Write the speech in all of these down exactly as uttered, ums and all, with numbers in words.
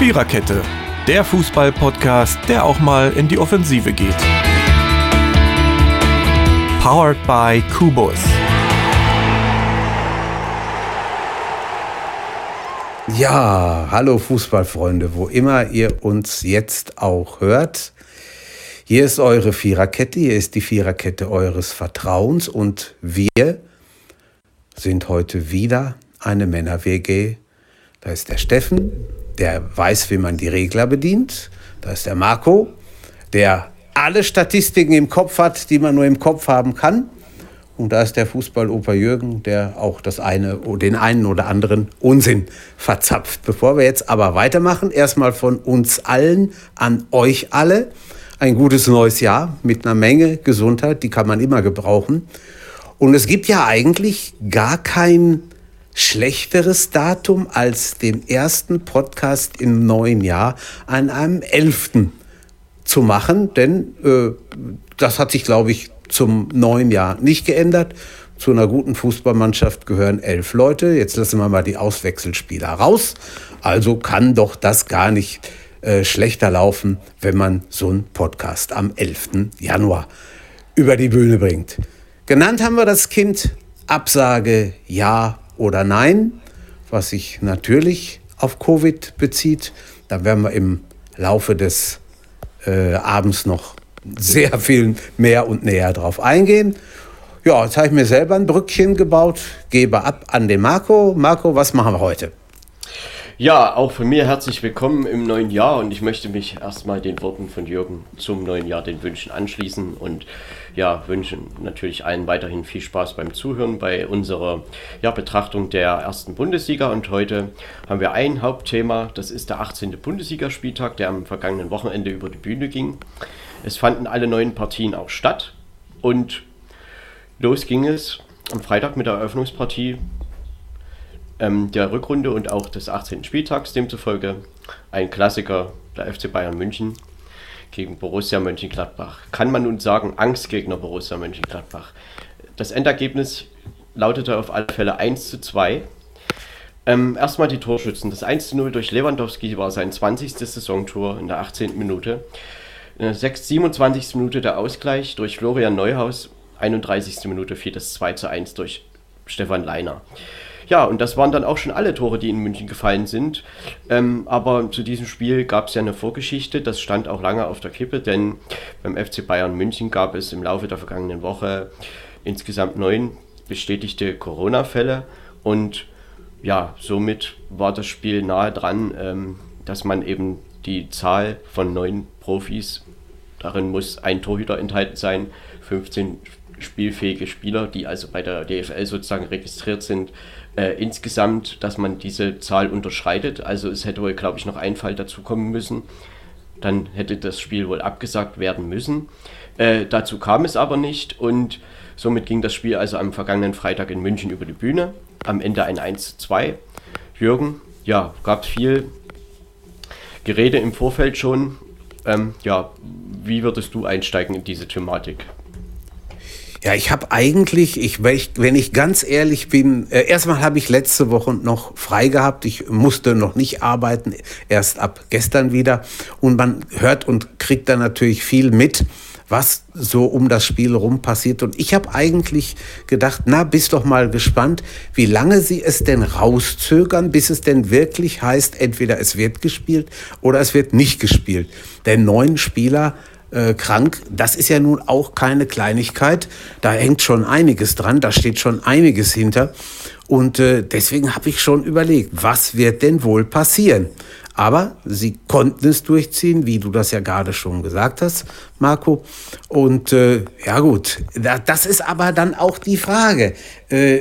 Viererkette, der Fußball-Podcast, der auch mal in die Offensive geht. Powered by Kubus. Ja, hallo Fußballfreunde, wo immer ihr uns jetzt auch hört. Hier ist eure Viererkette, hier ist die Viererkette eures Vertrauens und wir sind heute wieder eine Männer-W G. Da ist der Steffen, der weiß, wie man die Regler bedient. Da ist der Marco, der alle Statistiken im Kopf hat, die man nur im Kopf haben kann. Und da ist der Fußball-Opa Jürgen, der auch das eine, den einen oder anderen Unsinn verzapft. Bevor wir jetzt aber weitermachen, erstmal von uns allen an euch alle ein gutes neues Jahr mit einer Menge Gesundheit, die kann man immer gebrauchen. Und es gibt ja eigentlich gar kein schlechteres Datum als den ersten Podcast im neuen Jahr an einem elften zu machen, denn äh, das hat sich, glaube ich, zum neuen Jahr nicht geändert. Zu einer guten Fußballmannschaft gehören elf Leute. Jetzt lassen wir mal die Auswechselspieler raus. Also kann doch das gar nicht äh, schlechter laufen, wenn man so einen Podcast am elften Januar über die Bühne bringt. Genannt haben wir das Kind Absage ja oder nein, was sich natürlich auf Covid bezieht. Da werden wir im Laufe des äh, Abends noch sehr viel mehr und näher drauf eingehen. Ja, jetzt habe ich mir selber ein Brückchen gebaut, gebe ab an den Marco. Marco, was machen wir heute? Ja, auch von mir herzlich willkommen im neuen Jahr und ich möchte mich erstmal den Worten von Jürgen zum neuen Jahr, den Wünschen anschließen und ja, wünschen natürlich allen weiterhin viel Spaß beim Zuhören bei unserer ja, Betrachtung der ersten Bundesliga. Und heute haben wir ein Hauptthema, das ist der achtzehnte Bundesligaspieltag, der am vergangenen Wochenende über die Bühne ging. Es fanden alle neun Partien auch statt und los ging es am Freitag mit der Eröffnungspartie ähm, der Rückrunde und auch des achtzehnten Spieltags, demzufolge ein Klassiker, der F C Bayern München gegen Borussia Mönchengladbach. Kann man nun sagen, Angstgegner Borussia Mönchengladbach. Das Endergebnis lautete auf alle Fälle eins zu zwei. Ähm, erstmal die Torschützen. Das eins zu null durch Lewandowski war sein zwanzigstes Saisontor in der achtzehnten Minute. In der siebenundzwanzigsten Minute der Ausgleich durch Florian Neuhaus. einunddreißigste Minute fiel das zwei zu eins durch Stefan Leiner. Ja, und das waren dann auch schon alle Tore, die in München gefallen sind. Ähm, aber zu diesem Spiel gab es ja eine Vorgeschichte, das stand auch lange auf der Kippe, denn beim F C Bayern München gab es im Laufe der vergangenen Woche insgesamt neun bestätigte Corona-Fälle. Und ja, somit war das Spiel nahe dran, ähm, dass man eben die Zahl von neun Profis, darin muss ein Torhüter enthalten sein, fünfzehn spielfähige Spieler, die also bei der D F L sozusagen registriert sind, äh, insgesamt, dass man diese Zahl unterschreitet. Also es hätte wohl, glaube ich, noch ein Fall dazu kommen müssen. Dann hätte das Spiel wohl abgesagt werden müssen. Äh, dazu kam es aber nicht und somit ging das Spiel also am vergangenen Freitag in München über die Bühne. Am Ende ein eins zu zwei. Jürgen, ja, gab es viel Gerede im Vorfeld schon. Ähm, ja, wie würdest du einsteigen in diese Thematik? Ja, ich habe eigentlich, ich, wenn ich ganz ehrlich bin, äh, erstmal habe ich letzte Woche noch frei gehabt. Ich musste noch nicht arbeiten, erst ab gestern wieder. Und man hört und kriegt dann natürlich viel mit, was so um das Spiel rum passiert. Und ich habe eigentlich gedacht, na, bist doch mal gespannt, wie lange sie es denn rauszögern, bis es denn wirklich heißt, entweder es wird gespielt oder es wird nicht gespielt. Denn neun Spieler äh, krank, das ist ja nun auch keine Kleinigkeit. Da hängt schon einiges dran, da steht schon einiges hinter. Und äh, deswegen habe ich schon überlegt, was wird denn wohl passieren? Aber sie konnten es durchziehen, wie du das ja gerade schon gesagt hast, Marco. Und äh, ja gut, das ist aber dann auch die Frage. Äh,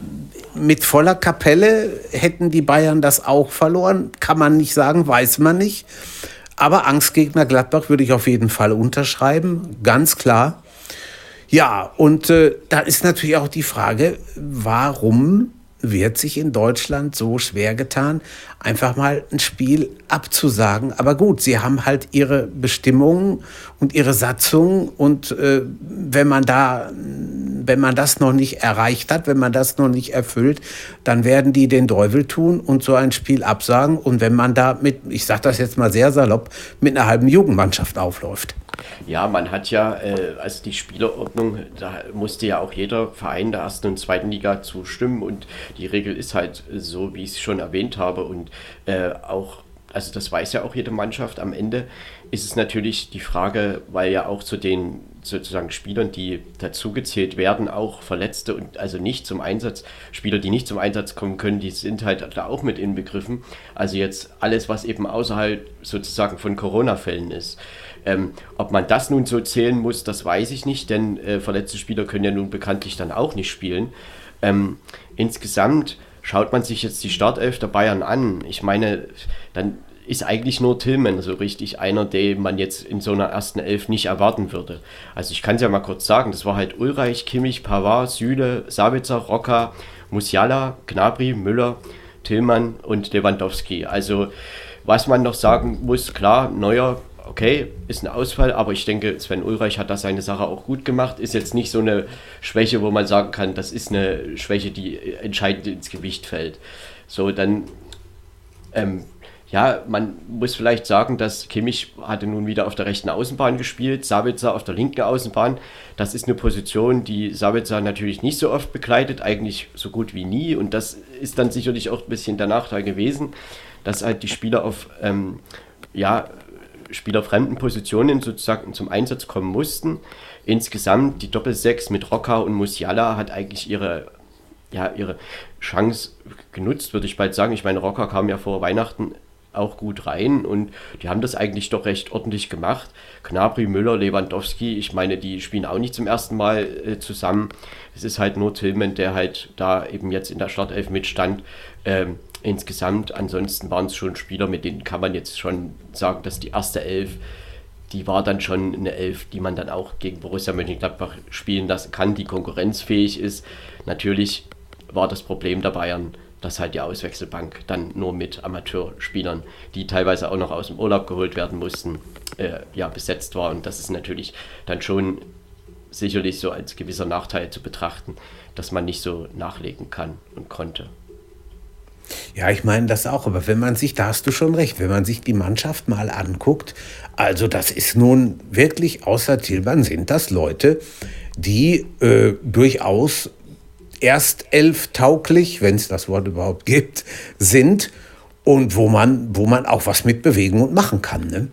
mit voller Kapelle hätten die Bayern das auch verloren. Kann man nicht sagen, weiß man nicht. Aber Angstgegner Gladbach würde ich auf jeden Fall unterschreiben, ganz klar. Ja, und äh, da ist natürlich auch die Frage, warum wird sich in Deutschland so schwer getan, einfach mal ein Spiel abzusagen. Aber gut, sie haben halt ihre Bestimmungen und ihre Satzungen und äh, wenn man da, wenn man das noch nicht erreicht hat, wenn man das noch nicht erfüllt, dann werden die den Teufel tun und so ein Spiel absagen. Und wenn man da mit, ich sage das jetzt mal sehr salopp, mit einer halben Jugendmannschaft aufläuft. Ja, man hat ja, äh, also die Spielerordnung, da musste ja auch jeder Verein der ersten und zweiten Liga zustimmen und die Regel ist halt so, wie ich es schon erwähnt habe und äh, auch, also das weiß ja auch jede Mannschaft, am Ende ist es natürlich die Frage, weil ja auch zu den sozusagen Spielern, die dazugezählt werden, auch Verletzte und also nicht zum Einsatz, Spieler, die nicht zum Einsatz kommen können, die sind halt da auch mit inbegriffen. Also jetzt alles, was eben außerhalb sozusagen von Corona-Fällen ist. Ähm, ob man das nun so zählen muss, das weiß ich nicht, denn äh, verletzte Spieler können ja nun bekanntlich dann auch nicht spielen. Ähm, insgesamt schaut man sich jetzt die Startelf der Bayern an. Ich meine, dann ist eigentlich nur Tillmann so richtig einer, den man jetzt in so einer ersten Elf nicht erwarten würde. Also ich kann es ja mal kurz sagen, das war halt Ulreich, Kimmich, Pavard, Süle, Sabitzer, Rocca, Musiala, Gnabry, Müller, Tillmann und Lewandowski. Also was man noch sagen muss, klar, Neuer, okay, ist ein Ausfall, aber ich denke, Sven Ulreich hat da seine Sache auch gut gemacht. Ist jetzt nicht so eine Schwäche, wo man sagen kann, das ist eine Schwäche, die entscheidend ins Gewicht fällt. So, dann, ähm, ja, man muss vielleicht sagen, dass Kimmich hatte nun wieder auf der rechten Außenbahn gespielt, Sabitzer auf der linken Außenbahn. Das ist eine Position, die Sabitzer natürlich nicht so oft bekleidet, eigentlich so gut wie nie. Und das ist dann sicherlich auch ein bisschen der Nachteil gewesen, dass halt die Spieler auf, ähm, ja, spielerfremden Positionen sozusagen zum Einsatz kommen mussten. Insgesamt die Doppelsechs mit Rocca und Musiala hat eigentlich ihre, ja, ihre Chance genutzt, würde ich bald sagen. Ich meine, Rocca kam ja vor Weihnachten auch gut rein und die haben das eigentlich doch recht ordentlich gemacht. Gnabry, Müller, Lewandowski, ich meine, die spielen auch nicht zum ersten Mal äh, zusammen. Es ist halt nur Tillmann, der halt da eben jetzt in der Startelf mitstand. Ähm, insgesamt, ansonsten waren es schon Spieler, mit denen kann man jetzt schon sagen, dass die erste Elf, die war dann schon eine Elf, die man dann auch gegen Borussia Mönchengladbach spielen lassen kann, die konkurrenzfähig ist. Natürlich war das Problem der Bayern, dass halt die Auswechselbank dann nur mit Amateurspielern, die teilweise auch noch aus dem Urlaub geholt werden mussten, äh, ja, besetzt war. Und das ist natürlich dann schon sicherlich so als gewisser Nachteil zu betrachten, dass man nicht so nachlegen kann und konnte. Ja, ich meine das auch, aber wenn man sich, da hast du schon recht, wenn man sich die Mannschaft mal anguckt, also das ist nun wirklich, außer Tillmann sind das Leute, die äh, durchaus erst elf tauglich, wenn es das Wort überhaupt gibt, sind und wo man, wo man auch was mit bewegen und machen kann, ne?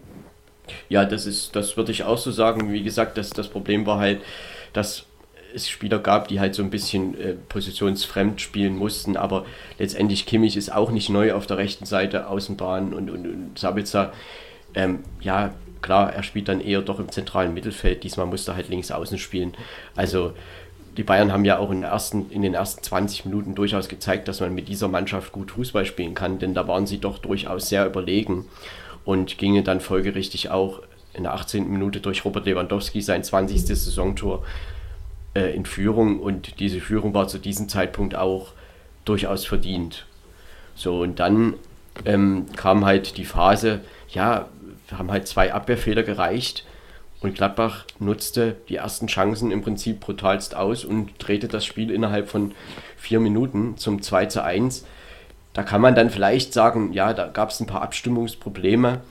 Ja, das ist, das würde ich auch so sagen. Wie gesagt, das, das Problem war halt, dass es Spieler gab, die halt so ein bisschen äh, positionsfremd spielen mussten, aber letztendlich Kimmich ist auch nicht neu auf der rechten Seite, Außenbahn und, und, und Sabitzer, ähm, ja, klar, er spielt dann eher doch im zentralen Mittelfeld, diesmal musste er halt links außen spielen. Also die Bayern haben ja auch in den, ersten, in den ersten zwanzig Minuten durchaus gezeigt, dass man mit dieser Mannschaft gut Fußball spielen kann, denn da waren sie doch durchaus sehr überlegen und gingen dann folgerichtig auch in der achtzehnten Minute durch Robert Lewandowski sein zwanzigstes Saisontor äh, in Führung und diese Führung war zu diesem Zeitpunkt auch durchaus verdient. So, und dann ähm, kam halt die Phase, ja, wir haben halt zwei Abwehrfehler gereicht und Gladbach nutzte die ersten Chancen im Prinzip brutalst aus und drehte das Spiel innerhalb von vier Minuten zum zwei zu eins. Da kann man dann vielleicht sagen, ja, da gab es ein paar Abstimmungsprobleme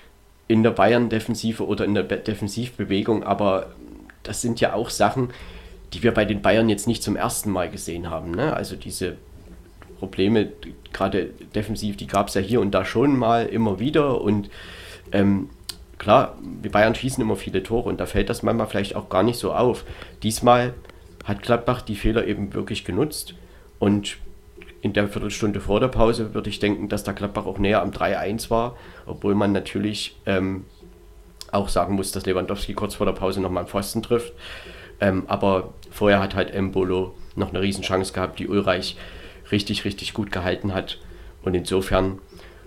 in der Bayern-Defensive oder in der Be- Defensivbewegung, aber das sind ja auch Sachen, die wir bei den Bayern jetzt nicht zum ersten Mal gesehen haben, ne? Also diese Probleme, gerade defensiv, die gab es ja hier und da schon mal immer wieder und ähm, klar, die Bayern schießen immer viele Tore und da fällt das manchmal vielleicht auch gar nicht so auf. Diesmal hat Gladbach die Fehler eben wirklich genutzt und in der Viertelstunde vor der Pause würde ich denken, dass der Gladbach auch näher am drei eins war, obwohl man natürlich ähm, auch sagen muss, dass Lewandowski kurz vor der Pause nochmal einen Pfosten trifft. Ähm, aber vorher hat halt Embolo noch eine Riesenchance gehabt, die Ulreich richtig, richtig gut gehalten hat. Und insofern,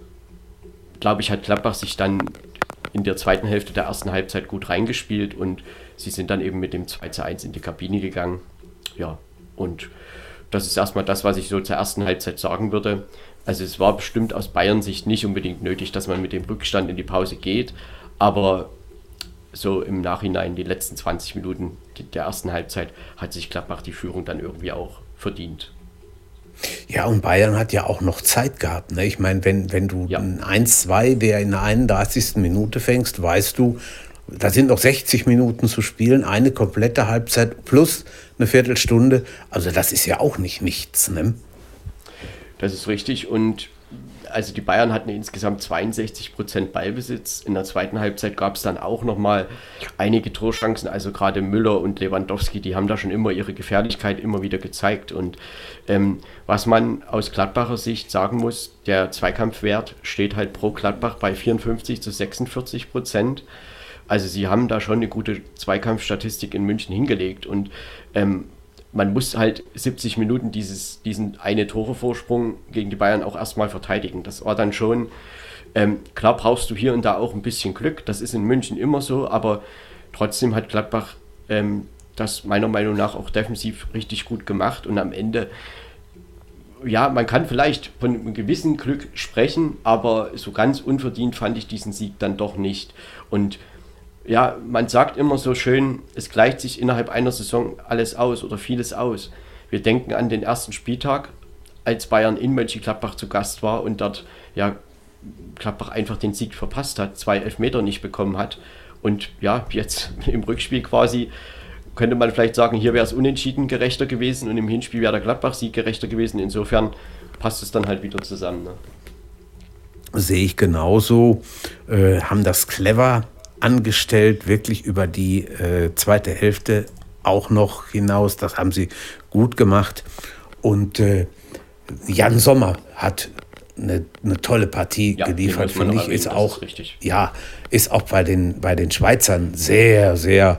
glaube ich, hat Gladbach sich dann in der zweiten Hälfte der ersten Halbzeit gut reingespielt und sie sind dann eben mit dem zwei zu eins in die Kabine gegangen. Ja, und das ist erstmal das, was ich so zur ersten Halbzeit sagen würde. Also es war bestimmt aus Bayern-Sicht nicht unbedingt nötig, dass man mit dem Rückstand in die Pause geht, aber so im Nachhinein, die letzten zwanzig Minuten der ersten Halbzeit, hat sich Gladbach die Führung dann irgendwie auch verdient. Ja, und Bayern hat ja auch noch Zeit gehabt. Ne? Ich meine, wenn, wenn du Ja. ein eins zwei, der in der einunddreißigsten Minute fängst, weißt du, da sind noch sechzig Minuten zu spielen, eine komplette Halbzeit plus eine Viertelstunde. Also das ist ja auch nicht nichts. Ne? Das ist richtig, und also die Bayern hatten insgesamt zweiundsechzig Prozent Ballbesitz. In der zweiten Halbzeit gab es dann auch nochmal einige Torchancen, also gerade Müller und Lewandowski, die haben da schon immer ihre Gefährlichkeit immer wieder gezeigt. Und ähm, was man aus Gladbacher Sicht sagen muss, der Zweikampfwert steht halt pro Gladbach bei vierundfünfzig zu sechsundvierzig Prozent. Also sie haben da schon eine gute Zweikampfstatistik in München hingelegt, und ähm, man muss halt siebzig Minuten dieses, diesen eine Tore-Vorsprung gegen die Bayern auch erstmal verteidigen. Das war dann schon, ähm, klar brauchst du hier und da auch ein bisschen Glück, das ist in München immer so, aber trotzdem hat Gladbach ähm, das meiner Meinung nach auch defensiv richtig gut gemacht, und am Ende, ja, man kann vielleicht von einem gewissen Glück sprechen, aber so ganz unverdient fand ich diesen Sieg dann doch nicht. Und ja, man sagt immer so schön, es gleicht sich innerhalb einer Saison alles aus oder vieles aus. Wir denken an den ersten Spieltag, als Bayern in Mönchengladbach zu Gast war und dort ja Gladbach einfach den Sieg verpasst hat, zwei Elfmeter nicht bekommen hat. Und ja, jetzt im Rückspiel quasi könnte man vielleicht sagen, hier wäre es unentschieden gerechter gewesen und im Hinspiel wäre der Gladbach-Sieg gerechter gewesen. Insofern passt es dann halt wieder zusammen. Ne? Sehe ich genauso, äh, haben das clever angestellt, wirklich über die äh, zweite Hälfte auch noch hinaus. Das haben sie gut gemacht. Und äh, Jan Sommer hat eine, eine tolle Partie ja, geliefert, finde ich. Ist auch, ist richtig. Ja, ist auch bei den, bei den Schweizern sehr, sehr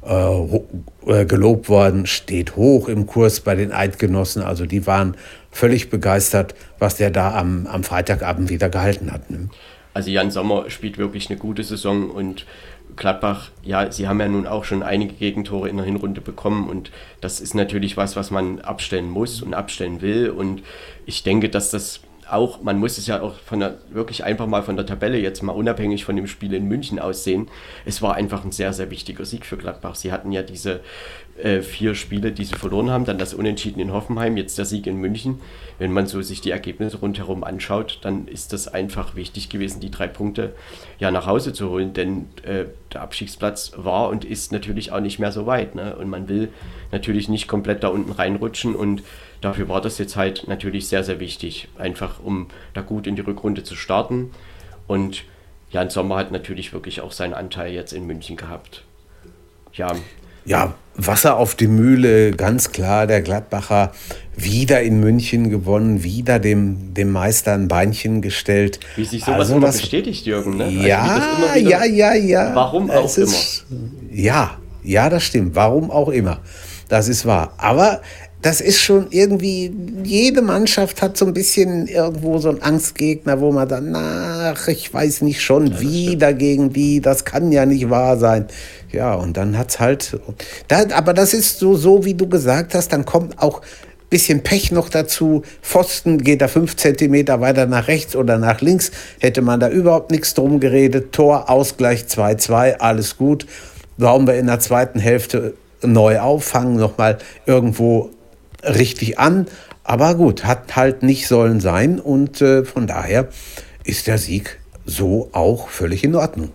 äh, gelobt worden. Steht hoch im Kurs bei den Eidgenossen. Also die waren völlig begeistert, was der da am, am Freitagabend wieder gehalten hat. Ne? Also Jan Sommer spielt wirklich eine gute Saison, und Gladbach, ja, sie haben ja nun auch schon einige Gegentore in der Hinrunde bekommen, und das ist natürlich was, was man abstellen muss und abstellen will, und ich denke, dass das auch, man muss es ja auch von der, wirklich einfach mal von der Tabelle jetzt mal unabhängig von dem Spiel in München aussehen, es war einfach ein sehr, sehr wichtiger Sieg für Gladbach. Sie hatten ja diese äh, vier Spiele, die sie verloren haben, dann das Unentschieden in Hoffenheim, jetzt der Sieg in München. Wenn man so sich die Ergebnisse rundherum anschaut, dann ist das einfach wichtig gewesen, die drei Punkte ja nach Hause zu holen, denn äh, der Abstiegsplatz war und ist natürlich auch nicht mehr so weit, ne? Und man will natürlich nicht komplett da unten reinrutschen, und dafür war das jetzt halt natürlich sehr, sehr wichtig, einfach um da gut in die Rückrunde zu starten. Und Jan Sommer hat natürlich wirklich auch seinen Anteil jetzt in München gehabt. Ja, Ja, Wasser auf die Mühle, ganz klar, der Gladbacher wieder in München gewonnen, wieder dem, dem Meister ein Beinchen gestellt. wie sich sowas Also immer das- bestätigt, Jürgen, ne? Also wie Ja, das immer wieder- ja, ja, ja. Warum auch Es ist, Ja, ja, das stimmt. Warum auch immer. Das ist wahr. Aber das ist schon irgendwie, jede Mannschaft hat so ein bisschen irgendwo so einen Angstgegner, wo man dann, ach, ich weiß nicht schon, wieder gegen die, das kann ja nicht wahr sein. Ja, und dann hat's halt, da, aber das ist so, so, wie du gesagt hast, dann kommt auch ein bisschen Pech noch dazu. Pfosten geht da fünf Zentimeter weiter nach rechts oder nach links, hätte man da überhaupt nichts drum geredet. Tor, Ausgleich zwei zwei, alles gut. Bauen wir in der zweiten Hälfte neu auf, fangen nochmal irgendwo richtig an. Aber gut, hat halt nicht sollen sein, und äh, von daher ist der Sieg so auch völlig in Ordnung.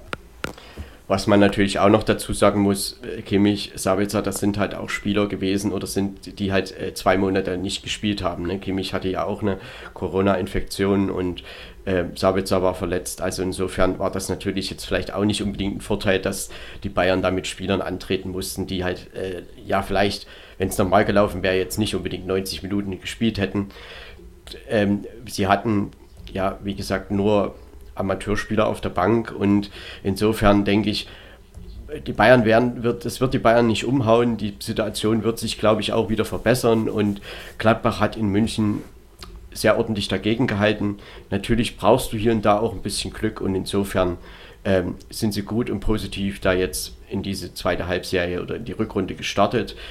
Was man natürlich auch noch dazu sagen muss, äh, Kimmich, Sabitzer, das sind halt auch Spieler gewesen oder sind, die halt äh, zwei Monate nicht gespielt haben. Ne? Kimmich hatte ja auch eine Corona-Infektion, und äh, Sabitzer war verletzt. Also insofern war das natürlich jetzt vielleicht auch nicht unbedingt ein Vorteil, dass die Bayern da mit Spielern antreten mussten, die halt, äh, ja vielleicht, wenn es normal gelaufen wäre, jetzt nicht unbedingt neunzig Minuten gespielt hätten. Ähm, sie hatten, ja, wie gesagt, nur Amateurspieler auf der Bank, und insofern denke ich, die Bayern werden, wird, es wird die Bayern nicht umhauen, die Situation wird sich, glaube ich, auch wieder verbessern, und Gladbach hat in München sehr ordentlich dagegen gehalten. Natürlich brauchst du hier und da auch ein bisschen Glück, und insofern ähm, sind sie gut und positiv da jetzt in diese zweite Halbserie oder in die Rückrunde gestartet.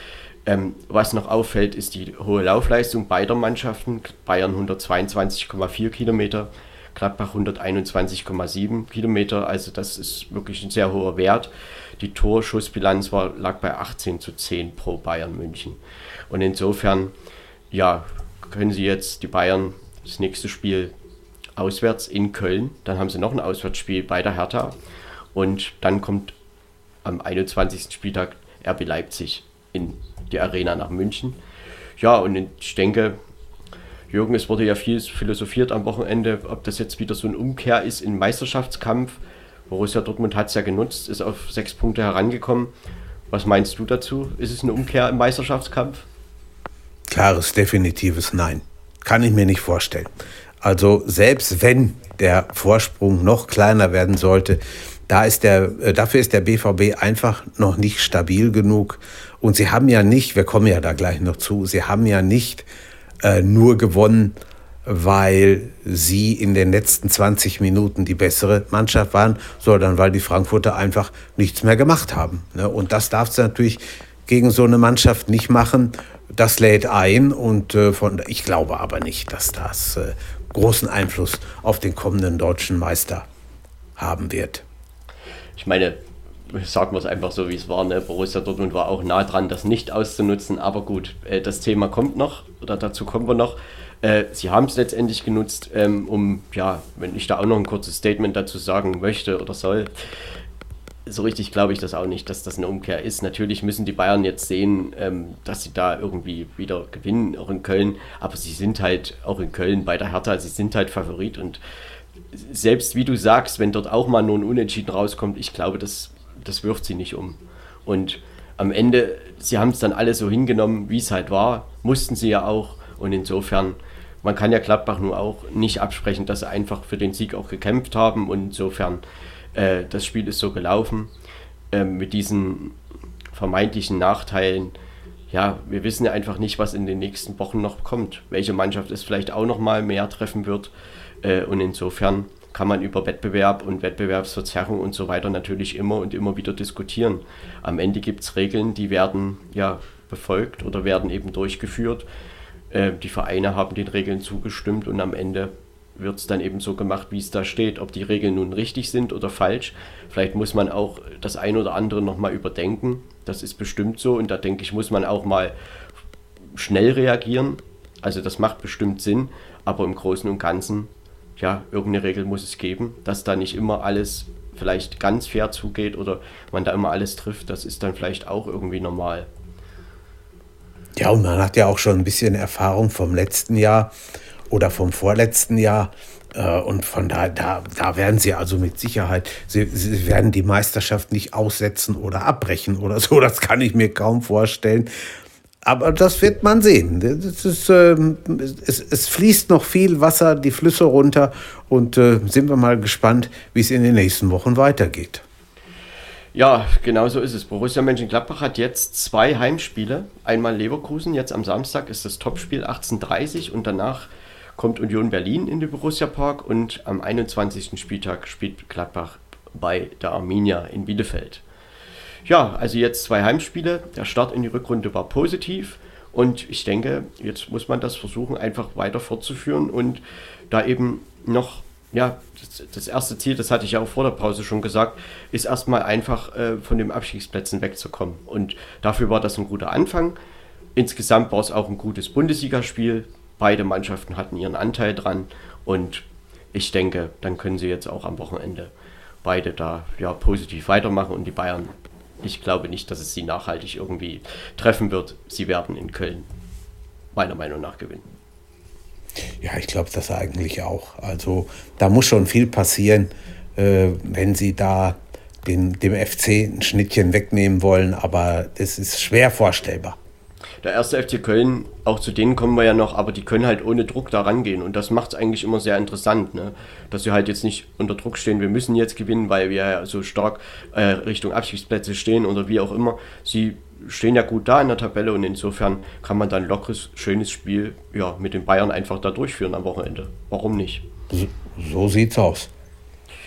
Ähm, was noch auffällt, ist die hohe Laufleistung beider Mannschaften. Bayern hundertzweiundzwanzig Komma vier Kilometer, Gladbach hunderteinundzwanzig Komma sieben Kilometer, also das ist wirklich ein sehr hoher Wert. Die Torschussbilanz war, lag bei achtzehn zu zehn pro Bayern München. Und insofern, ja, können sie jetzt die Bayern das nächste Spiel auswärts in Köln, dann haben sie noch ein Auswärtsspiel bei der Hertha und dann kommt am einundzwanzigsten Spieltag R B Leipzig in die Arena nach München. Ja, und ich denke, Jürgen, es wurde ja viel philosophiert am Wochenende, ob das jetzt wieder so eine Umkehr ist im Meisterschaftskampf. Borussia Dortmund hat es ja genutzt, ist auf sechs Punkte herangekommen. Was meinst du dazu? Ist es eine Umkehr im Meisterschaftskampf? Klares, definitives Nein. Kann ich mir nicht vorstellen. Also selbst wenn der Vorsprung noch kleiner werden sollte, da ist der, äh, dafür ist der B V B einfach noch nicht stabil genug. Und sie haben ja nicht, wir kommen ja da gleich noch zu, sie haben ja nicht äh, nur gewonnen, weil sie in den letzten zwanzig Minuten die bessere Mannschaft waren, sondern weil die Frankfurter einfach nichts mehr gemacht haben. Und das darfst du natürlich gegen so eine Mannschaft nicht machen. Das lädt ein und äh, von, ich glaube aber nicht, dass das äh, großen Einfluss auf den kommenden deutschen Meister haben wird. Ich meine, sagen wir es einfach so, wie es war, ne? Borussia Dortmund war auch nah dran, das nicht auszunutzen, aber gut, äh, das Thema kommt noch, oder dazu kommen wir noch. Äh, sie haben es letztendlich genutzt, ähm, um, ja, wenn ich da auch noch ein kurzes Statement dazu sagen möchte oder soll, so richtig glaube ich das auch nicht, dass das eine Umkehr ist. Natürlich müssen die Bayern jetzt sehen, ähm, dass sie da irgendwie wieder gewinnen, auch in Köln, aber sie sind halt auch in Köln bei der Hertha, sie sind halt Favorit und selbst wie du sagst, wenn dort auch mal nur ein Unentschieden rauskommt, ich glaube, das, das wirft sie nicht um. Und am Ende, sie haben es dann alle so hingenommen, wie es halt war, mussten sie ja auch. Und insofern, man kann ja Gladbach nur auch nicht absprechen, dass sie einfach für den Sieg auch gekämpft haben. Und insofern, äh, das Spiel ist so gelaufen, äh, mit diesen vermeintlichen Nachteilen. Ja, wir wissen ja einfach nicht, was in den nächsten Wochen noch kommt. Welche Mannschaft es vielleicht auch noch mal mehr treffen wird. Und insofern kann man über Wettbewerb und Wettbewerbsverzerrung und so weiter natürlich immer und immer wieder diskutieren. Am Ende gibt es Regeln, die werden ja befolgt oder werden eben durchgeführt. Die Vereine haben den Regeln zugestimmt und am Ende wird es dann eben so gemacht, wie es da steht. Ob die Regeln nun richtig sind oder falsch, vielleicht muss man auch das ein oder andere nochmal überdenken. Das ist bestimmt so und da denke ich, muss man auch mal schnell reagieren. Also das macht bestimmt Sinn, aber im Großen und Ganzen, ja, irgendeine Regel muss es geben, dass da nicht immer alles vielleicht ganz fair zugeht oder man da immer alles trifft, das ist dann vielleicht auch irgendwie normal. Ja, und man hat ja auch schon ein bisschen Erfahrung vom letzten Jahr oder vom vorletzten Jahr äh, und von da, da, da werden sie also mit Sicherheit, sie, sie werden die Meisterschaft nicht aussetzen oder abbrechen oder so, das kann ich mir kaum vorstellen. Aber das wird man sehen. Das ist, äh, es, es fließt noch viel Wasser die Flüsse runter und äh, sind wir mal gespannt, wie es in den nächsten Wochen weitergeht. Ja, genau so ist es. Borussia Mönchengladbach hat jetzt zwei Heimspiele. Einmal Leverkusen, jetzt am Samstag ist das Topspiel achtzehn Uhr dreißig und danach kommt Union Berlin in den Borussia Park und am einundzwanzigsten Spieltag spielt Gladbach bei der Arminia in Bielefeld. Ja, also jetzt zwei Heimspiele. Der Start in die Rückrunde war positiv und ich denke, jetzt muss man das versuchen, einfach weiter fortzuführen und da eben noch, ja, das, das erste Ziel, das hatte ich ja auch vor der Pause schon gesagt, ist erstmal einfach äh, von den Abstiegsplätzen wegzukommen und dafür war das ein guter Anfang. Insgesamt war es auch ein gutes Bundesligaspiel. Beide Mannschaften hatten ihren Anteil dran und ich denke, dann können sie jetzt auch am Wochenende beide da ja positiv weitermachen und die Bayern, ich glaube nicht, dass es sie nachhaltig irgendwie treffen wird. Sie werden in Köln meiner Meinung nach gewinnen. Ja, ich glaube das eigentlich auch. Also da muss schon viel passieren, äh, wenn sie da den, dem F C ein Schnittchen wegnehmen wollen, aber das ist schwer vorstellbar. Der erste F C Köln, auch zu denen kommen wir ja noch, aber die können halt ohne Druck da rangehen und das macht es eigentlich immer sehr interessant, ne? Dass sie halt jetzt nicht unter Druck stehen, wir müssen jetzt gewinnen, weil wir ja so stark äh, Richtung Abstiegsplätze stehen oder wie auch immer. Sie stehen ja gut da in der Tabelle und insofern kann man dann ein lockeres, schönes Spiel ja, mit den Bayern einfach da durchführen am Wochenende. Warum nicht? So, so sieht's aus.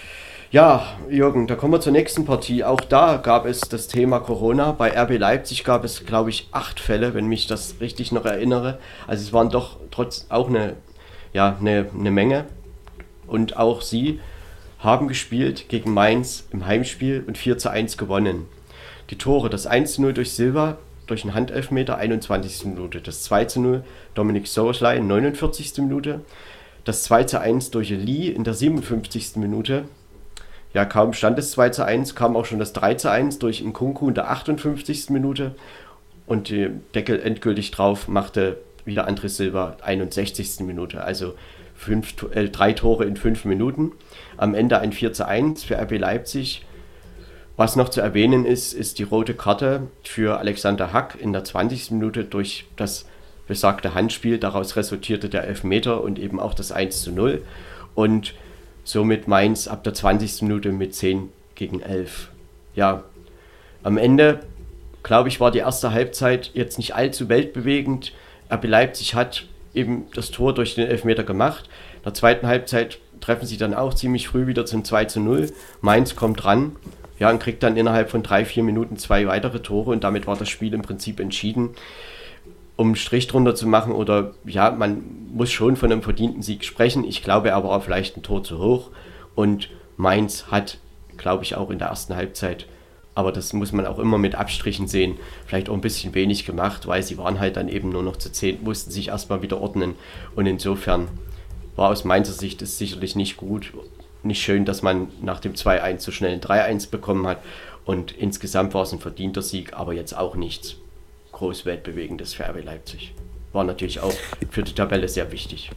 Ja, Jürgen, da kommen wir zur nächsten Partie. Auch da gab es das Thema Corona. Bei R B Leipzig gab es, glaube ich, acht Fälle, wenn mich das richtig noch erinnere. Also es waren doch trotz auch eine, ja, eine, eine Menge. Und auch sie haben gespielt gegen Mainz im Heimspiel und vier zu eins gewonnen. Die Tore, das eins zu null durch Silva, durch einen Handelfmeter, einundzwanzigste Minute. Das zwei zu null Dominik Soboslai, neunundvierzigste Minute. Das zwei zu eins durch Lee in der siebenundfünfzigsten Minute. Ja, kaum stand es zwei zu eins, kam auch schon das drei zu eins durch Nkunku in der achtundfünfzigsten Minute. Und die Deckel endgültig drauf machte wieder André Silva, einundsechzigsten Minute. Also fünf, äh, drei Tore in fünf Minuten. Am Ende ein vier zu eins für R B Leipzig. Was noch zu erwähnen ist, ist die rote Karte für Alexander Hack in der zwanzigsten Minute durch das besagte Handspiel. Daraus resultierte der Elfmeter und eben auch das eins zu null. Und somit Mainz ab der zwanzigsten Minute mit zehn gegen elf. Ja, am Ende, glaube ich, war die erste Halbzeit jetzt nicht allzu weltbewegend. R B Leipzig hat eben das Tor durch den Elfmeter gemacht. In der zweiten Halbzeit treffen sie dann auch ziemlich früh wieder zum zwei zu null. Mainz kommt ran, ja, und kriegt dann innerhalb von drei, vier Minuten zwei weitere Tore und damit war das Spiel im Prinzip entschieden. Um einen Strich drunter zu machen oder ja, man muss schon von einem verdienten Sieg sprechen. Ich glaube, er war vielleicht ein Tor zu hoch und Mainz hat, glaube ich, auch in der ersten Halbzeit, aber das muss man auch immer mit Abstrichen sehen, vielleicht auch ein bisschen wenig gemacht, weil sie waren halt dann eben nur noch zu zehn, mussten sich erstmal wieder ordnen und insofern war aus Mainzer Sicht es sicherlich nicht gut, nicht schön, dass man nach dem zwei eins so schnell ein drei eins bekommen hat und insgesamt war es ein verdienter Sieg, aber jetzt auch nichts groß weltbewegendes für R B Leipzig. War natürlich auch für die Tabelle sehr wichtig.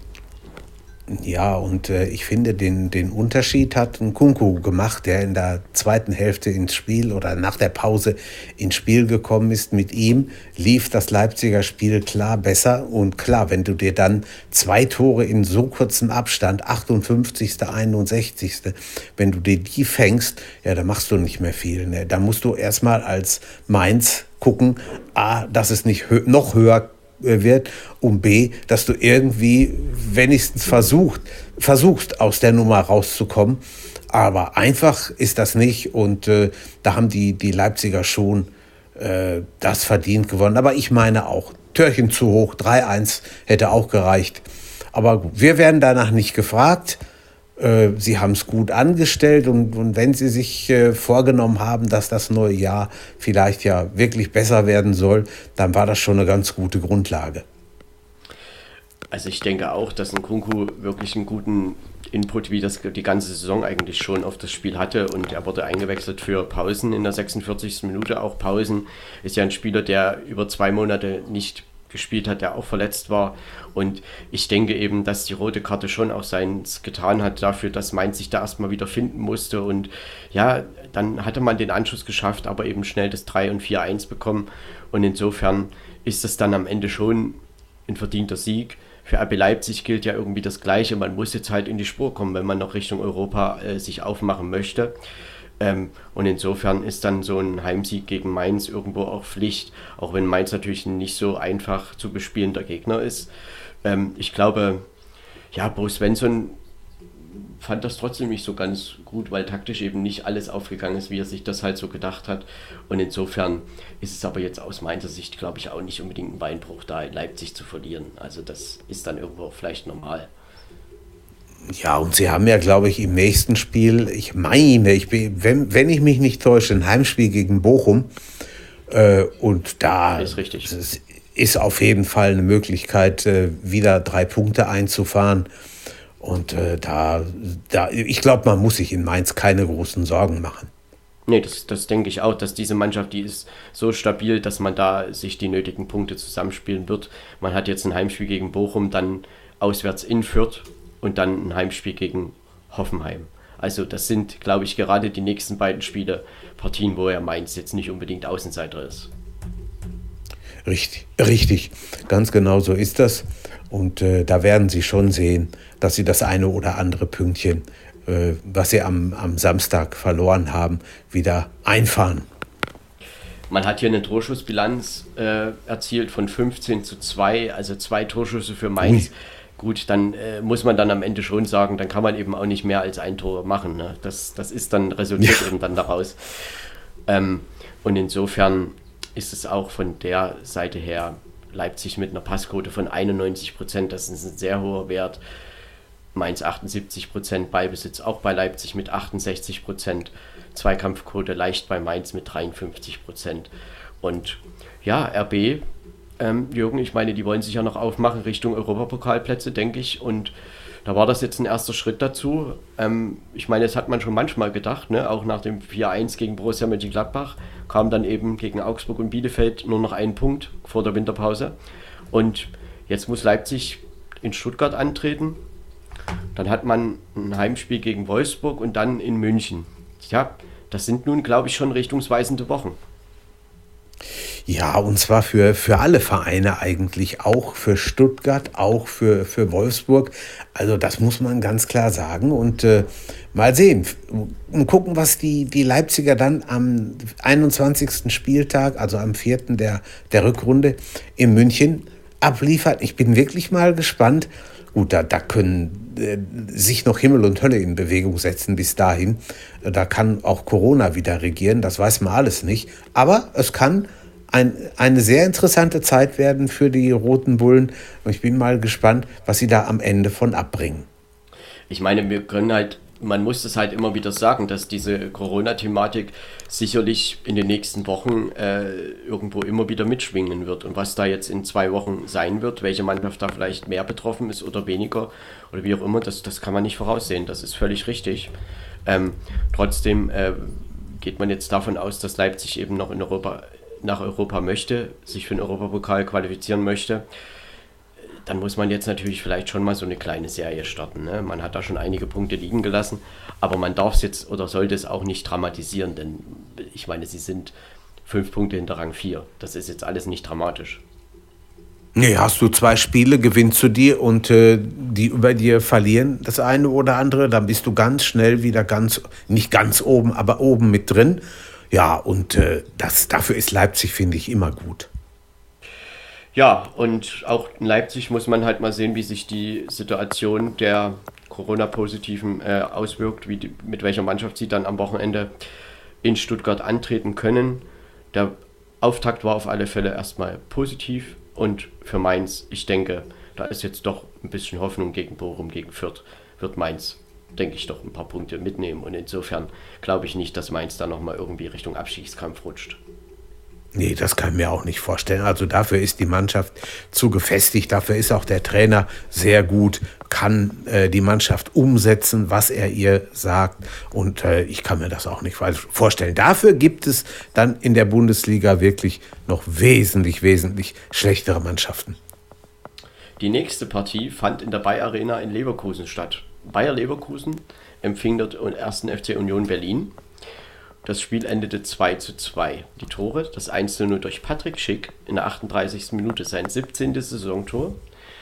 Ja, und äh, ich finde, den, den Unterschied hat Nkunku gemacht, der in der zweiten Hälfte ins Spiel oder nach der Pause ins Spiel gekommen ist. Mit ihm lief das Leipziger Spiel klar besser. Und klar, wenn du dir dann zwei Tore in so kurzem Abstand, achtundfünfzigste, einundsechzigste, wenn du dir die fängst, ja, da machst du nicht mehr viel. Ne? Da musst du erstmal als Mainz gucken, A, dass es nicht hö- noch höher wird und B, dass du irgendwie wenigstens versucht, versuchst, aus der Nummer rauszukommen. Aber einfach ist das nicht und äh, da haben die, die Leipziger schon äh, das verdient gewonnen. Aber ich meine auch, Törchen zu hoch, drei eins hätte auch gereicht. Aber gut, wir werden danach nicht gefragt. Sie haben es gut angestellt und, und wenn Sie sich äh, vorgenommen haben, dass das neue Jahr vielleicht ja wirklich besser werden soll, dann war das schon eine ganz gute Grundlage. Also ich denke auch, dass Nkunku wirklich einen guten Input, wie das die ganze Saison eigentlich schon auf das Spiel hatte und er wurde eingewechselt für Pausen in der sechsundvierzigsten Minute. Auch Pausen ist ja ein Spieler, der über zwei Monate nicht gespielt hat, der auch verletzt war und ich denke eben, dass die rote Karte schon auch seins getan hat dafür, dass Mainz sich da erstmal wieder finden musste und ja, dann hatte man den Anschluss geschafft, aber eben schnell das drei und vier eins bekommen und insofern ist es dann am Ende schon ein verdienter Sieg. Für R B Leipzig gilt ja irgendwie das Gleiche, man muss jetzt halt in die Spur kommen, wenn man noch Richtung Europa äh, sich aufmachen möchte. Ähm, und insofern ist dann so ein Heimsieg gegen Mainz irgendwo auch Pflicht, auch wenn Mainz natürlich ein nicht so einfach zu bespielender Gegner ist. Ähm, ich glaube, ja, Bo Svensson fand das trotzdem nicht so ganz gut, weil taktisch eben nicht alles aufgegangen ist, wie er sich das halt so gedacht hat. Und insofern ist es aber jetzt aus Mainzer Sicht, glaube ich, auch nicht unbedingt ein Beinbruch, da in Leipzig zu verlieren. Also das ist dann irgendwo auch vielleicht normal. Ja, und sie haben ja, glaube ich, im nächsten Spiel, ich meine, ich bin, wenn, wenn ich mich nicht täusche, ein Heimspiel gegen Bochum. Äh, und da ist, richtig. Ist, ist auf jeden Fall eine Möglichkeit, äh, wieder drei Punkte einzufahren. Und äh, da, da, ich glaube, man muss sich in Mainz keine großen Sorgen machen. Nee, das, das denke ich auch, dass diese Mannschaft, die ist so stabil, dass man da sich die nötigen Punkte zusammenspielen wird. Man hat jetzt ein Heimspiel gegen Bochum, dann auswärts in Fürth und dann ein Heimspiel gegen Hoffenheim. Also das sind, glaube ich, gerade die nächsten beiden Spiele Partien, wo er Mainz jetzt nicht unbedingt Außenseiter ist. Richtig, richtig, ganz genau so ist das. Und äh, da werden Sie schon sehen, dass Sie das eine oder andere Pünktchen, äh, was Sie am, am Samstag verloren haben, wieder einfahren. Man hat hier eine Torschussbilanz äh, erzielt von fünfzehn zu zwei, also zwei Torschüsse für Mainz. Ui. gut, dann äh, muss man dann am Ende schon sagen, dann kann man eben auch nicht mehr als ein Tor machen. Ne? Das, das ist dann, resultiert ja. eben dann daraus. Ähm, und insofern ist es auch von der Seite her Leipzig mit einer Passquote von einundneunzig Prozent, das ist ein sehr hoher Wert. Mainz achtundsiebzig Prozent, Ballbesitz auch bei Leipzig mit achtundsechzig Prozent, Zweikampfquote leicht bei Mainz mit dreiundfünfzig Prozent. Und ja, R B, ähm, Jürgen, ich meine, die wollen sich ja noch aufmachen Richtung Europapokalplätze, denke ich. Und da war das jetzt ein erster Schritt dazu. Ähm, ich meine, das hat man schon manchmal gedacht, ne? Auch nach dem vier eins gegen Borussia Mönchengladbach kam dann eben gegen Augsburg und Bielefeld nur noch ein Punkt vor der Winterpause. Und jetzt muss Leipzig in Stuttgart antreten. Dann hat man ein Heimspiel gegen Wolfsburg und dann in München. Ja, das sind nun, glaube ich, schon richtungsweisende Wochen. Ja, und zwar für, für alle Vereine eigentlich, auch für Stuttgart, auch für, für Wolfsburg. Also das muss man ganz klar sagen. Und äh, mal sehen und gucken, was die, die Leipziger dann am einundzwanzigsten Spieltag, also am vierten der, der Rückrunde in München abliefert. Ich bin wirklich mal gespannt. Gut, da, da können äh, sich noch Himmel und Hölle in Bewegung setzen bis dahin. Da kann auch Corona wieder regieren, das weiß man alles nicht. Aber es kann ein, eine sehr interessante Zeit werden für die Roten Bullen. Und ich bin mal gespannt, was sie da am Ende von abbringen. Ich meine, wir können halt, man muss das halt immer wieder sagen, dass diese Corona-Thematik sicherlich in den nächsten Wochen äh, irgendwo immer wieder mitschwingen wird. Und was da jetzt in zwei Wochen sein wird, welche Mannschaft da vielleicht mehr betroffen ist oder weniger oder wie auch immer, das, das kann man nicht voraussehen. Das ist völlig richtig. Ähm, trotzdem äh, geht man jetzt davon aus, dass Leipzig eben noch in Europa, nach Europa möchte, sich für den Europapokal qualifizieren möchte. Dann muss man jetzt natürlich vielleicht schon mal so eine kleine Serie starten. Ne? Man hat da schon einige Punkte liegen gelassen, aber man darf es jetzt oder sollte es auch nicht dramatisieren, denn ich meine, sie sind fünf Punkte hinter Rang vier. Das ist jetzt alles nicht dramatisch. Nee, hast du zwei Spiele, gewinnst du die und äh, die über dir verlieren das eine oder andere, dann bist du ganz schnell wieder ganz, nicht ganz oben, aber oben mit drin. Ja, und äh, das, dafür ist Leipzig, finde ich, immer gut. Ja, und auch in Leipzig muss man halt mal sehen, wie sich die Situation der Corona-Positiven äh, auswirkt, wie die, mit welcher Mannschaft sie dann am Wochenende in Stuttgart antreten können. Der Auftakt war auf alle Fälle erstmal positiv und für Mainz, ich denke, da ist jetzt doch ein bisschen Hoffnung gegen Bochum, gegen Fürth, wird Mainz, denke ich, doch ein paar Punkte mitnehmen und insofern glaube ich nicht, dass Mainz da nochmal irgendwie Richtung Abstiegskampf rutscht. Nee, das kann ich mir auch nicht vorstellen. Also dafür ist die Mannschaft zu gefestigt, dafür ist auch der Trainer sehr gut, kann äh, die Mannschaft umsetzen, was er ihr sagt und äh, ich kann mir das auch nicht vorstellen. Dafür gibt es dann in der Bundesliga wirklich noch wesentlich, wesentlich schlechtere Mannschaften. Die nächste Partie fand in der Bayer Arena in Leverkusen statt. Bayer Leverkusen empfing dort den ersten F C Union Berlin. Das Spiel endete zwei zu zwei. Die Tore, das eins zu null durch Patrick Schick in der achtunddreißigsten Minute, sein siebzehntes Saisontor.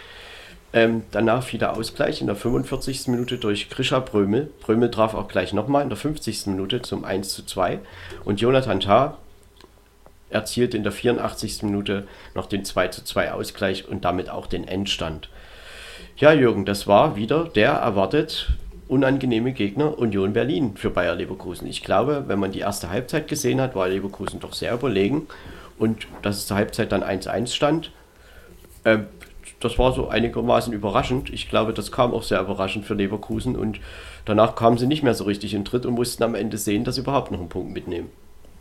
Ähm, danach fiel der Ausgleich in der fünfundvierzigsten Minute durch Grisha Prömel. Prömel traf auch gleich nochmal in der fünfzigsten Minute zum eins zu zwei. Und Jonathan Tah erzielte in der vierundachtzigsten Minute noch den zwei zu zwei Ausgleich und damit auch den Endstand. Ja, Jürgen, das war wieder der erwartet unangenehme Gegner Union Berlin für Bayer Leverkusen. Ich glaube, wenn man die erste Halbzeit gesehen hat, war Leverkusen doch sehr überlegen und dass es zur Halbzeit dann eins eins stand, äh, das war so einigermaßen überraschend. Ich glaube, das kam auch sehr überraschend für Leverkusen und danach kamen sie nicht mehr so richtig in Tritt und mussten am Ende sehen, dass sie überhaupt noch einen Punkt mitnehmen.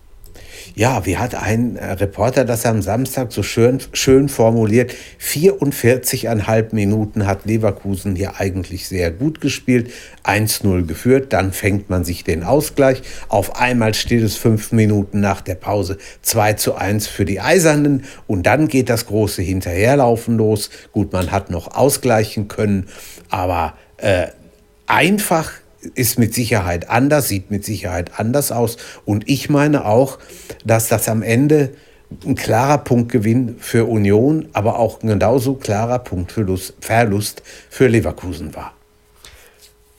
Ja, wie hat ein äh, Reporter das am Samstag so schön, schön formuliert, vierundvierzig Komma fünf Minuten hat Leverkusen hier eigentlich sehr gut gespielt, eins null geführt, dann fängt man sich den Ausgleich, auf einmal steht es fünf Minuten nach der Pause zwei zu eins für die Eisernen und dann geht das große Hinterherlaufen los. Gut, man hat noch ausgleichen können, aber äh, einfach ist mit Sicherheit anders, sieht mit Sicherheit anders aus. Und ich meine auch, dass das am Ende ein klarer Punktgewinn für Union, aber auch ein genauso klarer Punktverlust für Leverkusen war.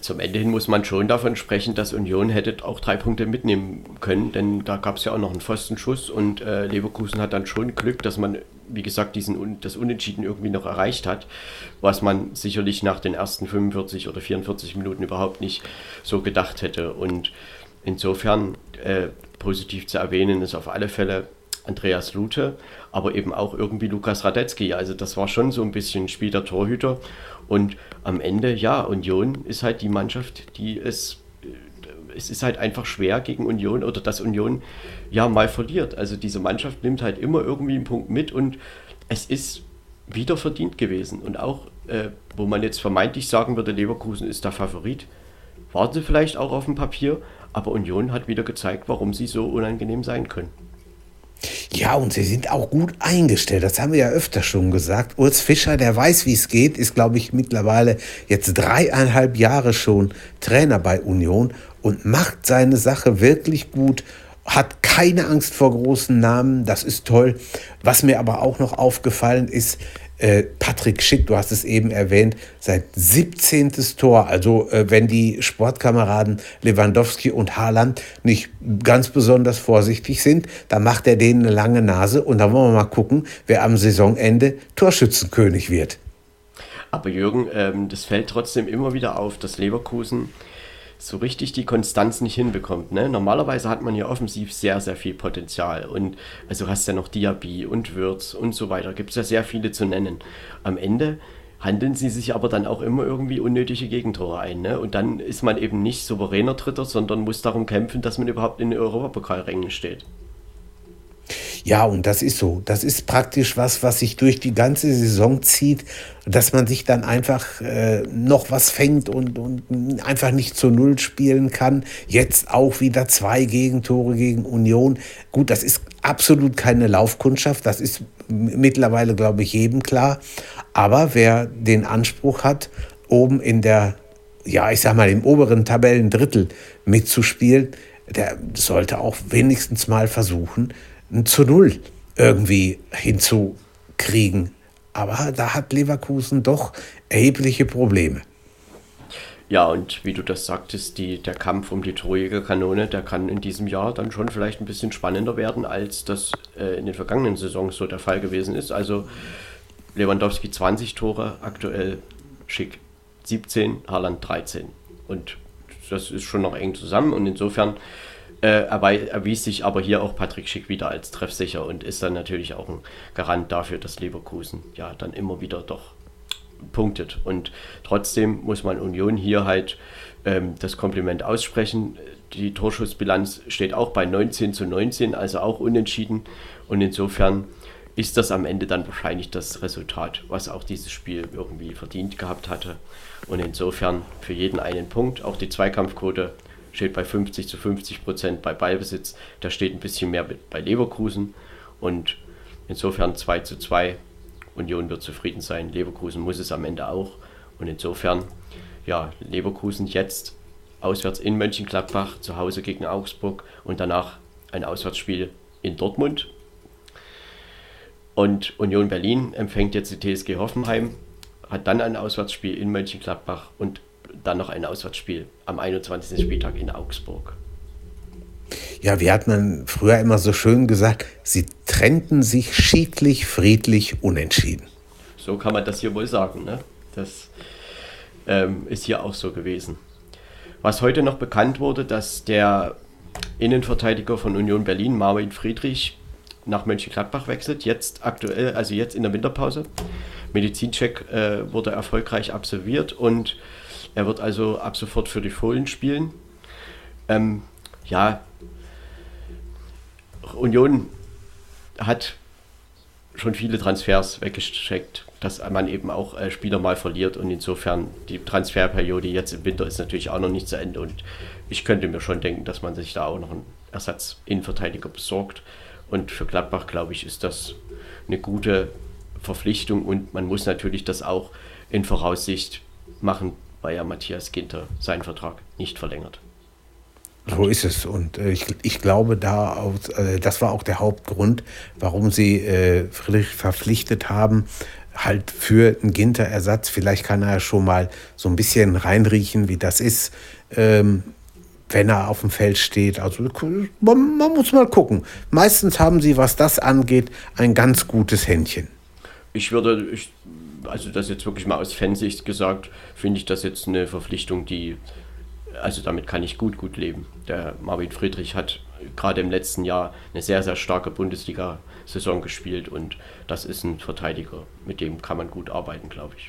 zum Ende hin muss man schon davon sprechen, dass Union hätte auch drei Punkte mitnehmen können, denn da gab es ja auch noch einen Pfostenschuss und äh, Leverkusen hat dann schon Glück, dass man, wie gesagt, diesen das Unentschieden irgendwie noch erreicht hat, was man sicherlich nach den ersten fünfundvierzig oder vierundvierzig Minuten überhaupt nicht so gedacht hätte. Und insofern äh, positiv zu erwähnen ist auf alle Fälle Andreas Lute, aber eben auch irgendwie Lukas Radetzky. Also das war schon so ein bisschen Spiel der Torhüter. Und am Ende, ja, Union ist halt die Mannschaft, die es, es ist halt einfach schwer gegen Union oder dass Union ja mal verliert. Also diese Mannschaft nimmt halt immer irgendwie einen Punkt mit und es ist wieder verdient gewesen. Und auch, äh, wo man jetzt vermeintlich sagen würde, Leverkusen ist der Favorit, waren sie vielleicht auch auf dem Papier, aber Union hat wieder gezeigt, warum sie so unangenehm sein können. Ja, und sie sind auch gut eingestellt. Das haben wir ja öfter schon gesagt. Urs Fischer, der weiß, wie es geht, ist, glaube ich, mittlerweile jetzt dreieinhalb Jahre schon Trainer bei Union und macht seine Sache wirklich gut, hat keine Angst vor großen Namen. Das ist toll. Was mir aber auch noch aufgefallen ist, äh, Patrick Schick, du hast es eben erwähnt, sein siebzehntes Tor. Also äh, wenn die Sportkameraden Lewandowski und Haaland nicht ganz besonders vorsichtig sind, dann macht er denen eine lange Nase und dann wollen wir mal gucken, wer am Saisonende Torschützenkönig wird. Aber Jürgen, ähm, das fällt trotzdem immer wieder auf, dass Leverkusen so richtig die Konstanz nicht hinbekommt. Ne? Normalerweise hat man ja offensiv sehr, sehr viel Potenzial. Und also hast ja noch Diaby und Würz und so weiter. Gibt es ja sehr viele zu nennen. Am Ende handeln sie sich aber dann auch immer irgendwie unnötige Gegentore ein. Ne? Und dann ist man eben nicht souveräner Dritter, sondern muss darum kämpfen, dass man überhaupt in den Europapokalrängen steht. Ja, und das ist so. Das ist praktisch was, was sich durch die ganze Saison zieht, dass man sich dann einfach äh, noch was fängt und, und einfach nicht zu Null spielen kann. Jetzt auch wieder zwei Gegentore gegen Union. Gut, das ist absolut keine Laufkundschaft. Das ist mittlerweile, glaube ich, jedem klar. Aber wer den Anspruch hat, oben in der, ja, ich sag mal, im oberen Tabellendrittel mitzuspielen, der sollte auch wenigstens mal versuchen, zu Null irgendwie hinzukriegen. Aber da hat Leverkusen doch erhebliche Probleme. Ja, und wie du das sagtest, die, der Kampf um die Torjägerkanone, der kann in diesem Jahr dann schon vielleicht ein bisschen spannender werden, als das äh, in den vergangenen Saisons so der Fall gewesen ist. Also Lewandowski zwanzig Tore, aktuell Schick siebzehn, Haaland dreizehn. Und das ist schon noch eng zusammen und insofern Äh, erwies sich aber hier auch Patrick Schick wieder als treffsicher und ist dann natürlich auch ein Garant dafür, dass Leverkusen ja dann immer wieder doch punktet. Und trotzdem muss man Union hier halt ähm, das Kompliment aussprechen. Die Torschussbilanz steht auch bei neunzehn zu neunzehn, also auch unentschieden. Und insofern ist das am Ende dann wahrscheinlich das Resultat, was auch dieses Spiel irgendwie verdient gehabt hatte. Und insofern für jeden einen Punkt, auch die Zweikampfquote steht bei fünfzig zu fünfzig Prozent bei Ballbesitz. Da steht ein bisschen mehr bei Leverkusen. Und insofern zwei zu zwei. Union wird zufrieden sein. Leverkusen muss es am Ende auch. Und insofern, ja, Leverkusen jetzt auswärts in Mönchengladbach, zu Hause gegen Augsburg und danach ein Auswärtsspiel in Dortmund. Und Union Berlin empfängt jetzt die T S G Hoffenheim, hat dann ein Auswärtsspiel in Mönchengladbach und dann noch ein Auswärtsspiel am einundzwanzigsten Spieltag in Augsburg. Ja, wie hat man früher immer so schön gesagt, sie trennten sich schiedlich, friedlich, unentschieden. So kann man das hier wohl sagen, ne? Das ähm, ist hier auch so gewesen. Was heute noch bekannt wurde, dass der Innenverteidiger von Union Berlin, Marvin Friedrich, nach Mönchengladbach wechselt, jetzt aktuell, also jetzt in der Winterpause. Medizincheck äh, wurde erfolgreich absolviert und er wird also ab sofort für die Fohlen spielen. Ähm, ja, Union hat schon viele Transfers weggesteckt, dass man eben auch äh, Spieler mal verliert und insofern die Transferperiode jetzt im Winter ist natürlich auch noch nicht zu Ende und ich könnte mir schon denken, dass man sich da auch noch einen Ersatz-Innenverteidiger besorgt und für Gladbach, glaube ich, ist das eine gute Verpflichtung und man muss natürlich das auch in Voraussicht machen, weil ja Matthias Ginter seinen Vertrag nicht verlängert. So ist es und äh, ich, ich glaube, da aus, äh, das war auch der Hauptgrund, warum sie äh, Friedrich verpflichtet haben. halt für einen Ginter-Ersatz. Vielleicht kann er schon mal so ein bisschen reinriechen, wie das ist, ähm, wenn er auf dem Feld steht. Also man, man muss mal gucken. Meistens haben sie, was das angeht, ein ganz gutes Händchen. Ich würde, ich, also das jetzt wirklich mal aus Fansicht gesagt, finde ich das jetzt eine Verpflichtung, die, also damit kann ich gut, gut leben. Der Marvin Friedrich hat gerade im letzten Jahr eine sehr, sehr starke Bundesliga-Saison gespielt und das ist ein Verteidiger, mit dem kann man gut arbeiten, glaube ich.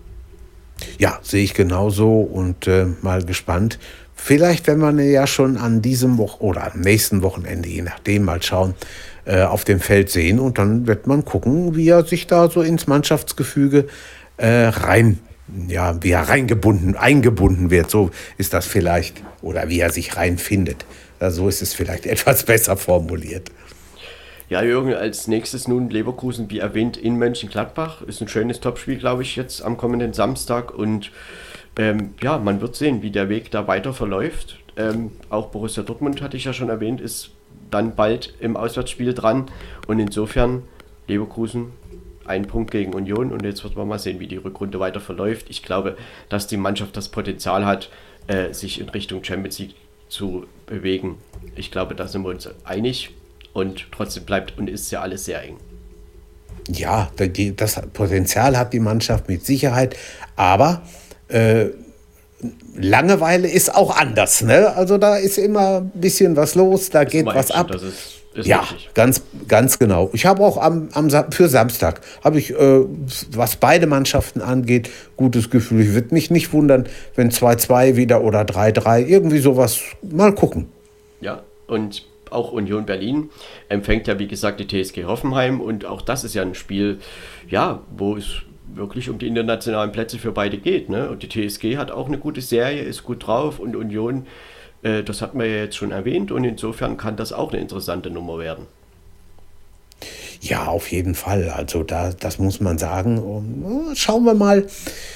Ja, sehe ich genauso und äh, mal gespannt. Vielleicht, wenn wir ja schon an diesem Woch oder am nächsten Wochenende, je nachdem, mal schauen, äh, auf dem Feld sehen und dann wird man gucken, wie er sich da so ins Mannschaftsgefüge äh, rein, ja, wie er reingebunden, eingebunden wird, so ist das vielleicht, oder wie er sich reinfindet. Ja, so ist es vielleicht etwas besser formuliert. Ja, Jürgen, als nächstes nun Leverkusen, wie erwähnt, in Mönchengladbach. Ist ein schönes Topspiel, glaube ich, jetzt am kommenden Samstag. Und ähm, ja, man wird sehen, wie der Weg da weiter verläuft. Ähm, auch Borussia Dortmund, hatte ich ja schon erwähnt, ist dann bald im Auswärtsspiel dran. Und insofern Leverkusen ein Punkt gegen Union. Und jetzt wird man mal sehen, wie die Rückrunde weiter verläuft. Ich glaube, dass die Mannschaft das Potenzial hat, äh, sich in Richtung Champions League zu bewegen. Ich glaube, da sind wir uns einig. Und trotzdem bleibt und ist ja alles sehr eng. Ja, das Potenzial hat die Mannschaft mit Sicherheit, aber äh, Langeweile ist auch anders. Ne? Also da ist immer ein bisschen was los, da geht was ab. Das ist, ist ja, richtig. ganz, ganz genau. Ich habe auch am, am, für Samstag, habe ich, äh, was beide Mannschaften angeht, gutes Gefühl. Ich würde mich nicht wundern, wenn zwei zwei wieder oder drei drei, irgendwie sowas, mal gucken. Ja, und auch Union Berlin empfängt ja, wie gesagt, die T S G Hoffenheim und auch das ist ja ein Spiel, ja, wo es wirklich um die internationalen Plätze für beide geht. Ne? Und die T S G hat auch eine gute Serie, ist gut drauf und Union, äh, das hatten wir ja jetzt schon erwähnt und insofern kann das auch eine interessante Nummer werden. Ja, auf jeden Fall. Also da, das muss man sagen. Und schauen wir mal,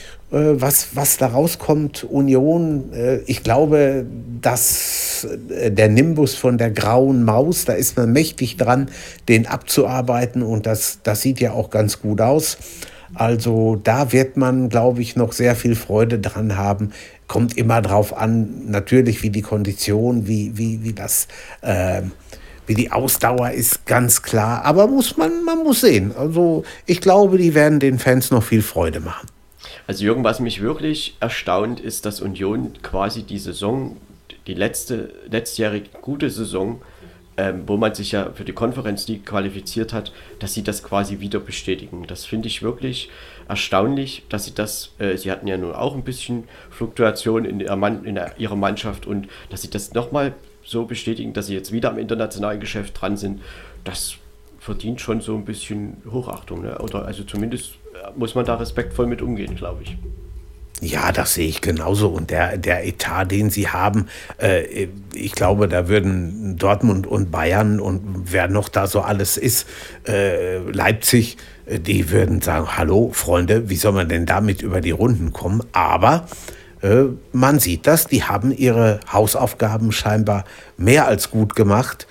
was, was da rauskommt. Union, ich glaube, dass der Nimbus von der grauen Maus, da ist man mächtig dran, den abzuarbeiten und das, das sieht ja auch ganz gut aus. Also da wird man, glaube ich, noch sehr viel Freude dran haben. Kommt immer drauf an, natürlich wie die Kondition, wie, wie, wie das, äh, wie die Ausdauer ist, ganz klar. Aber muss man, man muss sehen. Also ich glaube, die werden den Fans noch viel Freude machen. Also Jürgen, was mich wirklich erstaunt, ist, dass Union quasi die Saison, die letzte, letztjährige gute Saison, ähm, wo man sich ja für die Conference League qualifiziert hat, dass sie das quasi wieder bestätigen. Das finde ich wirklich erstaunlich, dass sie das, äh, sie hatten ja nun auch ein bisschen Fluktuation in, der Mann, in der, ihrer Mannschaft und dass sie das nochmal so bestätigen, dass sie jetzt wieder am internationalen Geschäft dran sind, das verdient schon so ein bisschen Hochachtung. Ne? Oder also zumindest muss man da respektvoll mit umgehen, glaube ich. Ja, das sehe ich genauso. Und der, der Etat, den sie haben, äh, ich glaube, da würden Dortmund und Bayern und wer noch da so alles ist, äh, Leipzig, äh, die würden sagen, hallo Freunde, wie soll man denn damit über die Runden kommen? Aber äh, man sieht das, die haben ihre Hausaufgaben scheinbar mehr als gut gemacht.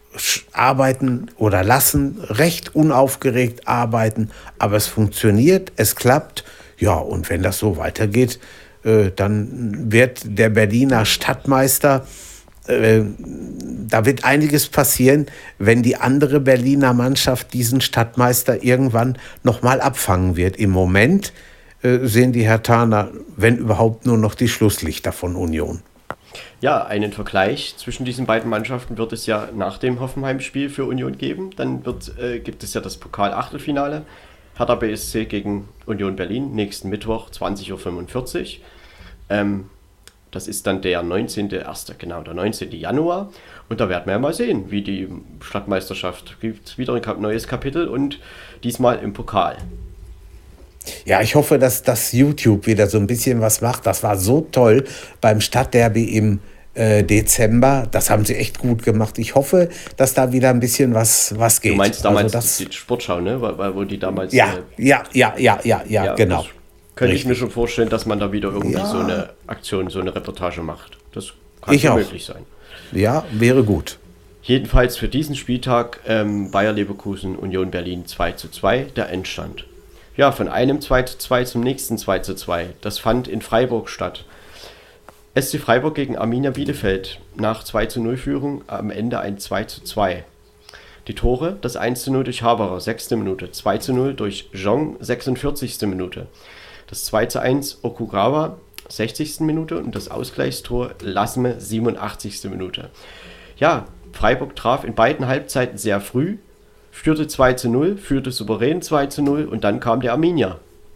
Arbeiten oder lassen, recht unaufgeregt arbeiten, aber es funktioniert, es klappt. Ja, und wenn das so weitergeht, äh, dann wird der Berliner Stadtmeister, äh, da wird einiges passieren, wenn die andere Berliner Mannschaft diesen Stadtmeister irgendwann nochmal abfangen wird. Im Moment äh, sehen die Herthaner, wenn überhaupt, nur noch die Schlusslichter von Union. Ja, einen Vergleich zwischen diesen beiden Mannschaften wird es ja nach dem Hoffenheim-Spiel für Union geben. Dann wird, äh, gibt es ja das Pokal-Achtelfinale. Hertha B S C gegen Union Berlin, nächsten Mittwoch, zwanzig Uhr fünfundvierzig. Ähm, das ist dann der neunzehnte erste genau, der neunzehnte Januar. Und da werden wir ja mal sehen, wie die Stadtmeisterschaft gibt. Wieder ein neues Kapitel und diesmal im Pokal. Ja, ich hoffe, dass das YouTube wieder so ein bisschen was macht. Das war so toll beim Stadtderby im äh, Dezember. Das haben sie echt gut gemacht. Ich hoffe, dass da wieder ein bisschen was, was geht. Du meinst damals also das, die Sportschau, ne? Wo, wo die damals... Ja, äh, ja, ja, ja, ja, ja, ja, genau. Könnte Richtig. ich mir schon vorstellen, dass man da wieder irgendwie Ja. so eine Aktion, so eine Reportage macht. Das kann Ich schon auch. möglich sein. Ja, wäre gut. Jedenfalls für diesen Spieltag ähm, Bayer Leverkusen, Union Berlin zwei zu zwei, der Endstand. ja, von einem zwei zu zwei zum nächsten zwei zu zwei. Das fand in Freiburg statt. S C Freiburg gegen Arminia Bielefeld. Nach zwei zu null Führung am Ende ein zwei zu zwei. Die Tore, das eins zu null durch Haberer, sechste Minute. zwei zu null durch Jong, sechsundvierzigste Minute. Das zwei zu eins Okugawa, sechzigste Minute. Und das Ausgleichstor Lasme, siebenundachtzigste Minute. Ja, Freiburg traf in beiden Halbzeiten sehr früh, führte zwei zu null, führte souverän zwei zu null und dann kam der Arminia.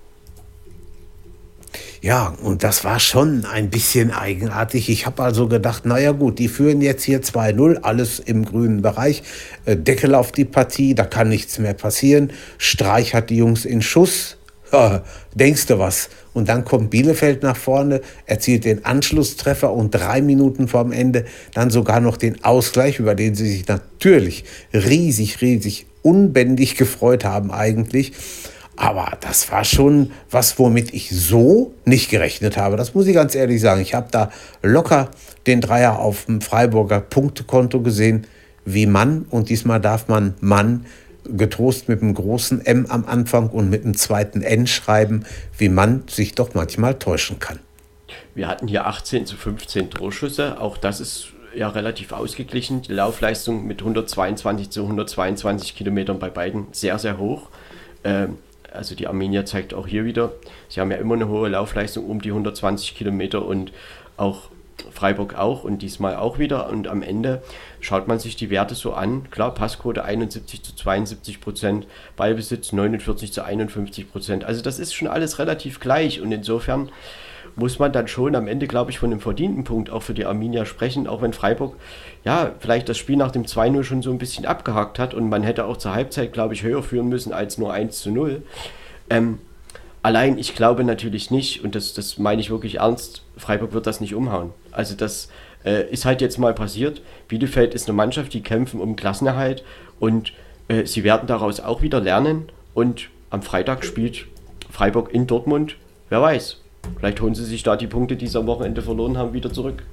Ja, und das war schon ein bisschen eigenartig. Ich habe also gedacht, naja gut, die führen jetzt hier zwei null, alles im grünen Bereich. Äh, Deckel auf die Partie, da kann nichts mehr passieren. Streich hat die Jungs in Schuss. Ja, denkst du was? Und dann kommt Bielefeld nach vorne, erzielt den Anschlusstreffer und drei Minuten vorm Ende dann sogar noch den Ausgleich, über den sie sich natürlich riesig, riesig unbändig gefreut haben eigentlich. Aber das war schon was, womit ich so nicht gerechnet habe. Das muss ich ganz ehrlich sagen. Ich habe da locker den Dreier auf dem Freiburger Punktekonto gesehen, wie Mann. Und diesmal darf man Mann getrost mit einem großen M am Anfang und mit einem zweiten N schreiben, wie man sich doch manchmal täuschen kann. Wir hatten hier achtzehn zu fünfzehn Torschüsse. Auch das ist ja relativ ausgeglichen. Die Laufleistung mit hundertzweiundzwanzig zu hundertzweiundzwanzig Kilometern bei beiden sehr, sehr hoch. Ähm, Also die Arminia zeigt auch hier wieder, sie haben ja immer eine hohe Laufleistung um die hundertzwanzig Kilometer und auch Freiburg auch und diesmal auch wieder. Und am Ende schaut man sich die Werte so an. Klar, Passquote einundsiebzig zu zweiundsiebzig Prozent, Ballbesitz neunundvierzig zu einundfünfzig Prozent. Also das ist schon alles relativ gleich und insofern muss man dann schon am Ende, glaube ich, von einem verdienten Punkt auch für die Arminia sprechen, auch wenn Freiburg ja vielleicht das Spiel nach dem zwei null schon so ein bisschen abgehakt hat und man hätte auch zur Halbzeit, glaube ich, höher führen müssen als nur eins zu null. Ähm, allein, ich glaube natürlich nicht, und das, das meine ich wirklich ernst, Freiburg wird das nicht umhauen. Also das äh, ist halt jetzt mal passiert. Bielefeld ist eine Mannschaft, die kämpfen um Klassenerhalt und äh, sie werden daraus auch wieder lernen und am Freitag spielt Freiburg in Dortmund, wer weiß. Vielleicht holen sie sich da die Punkte, die sie am Wochenende verloren haben, wieder zurück.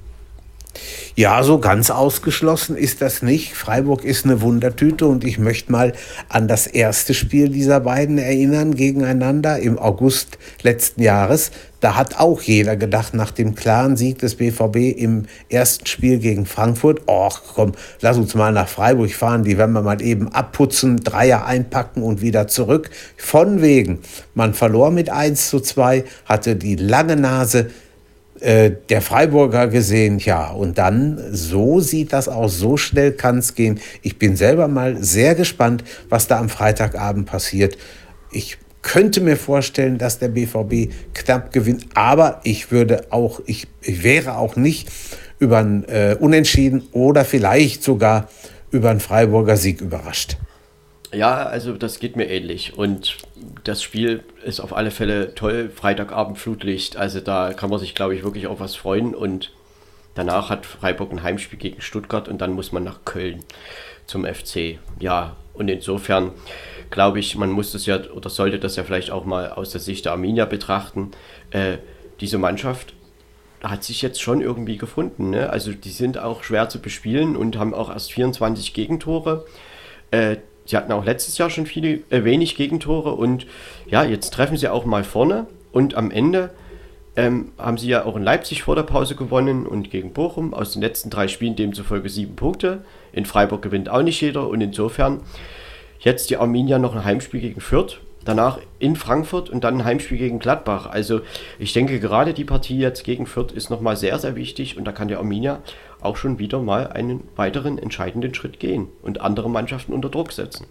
Ja, so ganz ausgeschlossen ist das nicht. Freiburg ist eine Wundertüte und ich möchte mal an das erste Spiel dieser beiden erinnern gegeneinander im August letzten Jahres. Da hat auch jeder gedacht, nach dem klaren Sieg des B V B im ersten Spiel gegen Frankfurt, ach komm, lass uns mal nach Freiburg fahren, die werden wir mal eben abputzen, Dreier einpacken und wieder zurück. Von wegen, man verlor mit eins zu zwei, hatte die lange Nase der Freiburger gesehen, ja, und dann, so sieht das aus, so schnell kann es gehen. Ich bin selber mal sehr gespannt, was da am Freitagabend passiert. Ich könnte mir vorstellen, dass der B V B knapp gewinnt, aber ich würde auch, ich, ich wäre auch nicht über ein äh, Unentschieden oder vielleicht sogar über einen Freiburger Sieg überrascht. Ja, also das geht mir ähnlich und das Spiel ist auf alle Fälle toll, Freitagabend Flutlicht, also da kann man sich, glaube ich, wirklich auf was freuen und danach hat Freiburg ein Heimspiel gegen Stuttgart und dann muss man nach Köln zum F C. Ja, und insofern glaube ich, man muss das ja oder sollte das ja vielleicht auch mal aus der Sicht der Arminia betrachten. Äh, diese Mannschaft hat sich jetzt schon irgendwie gefunden, ne? Also die sind auch schwer zu bespielen und haben auch erst vierundzwanzig Gegentore. Äh, Sie hatten auch letztes Jahr schon viele, äh, wenig Gegentore und ja, jetzt treffen sie auch mal vorne und am Ende ähm, haben sie ja auch in Leipzig vor der Pause gewonnen und gegen Bochum aus den letzten drei Spielen demzufolge sieben Punkte. In Freiburg gewinnt auch nicht jeder und insofern jetzt die Arminia noch ein Heimspiel gegen Fürth, danach in Frankfurt und dann ein Heimspiel gegen Gladbach. Also ich denke, gerade die Partie jetzt gegen Fürth ist nochmal sehr, sehr wichtig und da kann die Arminia auch schon wieder mal einen weiteren entscheidenden Schritt gehen und andere Mannschaften unter Druck setzen.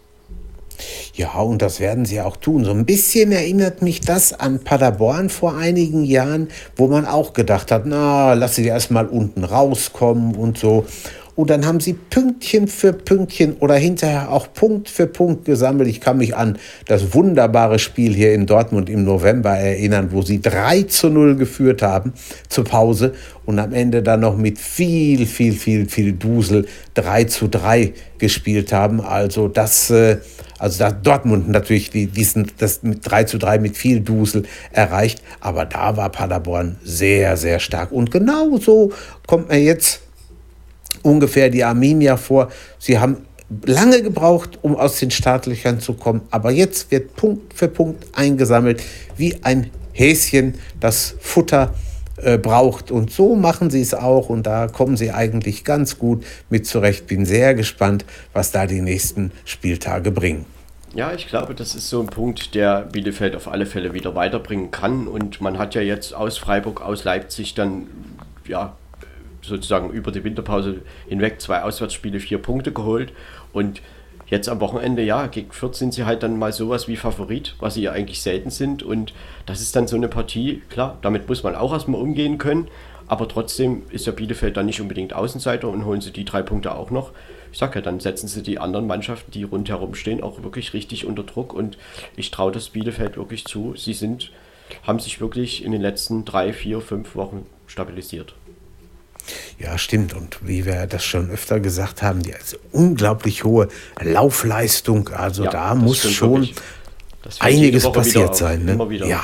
Ja, und das werden sie auch tun. So ein bisschen erinnert mich das an Paderborn vor einigen Jahren, wo man auch gedacht hat, na, lass sie erst mal unten rauskommen und so. Und dann haben sie Pünktchen für Pünktchen oder hinterher auch Punkt für Punkt gesammelt. Ich kann mich an das wunderbare Spiel hier in Dortmund im November erinnern, wo sie drei zu null geführt haben zur Pause und am Ende dann noch mit viel, viel, viel, viel Dusel drei zu drei gespielt haben. Also das, also da Dortmund natürlich die, diesen, das mit drei zu drei mit viel Dusel erreicht. Aber da war Paderborn sehr, sehr stark. Und genau so kommt mir jetzt ungefähr die Arminia vor. Sie haben lange gebraucht, um aus den Startlöchern zu kommen. Aber jetzt wird Punkt für Punkt eingesammelt, wie ein Häschen, das Futter äh, braucht. Und so machen sie es auch. Und da kommen sie eigentlich ganz gut mit zurecht. Bin sehr gespannt, was da die nächsten Spieltage bringen. Ja, ich glaube, das ist so ein Punkt, der Bielefeld auf alle Fälle wieder weiterbringen kann. Und man hat ja jetzt aus Freiburg, aus Leipzig dann, ja, sozusagen über die Winterpause hinweg zwei Auswärtsspiele, vier Punkte geholt. Und jetzt am Wochenende, ja, gegen Fürth sind sie halt dann mal sowas wie Favorit, was sie ja eigentlich selten sind. Und das ist dann so eine Partie, klar, damit muss man auch erstmal umgehen können. Aber trotzdem ist ja Bielefeld dann nicht unbedingt Außenseiter und holen sie die drei Punkte auch noch. Ich sag ja, dann setzen sie die anderen Mannschaften, die rundherum stehen, auch wirklich richtig unter Druck. Und ich traue das Bielefeld wirklich zu. Sie sind, haben sich wirklich in den letzten drei, vier, fünf Wochen stabilisiert. Ja, stimmt. Und wie wir das schon öfter gesagt haben, die also unglaublich hohe Laufleistung. Also ja, da muss schon einiges passiert sein. Ne? Ja.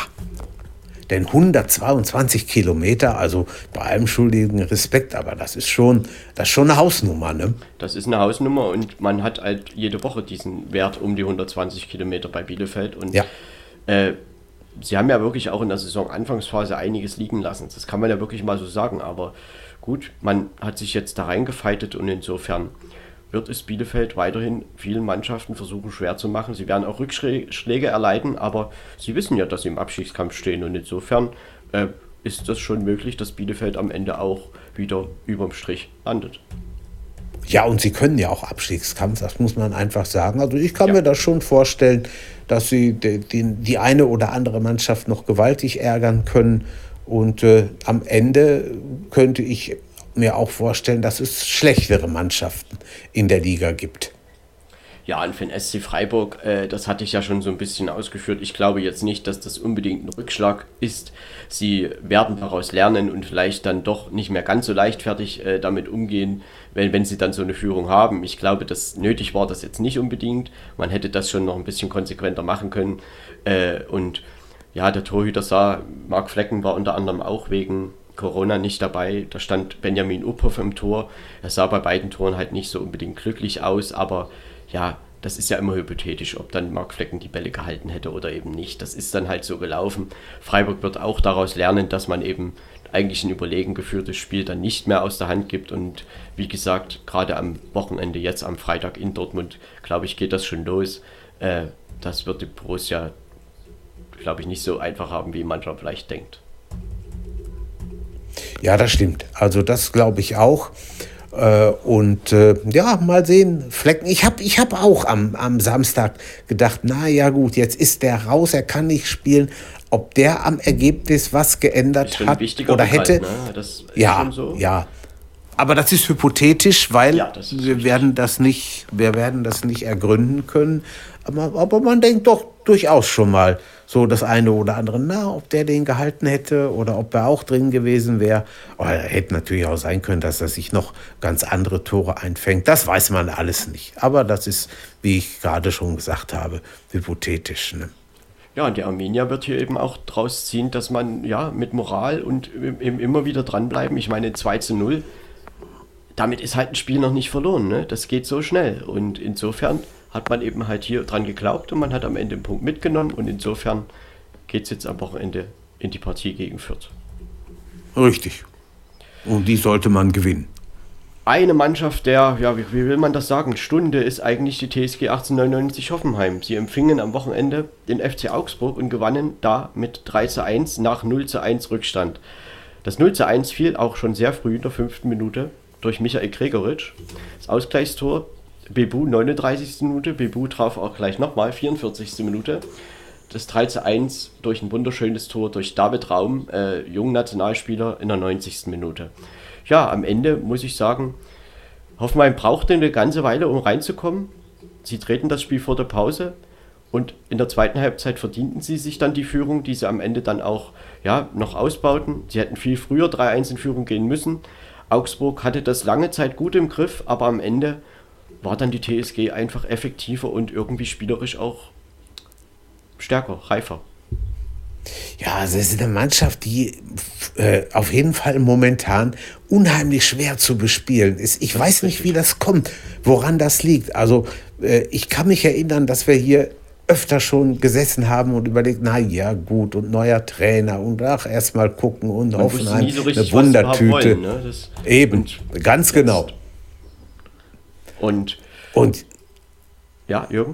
Denn hundertzweiundzwanzig Kilometer, also bei allem schuldigen Respekt, aber das ist schon, das ist schon eine Hausnummer, ne? Das ist eine Hausnummer und man hat halt jede Woche diesen Wert um die hundertzwanzig Kilometer bei Bielefeld. Und ja. äh, sie haben ja wirklich auch in der Saison-Anfangsphase einiges liegen lassen. Das kann man ja wirklich mal so sagen, aber gut, man hat sich jetzt da reingefeitet und insofern wird es Bielefeld weiterhin vielen Mannschaften versuchen schwer zu machen. Sie werden auch Rückschläge erleiden, aber sie wissen ja, dass sie im Abstiegskampf stehen und insofern äh, ist das schon möglich, dass Bielefeld am Ende auch wieder überm Strich landet. Ja, und sie können ja auch Abstiegskampf, das muss man einfach sagen. Also ich kann ja. mir das schon vorstellen, dass sie die, die, die eine oder andere Mannschaft noch gewaltig ärgern können und äh, am Ende könnte ich mir auch vorstellen, dass es schlechtere Mannschaften in der Liga gibt. Ja, und für den S C Freiburg, äh, das hatte ich ja schon so ein bisschen ausgeführt. Ich glaube jetzt nicht, dass das unbedingt ein Rückschlag ist. Sie werden daraus lernen und vielleicht dann doch nicht mehr ganz so leichtfertig äh, damit umgehen, wenn, wenn sie dann so eine Führung haben. Ich glaube, das nötig war das jetzt nicht unbedingt. Man hätte das schon noch ein bisschen konsequenter machen können. Äh, und ja, der Torhüter sah, Marc Flecken war unter anderem auch wegen Corona nicht dabei, da stand Benjamin Uphoff im Tor, er sah bei beiden Toren halt nicht so unbedingt glücklich aus, aber ja, das ist ja immer hypothetisch, ob dann Marc Flecken die Bälle gehalten hätte oder eben nicht, das ist dann halt so gelaufen. Freiburg wird auch daraus lernen, dass man eben eigentlich ein überlegen geführtes Spiel dann nicht mehr aus der Hand gibt und wie gesagt, gerade am Wochenende, jetzt am Freitag in Dortmund, glaube ich, geht das schon los. Äh, das wird die Borussia, glaube ich, nicht so einfach haben, wie mancher vielleicht denkt. Ja, das stimmt. Also das glaube ich auch. Äh, und äh, ja, mal sehen, Flecken. Ich habe ich hab auch am, am Samstag gedacht, na ja gut, jetzt ist der raus, er kann nicht spielen. Ob der am Ergebnis was geändert hat oder hätte. Ne? Das ist ja, schon so. ja. Aber das ist hypothetisch, weil ja, das ist wir werden das nicht, wir werden das nicht ergründen können. Aber, aber man denkt doch durchaus schon mal so das eine oder andere, na, ob der den gehalten hätte oder ob er auch drin gewesen wäre. Oder hätte natürlich auch sein können, dass er sich noch ganz andere Tore einfängt. Das weiß man alles nicht. Aber das ist, wie ich gerade schon gesagt habe, hypothetisch. Ne? Ja, und der Arminia wird hier eben auch draus ziehen, dass man ja mit Moral und im, immer wieder dranbleiben. Ich meine, zwei zu null, damit ist halt ein Spiel noch nicht verloren. Ne? Das geht so schnell. Und insofern hat man eben halt hier dran geglaubt und man hat am Ende einen Punkt mitgenommen. Und insofern geht es jetzt am Wochenende in die Partie gegen Fürth. Richtig. Und die sollte man gewinnen. Eine Mannschaft der, ja, wie, wie will man das sagen, Stunde ist eigentlich die T S G achtzehnhundertneunundneunzig Hoffenheim. Sie empfingen am Wochenende den F C Augsburg und gewannen da mit drei zu eins nach null zu eins Rückstand. Das null zu eins fiel auch schon sehr früh in der fünften Minute durch Michael Gregoritsch. Das Ausgleichstor Bebu neununddreißigste Minute, Bebu traf auch gleich nochmal, vierundvierzigste Minute. Das drei zu eins durch ein wunderschönes Tor durch David Raum, äh, jungen Nationalspieler, in der neunzigsten Minute. Ja, am Ende muss ich sagen, Hoffenheim brauchte eine ganze Weile, um reinzukommen. Sie drehten das Spiel vor der Pause und in der zweiten Halbzeit verdienten sie sich dann die Führung, die sie am Ende dann auch ja, noch ausbauten. Sie hätten viel früher drei eins in Führung gehen müssen. Augsburg hatte das lange Zeit gut im Griff, aber am Ende war dann die T S G einfach effektiver und irgendwie spielerisch auch stärker, reifer. Ja, es ist eine Mannschaft, die äh, auf jeden Fall momentan unheimlich schwer zu bespielen ist. Ich weiß nicht, wie das kommt, woran das liegt. Also äh, ich kann mich erinnern, dass wir hier öfter schon gesessen haben und überlegt, na ja, gut, und neuer Trainer und ach, erstmal gucken und Man Hoffenheim, nie so richtig, eine Wundertüte. Wollen, ne? Das, Eben, ganz genau. Und, und ja, Jürgen?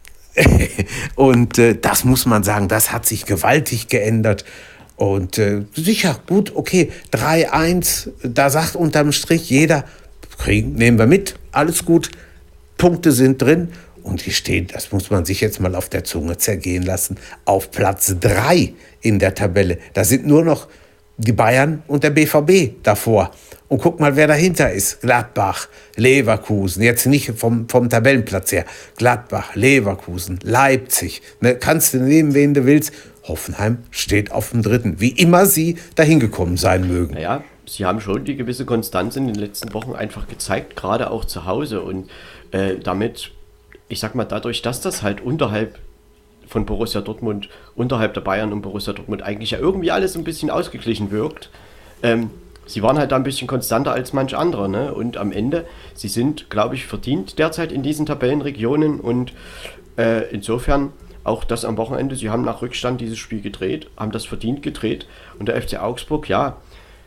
Und äh, das muss man sagen, das hat sich gewaltig geändert. Und äh, sicher, gut, okay, drei eins, da sagt unterm Strich jeder, kriegen, nehmen wir mit, alles gut, Punkte sind drin. Und die stehen, das muss man sich jetzt mal auf der Zunge zergehen lassen, auf Platz drei in der Tabelle. Da sind nur noch die Bayern und der B V B davor. Und guck mal, wer dahinter ist. Gladbach, Leverkusen, jetzt nicht vom, vom Tabellenplatz her. Gladbach, Leverkusen, Leipzig. Ne, kannst du nehmen, wen du willst. Hoffenheim steht auf dem dritten. Wie immer sie dahin gekommen sein mögen. Naja, sie haben schon die gewisse Konstanz in den letzten Wochen einfach gezeigt, gerade auch zu Hause. Und äh, damit, ich sag mal, dadurch, dass das halt unterhalb von Borussia Dortmund, unterhalb der Bayern und Borussia Dortmund eigentlich ja irgendwie alles ein bisschen ausgeglichen wirkt, ähm, sie waren halt da ein bisschen konstanter als manch anderer, ne? Und am Ende, sie sind, glaube ich, verdient derzeit in diesen Tabellenregionen und äh, insofern auch das am Wochenende, sie haben nach Rückstand dieses Spiel gedreht, haben das verdient gedreht und der F C Augsburg, ja,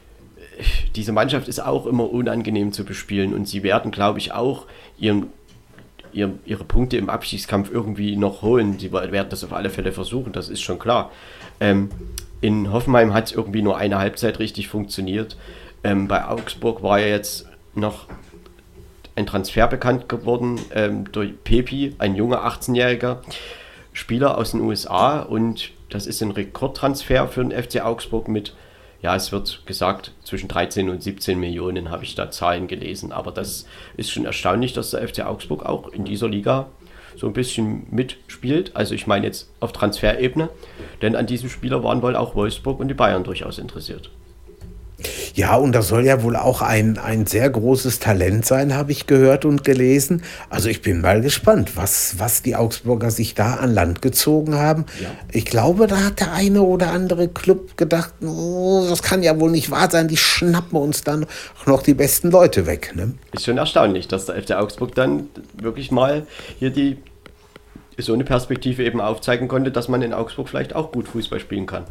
diese Mannschaft ist auch immer unangenehm zu bespielen und sie werden, glaube ich, auch ihren, ihr, ihre Punkte im Abstiegskampf irgendwie noch holen. Sie werden das auf alle Fälle versuchen, das ist schon klar. Ähm, In Hoffenheim hat es irgendwie nur eine Halbzeit richtig funktioniert. Ähm, bei Augsburg war ja jetzt noch ein Transfer bekannt geworden ähm, durch Pepi, ein junger achtzehnjähriger Spieler aus den U S A. Und das ist ein Rekordtransfer für den F C Augsburg mit, ja, es wird gesagt, zwischen dreizehn und siebzehn Millionen habe ich da Zahlen gelesen. Aber das ist schon erstaunlich, dass der F C Augsburg auch in dieser Liga so ein bisschen mitspielt. Also ich meine jetzt auf Transferebene, denn an diesem Spieler waren wohl auch Wolfsburg und die Bayern durchaus interessiert. Ja, und das soll ja wohl auch ein, ein sehr großes Talent sein, habe ich gehört und gelesen. Also ich bin mal gespannt, was, was die Augsburger sich da an Land gezogen haben. Ja. Ich glaube, da hat der eine oder andere Club gedacht, oh, das kann ja wohl nicht wahr sein, die schnappen uns dann noch die besten Leute weg. Ne? Ist schon erstaunlich, dass der F C Augsburg dann wirklich mal hier die so eine Perspektive eben aufzeigen konnte, dass man in Augsburg vielleicht auch gut Fußball spielen kann.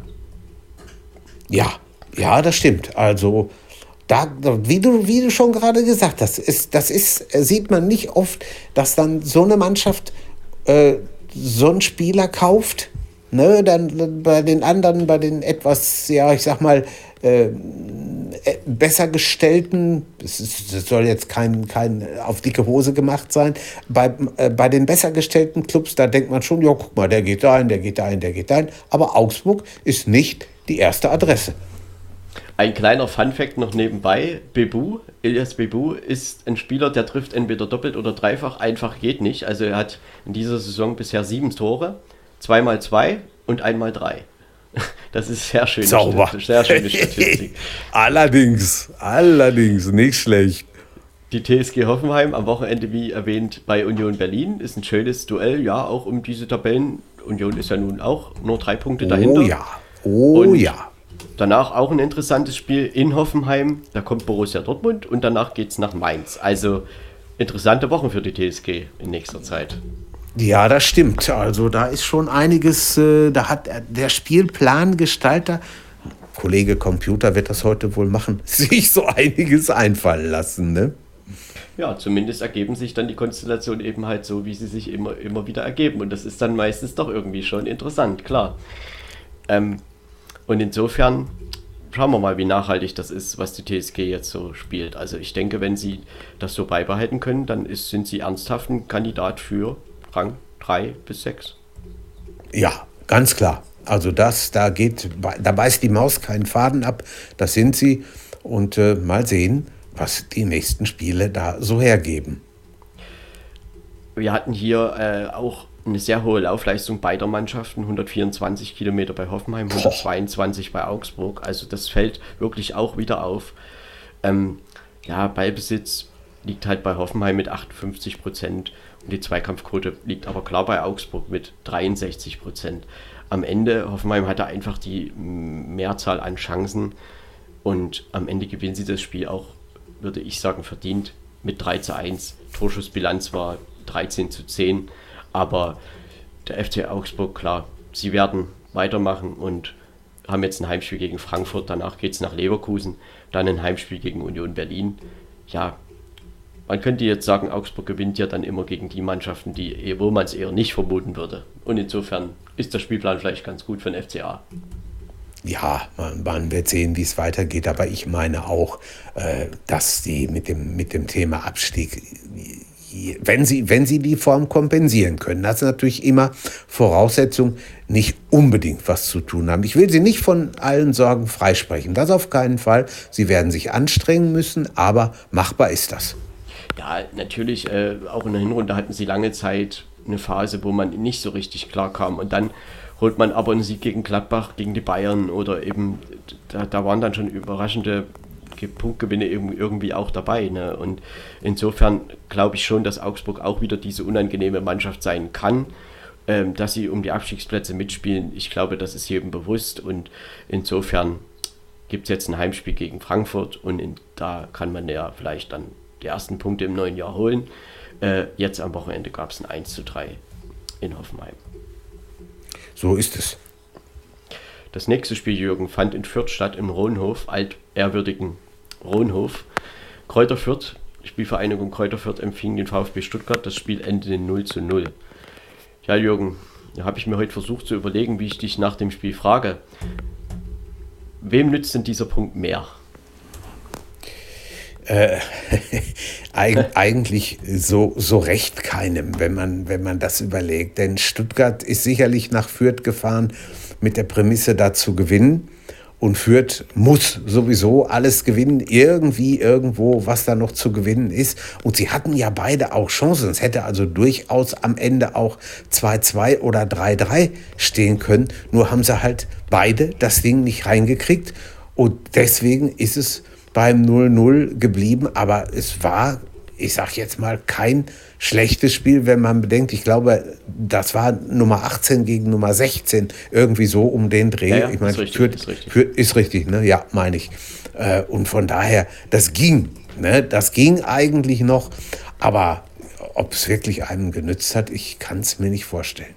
Ja, ja, das stimmt. Also, da, wie du, wie du schon gerade gesagt hast, ist, das ist, sieht man nicht oft, dass dann so eine Mannschaft äh, so einen Spieler kauft, ne, dann bei den anderen, bei den etwas, ja, ich sag mal, äh, besser gestellten, das soll jetzt kein, kein auf dicke Hose gemacht sein, bei, äh, bei den besser gestellten Clubs, da denkt man schon, ja, guck mal, der geht dahin, der geht dahin, der geht dahin, aber Augsburg ist nicht die erste Adresse. Ein kleiner Funfact noch nebenbei, Bebu, Elias Bebu ist ein Spieler, der trifft entweder doppelt oder dreifach, einfach geht nicht. Also er hat in dieser Saison bisher sieben Tore, zweimal zwei und einmal drei. Das ist sehr schön. Sauber. Sehr schöne Statistik. allerdings, allerdings, nicht schlecht. Die T S G Hoffenheim am Wochenende, wie erwähnt, bei Union Berlin, ist ein schönes Duell, ja, auch um diese Tabellen. Union ist ja nun auch nur drei Punkte dahinter. Oh ja, oh und ja. Danach auch ein interessantes Spiel in Hoffenheim. Da kommt Borussia Dortmund und danach geht es nach Mainz. Also interessante Wochen für die T S G in nächster Zeit. Ja, das stimmt. Also da ist schon einiges, äh, da hat der Spielplangestalter, Kollege Computer wird das heute wohl machen, sich so einiges einfallen lassen, ne? Ja, zumindest ergeben sich dann die Konstellationen eben halt so, wie sie sich immer, immer wieder ergeben. Und das ist dann meistens doch irgendwie schon interessant, klar. Ähm, Und insofern schauen wir mal, wie nachhaltig das ist, was die T S G jetzt so spielt. Also ich denke, wenn sie das so beibehalten können, dann ist, sind sie ernsthaft ein Kandidat für Rang drei bis sechs. Ja, ganz klar. Also das, da geht, da beißt die Maus keinen Faden ab. Das sind sie. Und äh, mal sehen, was die nächsten Spiele da so hergeben. Wir hatten hier äh, auch eine sehr hohe Laufleistung beider Mannschaften, hundertvierundzwanzig Kilometer bei Hoffenheim, hundertzweiundzwanzig bei Augsburg, also das fällt wirklich auch wieder auf. Ähm, ja, Ballbesitz liegt halt bei Hoffenheim mit achtundfünfzig Prozent und die Zweikampfquote liegt aber klar bei Augsburg mit dreiundsechzig Prozent. am Ende, Hoffenheim hatte einfach die Mehrzahl an Chancen und am Ende gewinnen sie das Spiel auch, würde ich sagen, verdient mit drei zu eins. Torschussbilanz war dreizehn zu zehn, aber der F C Augsburg, klar, sie werden weitermachen und haben jetzt ein Heimspiel gegen Frankfurt, danach geht es nach Leverkusen, dann ein Heimspiel gegen Union Berlin. Ja, man könnte jetzt sagen, Augsburg gewinnt ja dann immer gegen die Mannschaften, die, wo man es eher nicht vermuten würde. Und insofern ist der Spielplan vielleicht ganz gut für den F C A. Ja, man, man wird sehen, wie es weitergeht, aber ich meine auch, äh, dass sie mit dem, mit dem Thema Abstieg, wenn sie, wenn sie die Form kompensieren können, das ist natürlich immer Voraussetzung, nicht unbedingt was zu tun haben. Ich will sie nicht von allen Sorgen freisprechen, das auf keinen Fall. Sie werden sich anstrengen müssen, aber machbar ist das. Ja, natürlich, äh, auch in der Hinrunde hatten sie lange Zeit eine Phase, wo man nicht so richtig klar kam und dann holt man aber einen Sieg gegen Gladbach, gegen die Bayern oder eben, da, da waren dann schon überraschende Punktgewinne irgendwie auch dabei. Ne? Und insofern glaube ich schon, dass Augsburg auch wieder diese unangenehme Mannschaft sein kann, ähm, dass sie um die Abstiegsplätze mitspielen. Ich glaube, das ist jedem bewusst und insofern gibt es jetzt ein Heimspiel gegen Frankfurt und in, da kann man ja vielleicht dann die ersten Punkte im neuen Jahr holen. Äh, jetzt am Wochenende gab es ein eins zu drei in Hoffenheim. So ist es. Das nächste Spiel, Jürgen, fand in Fürth statt, im Ronhof, altehrwürdigen Ronhof. Kräuter Fürth, Spielvereinigung Kräuter Fürth empfing den VfB Stuttgart. Das Spiel endete null zu null. Ja, Jürgen, da habe ich mir heute versucht zu überlegen, wie ich dich nach dem Spiel frage. Wem nützt denn dieser Punkt mehr? Äh, eigentlich so, so recht keinem, wenn man, wenn man das überlegt. Denn Stuttgart ist sicherlich nach Fürth gefahren mit der Prämisse, da zu gewinnen. Und Fürth muss sowieso alles gewinnen, irgendwie, irgendwo, was da noch zu gewinnen ist. Und sie hatten ja beide auch Chancen. Es hätte also durchaus am Ende auch zwei zwei oder drei drei stehen können. Nur haben sie halt beide das Ding nicht reingekriegt. Und deswegen ist es beim null null geblieben, aber es war, ich sag jetzt mal, kein schlechtes Spiel, wenn man bedenkt, ich glaube, das war Nummer achtzehn gegen Nummer sechzehn, irgendwie so um den Dreh. Ja, ja, ich meine, ist richtig, für, ist richtig. Für, ist richtig, ne? Ja, meine ich. Äh, und von daher, das ging, ne? Das ging eigentlich noch, aber ob es wirklich einem genützt hat, ich kann es mir nicht vorstellen.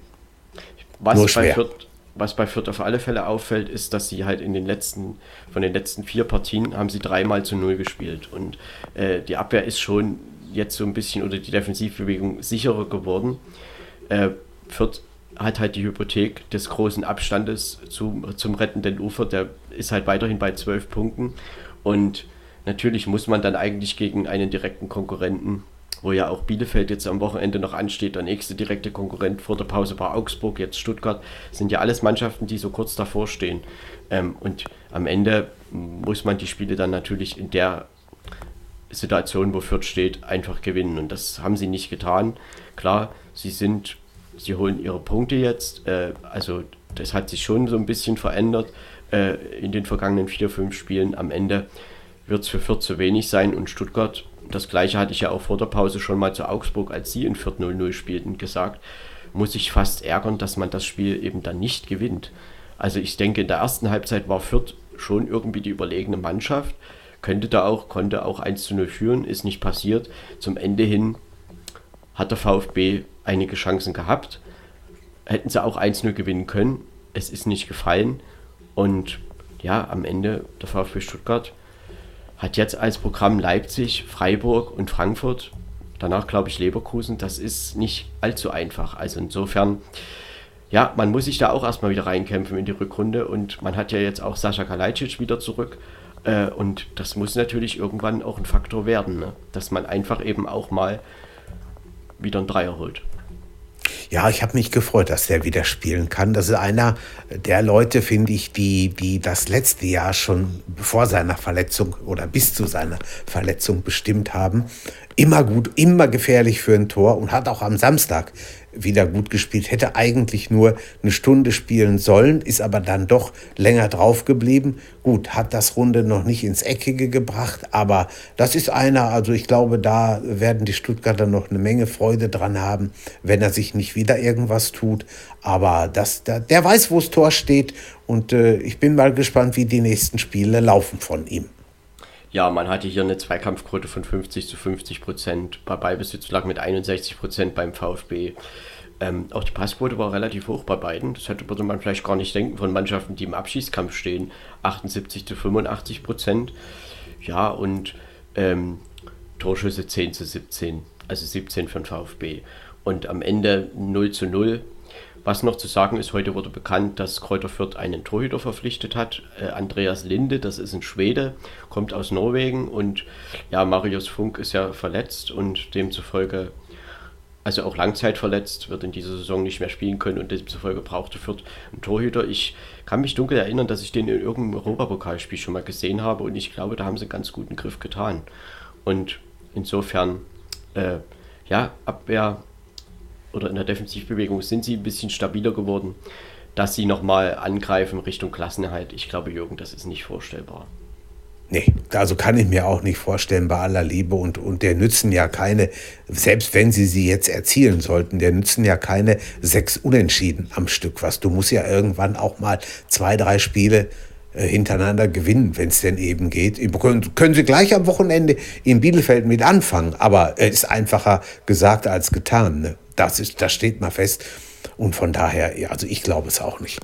Was Nur bei schwer. Fürth Was bei Fürth auf alle Fälle auffällt, ist, dass sie halt in den letzten, von den letzten vier Partien haben sie dreimal zu null gespielt. Und äh, die Abwehr ist schon jetzt so ein bisschen, oder die Defensivbewegung sicherer geworden. Äh, Fürth hat halt die Hypothek des großen Abstandes zum, zum rettenden Ufer, der ist halt weiterhin bei zwölf Punkten. Und natürlich muss man dann eigentlich gegen einen direkten Konkurrenten, wo ja auch Bielefeld jetzt am Wochenende noch ansteht, der nächste direkte Konkurrent vor der Pause war Augsburg, jetzt Stuttgart, sind ja alles Mannschaften, die so kurz davor stehen. Ähm, und am Ende muss man die Spiele dann natürlich in der Situation, wo Fürth steht, einfach gewinnen. Und das haben sie nicht getan. Klar, sie sind, sie holen ihre Punkte jetzt, äh, also das hat sich schon so ein bisschen verändert äh, in den vergangenen vier, fünf Spielen. Am Ende wird es für Fürth zu wenig sein und Stuttgart, das gleiche hatte ich ja auch vor der Pause schon mal zu Augsburg, als sie in Fürth null null spielten, gesagt, muss ich fast ärgern, dass man das Spiel eben dann nicht gewinnt. Also ich denke, in der ersten Halbzeit war Fürth schon irgendwie die überlegene Mannschaft, könnte da auch, konnte auch eins zu null führen, ist nicht passiert. Zum Ende hin hat der VfB einige Chancen gehabt, hätten sie auch eins null gewinnen können, es ist nicht gefallen und ja, am Ende der VfB Stuttgart hat jetzt als Programm Leipzig, Freiburg und Frankfurt, danach glaube ich Leverkusen, das ist nicht allzu einfach. Also insofern, ja, man muss sich da auch erstmal wieder reinkämpfen in die Rückrunde und man hat ja jetzt auch Sascha Kalajdzic wieder zurück äh, und das muss natürlich irgendwann auch ein Faktor werden, ne? Dass man einfach eben auch mal wieder einen Dreier holt. Ja, ich habe mich gefreut, dass der wieder spielen kann. Das ist einer der Leute, finde ich, die, die das letzte Jahr schon vor seiner Verletzung oder bis zu seiner Verletzung bestimmt haben. immer gut, immer gefährlich für ein Tor und hat auch am Samstag wieder gut gespielt. Hätte eigentlich nur eine Stunde spielen sollen, ist aber dann doch länger drauf geblieben. Gut, hat das Runde noch nicht ins Eckige gebracht, aber das ist einer, also ich glaube, da werden die Stuttgarter noch eine Menge Freude dran haben, wenn er sich nicht wieder irgendwas tut. Aber das, der, der weiß, wo das Tor steht und äh, ich bin mal gespannt, wie die nächsten Spiele laufen von ihm. Ja, man hatte hier eine Zweikampfquote von fünfzig zu fünfzig Prozent. Bei Ballbesitz lag mit einundsechzig Prozent beim VfB. Ähm, auch die Passquote war relativ hoch bei beiden. Das hätte, würde man vielleicht gar nicht denken von Mannschaften, die im Abschießkampf stehen. achtundsiebzig zu fünfundachtzig Prozent. Ja, und ähm, Torschüsse zehn zu siebzehn. Also siebzehn für den VfB. Und am Ende null zu null. Was noch zu sagen ist, heute wurde bekannt, dass Kräuter Fürth einen Torhüter verpflichtet hat, äh, Andreas Linde, das ist ein Schwede, kommt aus Norwegen und ja, Marius Funk ist ja verletzt und demzufolge, also auch langzeitverletzt, wird in dieser Saison nicht mehr spielen können und demzufolge brauchte Fürth einen Torhüter. Ich kann mich dunkel erinnern, dass ich den in irgendeinem Europapokalspiel schon mal gesehen habe und ich glaube, da haben sie einen ganz guten Griff getan. Und insofern, äh, ja, Abwehr oder in der Defensivbewegung sind sie ein bisschen stabiler geworden, dass sie nochmal angreifen Richtung Klassenerhalt. Ich glaube, Jürgen, das ist nicht vorstellbar. Nee, also kann ich mir auch nicht vorstellen, bei aller Liebe. Und, und der nützen ja keine, selbst wenn sie sie jetzt erzielen sollten, der nützen ja keine sechs Unentschieden am Stück. Was, du musst ja irgendwann auch mal zwei, drei Spiele äh, hintereinander gewinnen, wenn es denn eben geht. Können, können sie gleich am Wochenende in Bielefeld mit anfangen, aber es ist einfacher gesagt als getan, ne? Das ist, das steht mal fest. Und von daher, ja, also ich glaube es auch nicht.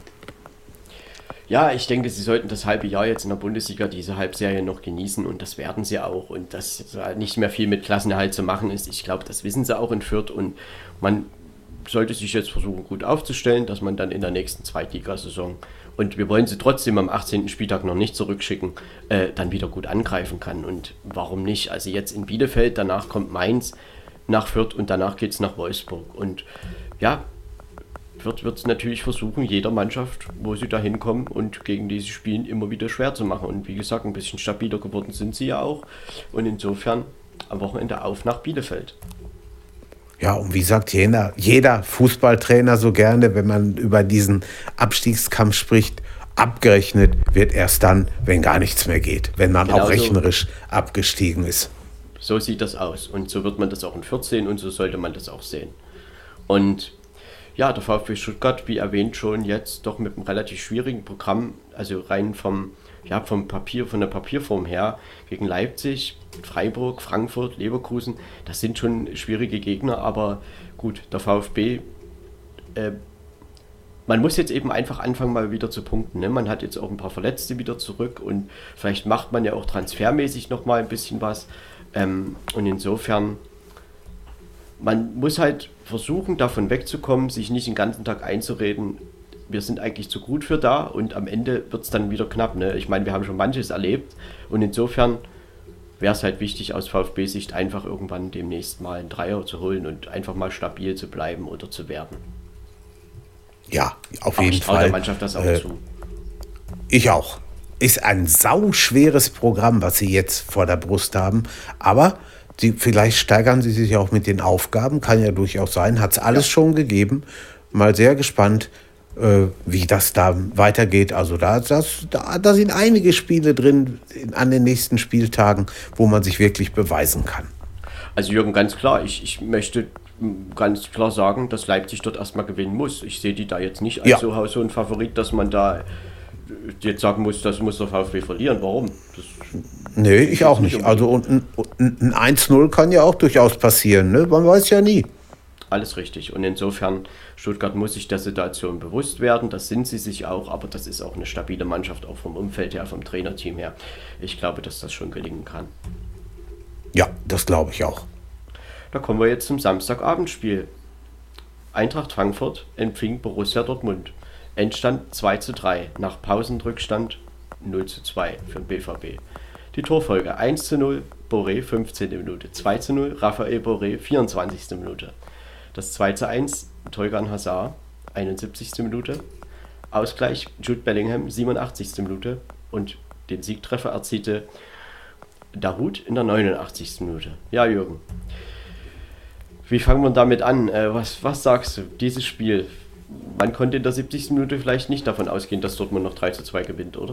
Ja, ich denke, sie sollten das halbe Jahr jetzt in der Bundesliga, diese Halbserie noch genießen und das werden sie auch. Und dass nicht mehr viel mit Klassenerhalt zu machen ist, ich glaube, das wissen sie auch in Fürth. Und man sollte sich jetzt versuchen, gut aufzustellen, dass man dann in der nächsten Zweitligasaison, und wir wollen sie trotzdem am achtzehnten Spieltag noch nicht zurückschicken, äh, dann wieder gut angreifen kann. Und warum nicht? Also jetzt in Bielefeld, danach kommt Mainz, nach Fürth und danach geht es nach Wolfsburg. Und ja, Fürth wird es natürlich versuchen, jeder Mannschaft, wo sie da hinkommen und gegen die sie spielen, immer wieder schwer zu machen. Und wie gesagt, ein bisschen stabiler geworden sind sie ja auch. Und insofern am Wochenende auf nach Bielefeld. Ja, und wie sagt jeder, jeder Fußballtrainer so gerne, wenn man über diesen Abstiegskampf spricht, abgerechnet wird erst dann, wenn gar nichts mehr geht, wenn man genau auch rechnerisch so abgestiegen ist. So sieht das aus und so wird man das auch in Fürth sehen und so sollte man das auch sehen. Und ja, der VfB Stuttgart, wie erwähnt schon, jetzt doch mit einem relativ schwierigen Programm, also rein vom, ja, vom Papier, von der Papierform her, gegen Leipzig, Freiburg, Frankfurt, Leverkusen, das sind schon schwierige Gegner, aber gut, der VfB, äh, man muss jetzt eben einfach anfangen, mal wieder zu punkten. Ne? Man hat jetzt auch ein paar Verletzte wieder zurück und vielleicht macht man ja auch transfermäßig nochmal ein bisschen was. Ähm, und insofern, man muss halt versuchen, davon wegzukommen, sich nicht den ganzen Tag einzureden, wir sind eigentlich zu gut für da und am Ende wird es dann wieder knapp. Ne? Ich meine, wir haben schon manches erlebt und insofern wäre es halt wichtig aus VfB-Sicht einfach irgendwann demnächst mal einen Dreier zu holen und einfach mal stabil zu bleiben oder zu werden. Ja, auf Aber jeden ich traue Fall. der Mannschaft das auch äh, zu. Ich auch. Ist ein sauschweres Programm, was sie jetzt vor der Brust haben. Aber sie, vielleicht steigern sie sich auch mit den Aufgaben. Kann ja durchaus sein. Hat es alles ja. schon gegeben. Mal sehr gespannt, äh, wie das da weitergeht. Also da, das, da, da sind einige Spiele drin in, an den nächsten Spieltagen, wo man sich wirklich beweisen kann. Also Jürgen, ganz klar, ich, ich möchte ganz klar sagen, dass Leipzig dort erstmal gewinnen muss. Ich sehe die da jetzt nicht als ja. so Haus und Favorit, dass man da jetzt sagen muss, das muss der VfB verlieren. Warum? Das nee, ich auch nicht. nicht also und ein, ein eins null kann ja auch durchaus passieren. Ne? Man weiß ja nie. Alles richtig. Und insofern, Stuttgart muss sich der Situation bewusst werden. Das sind sie sich auch, aber das ist auch eine stabile Mannschaft, auch vom Umfeld her, vom Trainerteam her. Ich glaube, dass das schon gelingen kann. Ja, das glaube ich auch. Da kommen wir jetzt zum Samstagabendspiel. Eintracht Frankfurt empfing Borussia Dortmund. Endstand zwei zu drei, nach Pausenrückstand null zu zwei für den B V B. Die Torfolge eins zu null, Boré fünfzehnte Minute, zwei zu null, Raphael Boré vierundzwanzigste Minute. Das zwei zu eins, Torgan Hazard, einundsiebzigste Minute. Ausgleich Jude Bellingham, siebenundachtzigste Minute. Und den Siegtreffer erzielte Dahoud in der neunundachtzigsten Minute. Ja, Jürgen. Wie fangen wir damit an? Äh, was, was sagst du? Dieses Spiel, man konnte in der siebzigsten Minute vielleicht nicht davon ausgehen, dass Dortmund noch drei zu zwei gewinnt, oder?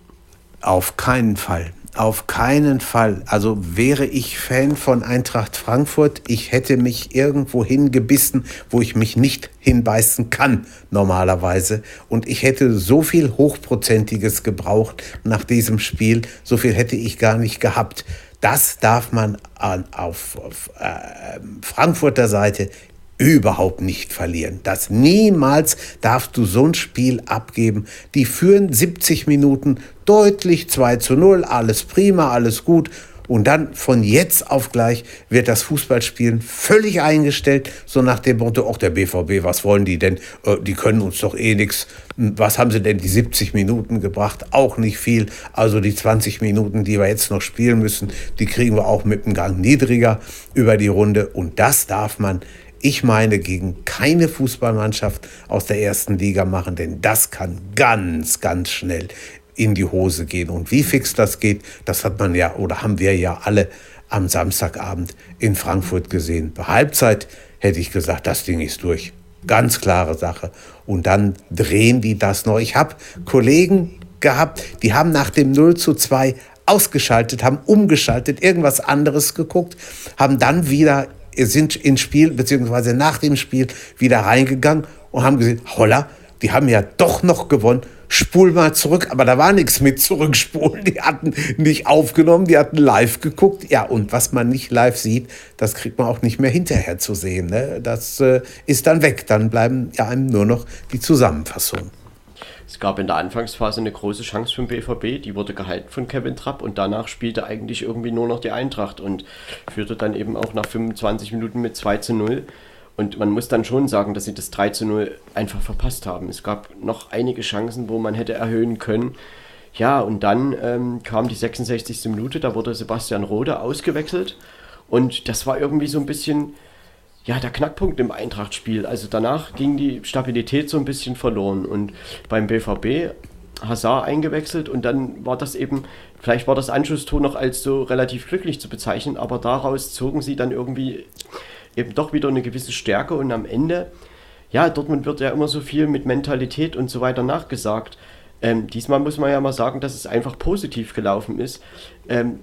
Auf keinen Fall. Auf keinen Fall. Also wäre ich Fan von Eintracht Frankfurt, ich hätte mich irgendwo hingebissen, wo ich mich nicht hinbeißen kann normalerweise. Und ich hätte so viel Hochprozentiges gebraucht nach diesem Spiel, so viel hätte ich gar nicht gehabt. Das darf man an, auf, auf äh, Frankfurter Seite überhaupt nicht verlieren. Das niemals darfst du so ein Spiel abgeben. Die führen siebzig Minuten deutlich zwei zu null, alles prima, alles gut. Und dann von jetzt auf gleich wird das Fußballspielen völlig eingestellt, so nach dem Motto, ach der B V B, was wollen die denn? Äh, die können uns doch eh nichts. Was haben sie denn die siebzig Minuten gebracht? Auch nicht viel. Also die zwanzig Minuten, die wir jetzt noch spielen müssen, die kriegen wir auch mit einem Gang niedriger über die Runde. Und das darf man, ich meine, gegen keine Fußballmannschaft aus der ersten Liga machen, denn das kann ganz, ganz schnell in die Hose gehen. Und wie fix das geht, das hat man ja oder haben wir ja alle am Samstagabend in Frankfurt gesehen. Bei Halbzeit hätte ich gesagt, das Ding ist durch. Ganz klare Sache. Und dann drehen die das noch. Ich habe Kollegen gehabt, die haben nach dem null zu zwei ausgeschaltet, haben umgeschaltet, irgendwas anderes geguckt, haben dann wieder, sind ins Spiel, beziehungsweise nach dem Spiel wieder reingegangen und haben gesehen, holla, die haben ja doch noch gewonnen. Spul mal zurück, aber da war nichts mit zurückspulen. Die hatten nicht aufgenommen, die hatten live geguckt. Ja, und was man nicht live sieht, das kriegt man auch nicht mehr hinterher zu sehen. Ne? Das äh, ist dann weg. Dann bleiben ja einem nur noch die Zusammenfassungen. Es gab in der Anfangsphase eine große Chance für den B V B, die wurde gehalten von Kevin Trapp und danach spielte eigentlich irgendwie nur noch die Eintracht und führte dann eben auch nach fünfundzwanzig Minuten mit zwei zu null. Und man muss dann schon sagen, dass sie das drei zu null einfach verpasst haben. Es gab noch einige Chancen, wo man hätte erhöhen können. Ja, und dann ähm, kam die sechsundsechzigste Minute, da wurde Sebastian Rode ausgewechselt. Und das war irgendwie so ein bisschen, ja, der Knackpunkt im Eintracht-Spiel. Also danach ging die Stabilität so ein bisschen verloren. Und beim B V B Hazard eingewechselt und dann war das eben, vielleicht war das Anschlusstor noch als so relativ glücklich zu bezeichnen, aber daraus zogen sie dann irgendwie eben doch wieder eine gewisse Stärke und am Ende, ja, Dortmund wird ja immer so viel mit Mentalität und so weiter nachgesagt. Ähm, diesmal muss man ja mal sagen, dass es einfach positiv gelaufen ist. Ähm,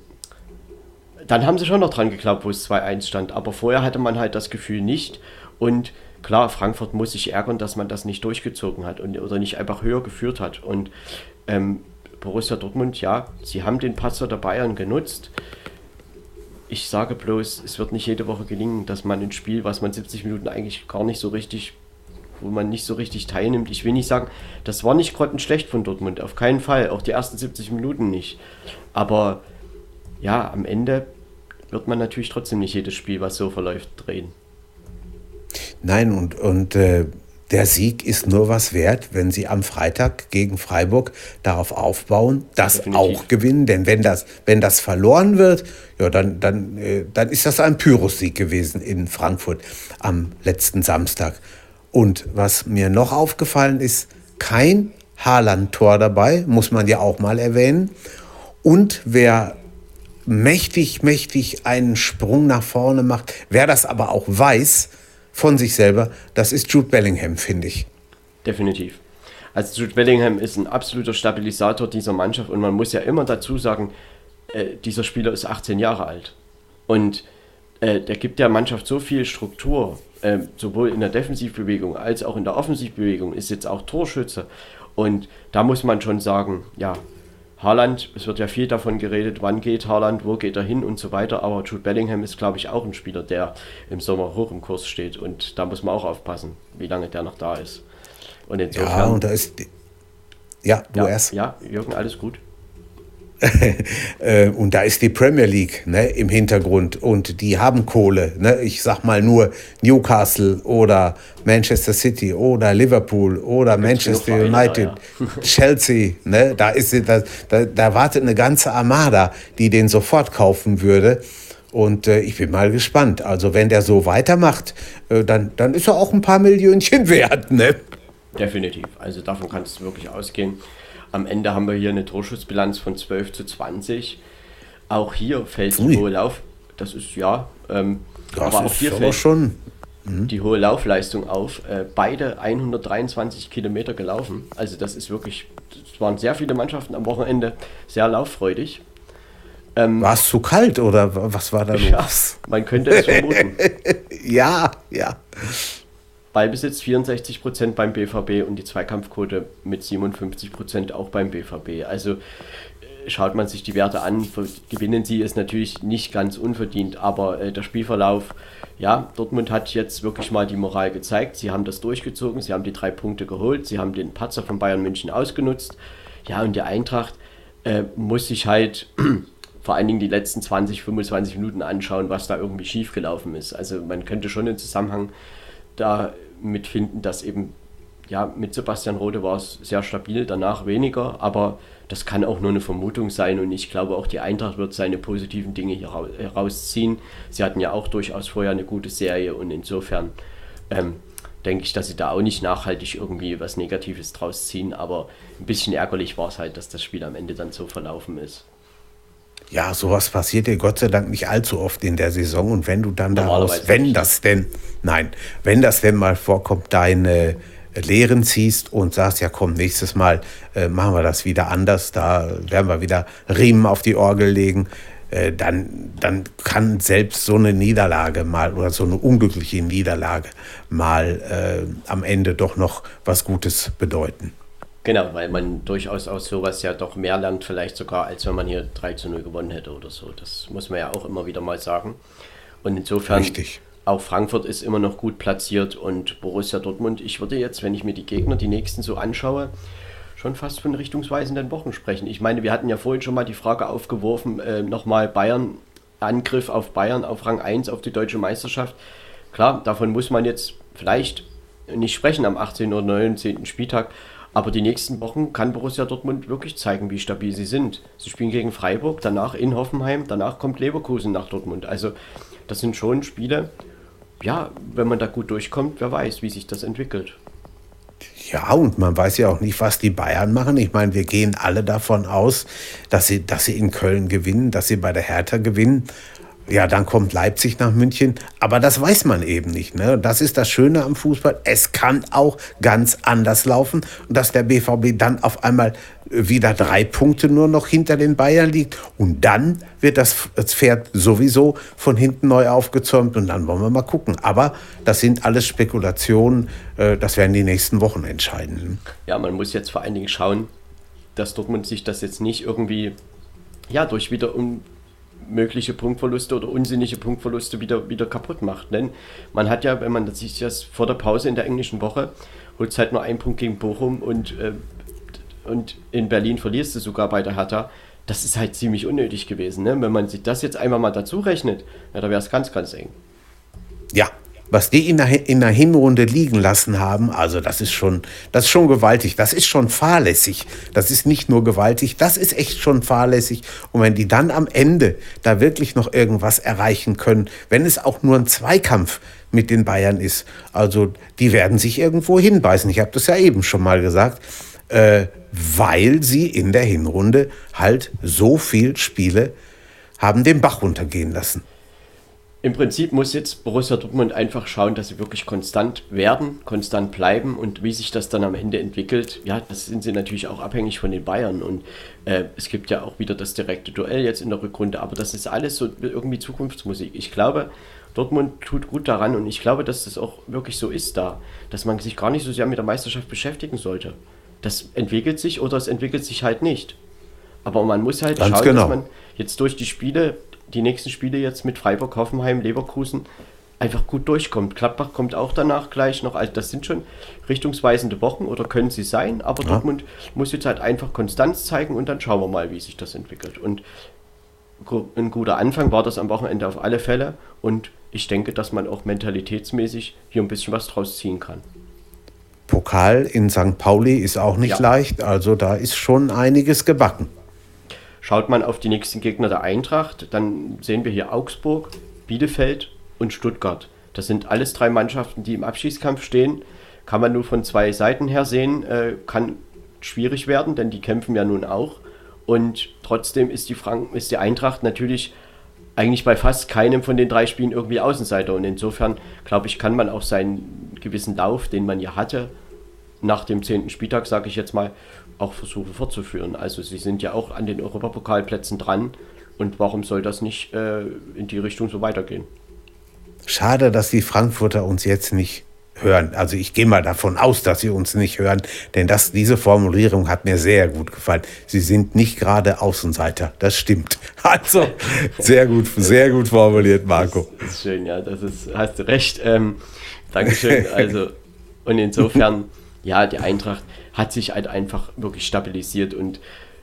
dann haben sie schon noch dran geglaubt, wo es zwei eins stand, aber vorher hatte man halt das Gefühl nicht und klar, Frankfurt muss sich ärgern, dass man das nicht durchgezogen hat und, oder nicht einfach höher geführt hat und ähm, Borussia Dortmund, ja, sie haben den Patzer der Bayern genutzt. Ich sage bloß, es wird nicht jede Woche gelingen, dass man ein Spiel, was man siebzig Minuten eigentlich gar nicht so richtig, wo man nicht so richtig teilnimmt. Ich will nicht sagen, das war nicht grottenschlecht von Dortmund, auf keinen Fall, auch die ersten siebzig Minuten nicht. Aber ja, am Ende wird man natürlich trotzdem nicht jedes Spiel, was so verläuft, drehen. Nein, und, und äh, der Sieg ist nur was wert, wenn sie am Freitag gegen Freiburg darauf aufbauen, das Definitiv. Auch gewinnen. Denn wenn das, wenn das verloren wird, ja, dann, dann, äh, dann ist das ein Pyrrhus-Sieg gewesen in Frankfurt am letzten Samstag. Und was mir noch aufgefallen ist, kein Haaland-Tor dabei, muss man ja auch mal erwähnen. Und wer mächtig, mächtig einen Sprung nach vorne macht, wer das aber auch weiß von sich selber, das ist Jude Bellingham, finde ich. Definitiv. Also Jude Bellingham ist ein absoluter Stabilisator dieser Mannschaft und man muss ja immer dazu sagen, äh, dieser Spieler ist achtzehn Jahre alt und äh, der gibt der Mannschaft so viel Struktur, äh, sowohl in der Defensivbewegung als auch in der Offensivbewegung, ist jetzt auch Torschütze und da muss man schon sagen, ja, Haaland, es wird ja viel davon geredet, wann geht Haaland, wo geht er hin und so weiter, aber Jude Bellingham ist, glaube ich, auch ein Spieler, der im Sommer hoch im Kurs steht und da muss man auch aufpassen, wie lange der noch da ist. Und insofern... Ja, und da ist... Die, ja, du ja, erst. Ja, Jürgen, alles gut. Und da ist die Premier League, ne, im Hintergrund und die haben Kohle. Ne? Ich sag mal nur Newcastle oder Manchester City oder Liverpool oder Manchester United, da, ja. Chelsea. Ne? Da, ist, da, da, da wartet eine ganze Armada, die den sofort kaufen würde. Und äh, ich bin mal gespannt. Also wenn der so weitermacht, äh, dann, dann ist er auch ein paar Millionchen wert. Ne? Definitiv. Also davon kannst du wirklich ausgehen. Am Ende haben wir hier eine Torschussbilanz von zwölf zu zwanzig. Auch hier fällt Ui. die hohe Lauf, das ist ja, ähm, Das aber auch ist hier aber fällt schon. die hohe Laufleistung auf. Äh, beide hundertdreiundzwanzig Kilometer gelaufen. Also das ist wirklich, es waren sehr viele Mannschaften am Wochenende sehr lauffreudig. Ähm, War es zu kalt oder wa- was war da ja, los? man könnte es vermuten. Ja, ja. Ballbesitz vierundsechzig Prozent beim B V B und die Zweikampfquote mit siebenundfünfzig Prozent auch beim B V B. Also äh, schaut man sich die Werte an, ver- gewinnen sie es natürlich nicht ganz unverdient, aber äh, der Spielverlauf, ja, Dortmund hat jetzt wirklich mal die Moral gezeigt. Sie haben das durchgezogen, sie haben die drei Punkte geholt, sie haben den Patzer von Bayern München ausgenutzt. Ja, und die Eintracht äh, muss sich halt vor allen Dingen die letzten zwanzig, fünfundzwanzig Minuten anschauen, was da irgendwie schiefgelaufen ist. Also man könnte schon einen Zusammenhang damit finden, dass eben, ja, mit Sebastian Rode war es sehr stabil, danach weniger, aber das kann auch nur eine Vermutung sein und ich glaube auch die Eintracht wird seine positiven Dinge hier rau- herausziehen. Sie hatten ja auch durchaus vorher eine gute Serie und insofern ähm, denke ich, dass sie da auch nicht nachhaltig irgendwie was Negatives draus ziehen, aber ein bisschen ärgerlich war es halt, dass das Spiel am Ende dann so verlaufen ist. Ja, sowas passiert dir Gott sei Dank nicht allzu oft in der Saison. Und wenn du dann Normalerweise daraus, wenn nicht. das denn, nein, wenn das denn mal vorkommt, deine Lehren ziehst und sagst, ja komm, nächstes Mal äh, machen wir das wieder anders, da werden wir wieder Riemen auf die Orgel legen, äh, dann, dann kann selbst so eine Niederlage mal oder so eine unglückliche Niederlage mal äh, am Ende doch noch was Gutes bedeuten. Genau, weil man durchaus aus sowas ja doch mehr lernt, vielleicht sogar, als wenn man hier drei zu null gewonnen hätte oder so. Das muss man ja auch immer wieder mal sagen. Und insofern, Richtig. auch Frankfurt ist immer noch gut platziert und Borussia Dortmund, ich würde jetzt, wenn ich mir die Gegner, die nächsten so anschaue, schon fast von richtungsweisenden Wochen sprechen. Ich meine, wir hatten ja vorhin schon mal die Frage aufgeworfen, äh, nochmal Bayern, Angriff auf Bayern, auf Rang eins, auf die deutsche Meisterschaft. Klar, davon muss man jetzt vielleicht nicht sprechen am achtzehnten oder neunzehnten Spieltag, aber die nächsten Wochen kann Borussia Dortmund wirklich zeigen, wie stabil sie sind. Sie spielen gegen Freiburg, danach in Hoffenheim, danach kommt Leverkusen nach Dortmund. Also das sind schon Spiele, ja, wenn man da gut durchkommt, wer weiß, wie sich das entwickelt. Ja, und man weiß ja auch nicht, was die Bayern machen. Ich meine, wir gehen alle davon aus, dass sie, dass sie in Köln gewinnen, dass sie bei der Hertha gewinnen. Ja, dann kommt Leipzig nach München. Aber das weiß man eben nicht. Ne? Das ist das Schöne am Fußball. Es kann auch ganz anders laufen. Und dass der B V B dann auf einmal wieder drei Punkte nur noch hinter den Bayern liegt. Und dann wird das Pferd sowieso von hinten neu aufgezäumt. Und dann wollen wir mal gucken. Aber das sind alles Spekulationen. Das werden die nächsten Wochen entscheiden. Ja, man muss jetzt vor allen Dingen schauen, dass Dortmund sich das jetzt nicht irgendwie, ja, durch wieder um mögliche Punktverluste oder unsinnige Punktverluste wieder, wieder kaputt macht. Denn man hat ja, wenn man sich das vor der Pause in der englischen Woche, holt es halt nur einen Punkt gegen Bochum und, äh, und in Berlin verlierst du sogar bei der Hertha. Das ist halt ziemlich unnötig gewesen. Ne? Wenn man sich das jetzt einmal mal dazu rechnet, ja, da wäre es ganz, ganz eng. Ja, was die in der, in der Hinrunde liegen lassen haben, also das ist schon, das ist schon gewaltig, das ist schon fahrlässig. Das ist nicht nur gewaltig, das ist echt schon fahrlässig. Und wenn die dann am Ende da wirklich noch irgendwas erreichen können, wenn es auch nur ein Zweikampf mit den Bayern ist, also die werden sich irgendwo hinbeißen. Ich habe das ja eben schon mal gesagt, äh, weil sie in der Hinrunde halt so viel Spiele haben den Bach runtergehen lassen. Im Prinzip muss jetzt Borussia Dortmund einfach schauen, dass sie wirklich konstant werden, konstant bleiben und wie sich das dann am Ende entwickelt, ja, das sind sie natürlich auch abhängig von den Bayern und äh, es gibt ja auch wieder das direkte Duell jetzt in der Rückrunde, aber das ist alles so irgendwie Zukunftsmusik. Ich glaube, Dortmund tut gut daran und ich glaube, dass das auch wirklich so ist da, dass man sich gar nicht so sehr mit der Meisterschaft beschäftigen sollte. Das entwickelt sich oder es entwickelt sich halt nicht. Aber man muss halt Ganz schauen, genau. dass man jetzt durch die Spiele, die nächsten Spiele jetzt mit Freiburg, Hoffenheim, Leverkusen einfach gut durchkommt. Gladbach kommt auch danach gleich noch. Also das sind schon richtungsweisende Wochen oder können sie sein, aber Ja. Dortmund muss jetzt halt einfach Konstanz zeigen und dann schauen wir mal, wie sich das entwickelt. Und gu- ein guter Anfang war das am Wochenende auf alle Fälle und ich denke, dass man auch mentalitätsmäßig hier ein bisschen was draus ziehen kann. Pokal in Sankt Pauli ist auch nicht Ja. leicht, also da ist schon einiges gebacken. Schaut man auf die nächsten Gegner der Eintracht, dann sehen wir hier Augsburg, Bielefeld und Stuttgart. Das sind alles drei Mannschaften, die im Abschießkampf stehen. Kann man nur von zwei Seiten her sehen, äh, kann schwierig werden, denn die kämpfen ja nun auch Und trotzdem ist die, Frank- ist die Eintracht natürlich eigentlich bei fast keinem von den drei Spielen irgendwie Außenseiter. Und insofern, glaube ich, kann man auch seinen gewissen Lauf, den man ja hatte, nach dem zehnten Spieltag, sage ich jetzt mal, auch versuchen fortzuführen. Also sie sind ja auch an den Europapokalplätzen dran. Und warum soll das nicht äh, in die Richtung so weitergehen? Schade, dass die Frankfurter uns jetzt nicht hören. Also ich gehe mal davon aus, dass sie uns nicht hören, denn das, diese Formulierung hat mir sehr gut gefallen. Sie sind nicht gerade Außenseiter, das stimmt. Also sehr gut, sehr gut formuliert, Marco. Das ist schön, ja, das ist, hast du recht. Ähm, Dankeschön. Also und insofern, ja, die Eintracht hat sich halt einfach wirklich stabilisiert und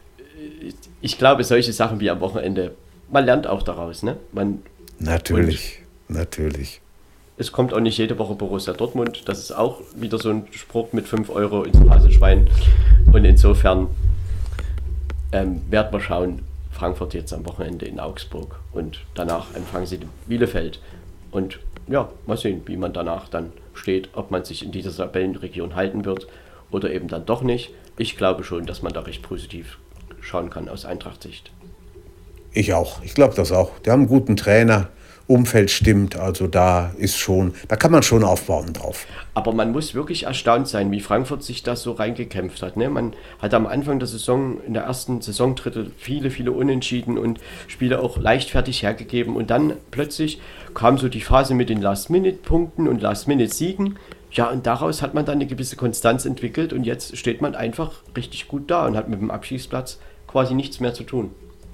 ich glaube, solche Sachen wie am Wochenende, man lernt auch daraus, ne? Man, natürlich, natürlich. Es kommt auch nicht jede Woche Borussia Dortmund. Das ist auch wieder so ein Spruch mit fünf Euro ins Phrasenschwein. Und insofern ähm, werden wir schauen, Frankfurt jetzt am Wochenende in Augsburg. Und danach empfangen sie Bielefeld. Und ja, mal sehen, wie man danach dann steht, ob man sich in dieser Tabellenregion halten wird oder eben dann doch nicht. Ich glaube schon, dass man da recht positiv schauen kann aus Eintracht-Sicht. Ich auch. Ich glaube das auch. Die haben einen guten Trainer. Umfeld stimmt, also da ist schon, da kann man schon aufbauen drauf. Aber man muss wirklich erstaunt sein, wie Frankfurt sich das so reingekämpft hat. Ne? Man hat am Anfang der Saison, in der ersten Saisondrittel, viele, viele Unentschieden und Spiele auch leichtfertig hergegeben. Und dann plötzlich kam so die Phase mit den Last-Minute-Punkten und Last-Minute-Siegen. Ja, und daraus hat man dann eine gewisse Konstanz entwickelt und jetzt steht man einfach richtig gut da und hat mit dem Abstiegsplatz quasi nichts mehr zu tun.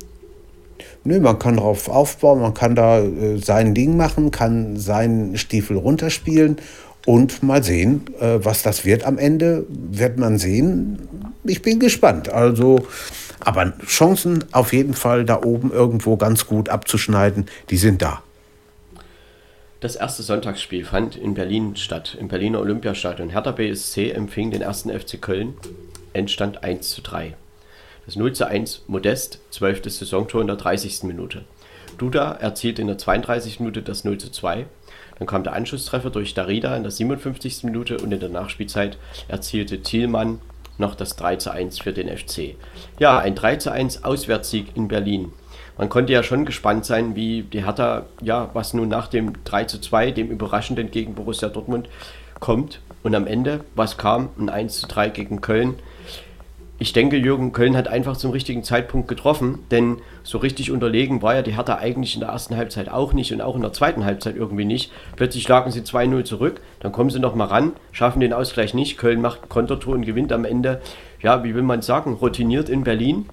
Nö, man kann darauf aufbauen, man kann da äh, sein Ding machen, kann seinen Stiefel runterspielen und mal sehen, äh, was das wird am Ende, wird man sehen. Ich bin gespannt. Also, aber Chancen auf jeden Fall da oben irgendwo ganz gut abzuschneiden, die sind da. Das erste Sonntagsspiel fand in Berlin statt, im Berliner Olympiastadion. Hertha B S C empfing den ersten F C Köln, Endstand eins zu drei. Das null zu eins Modest, zwölftes Saisontor in der dreißigsten Minute. Duda erzielt in der zweiunddreißigsten Minute das null zu zwei. Dann kam der Anschlusstreffer durch Darida in der siebenundfünfzigsten Minute und in der Nachspielzeit erzielte Thielmann noch das drei zu eins für den F C. Ja, ein drei zu eins Auswärtssieg in Berlin. Man konnte ja schon gespannt sein, wie die Hertha, ja, was nun nach dem drei zu zwei, dem Überraschenden gegen Borussia Dortmund, kommt. Und am Ende, was kam? Ein eins zu drei gegen Köln. Ich denke, Jürgen Köln hat einfach zum richtigen Zeitpunkt getroffen, denn so richtig unterlegen war ja die Hertha eigentlich in der ersten Halbzeit auch nicht und auch in der zweiten Halbzeit irgendwie nicht. Plötzlich lagen sie zwei null zurück, dann kommen sie nochmal ran, schaffen den Ausgleich nicht. Köln macht ein Kontertor und gewinnt am Ende, ja, wie will man sagen, routiniert in Berlin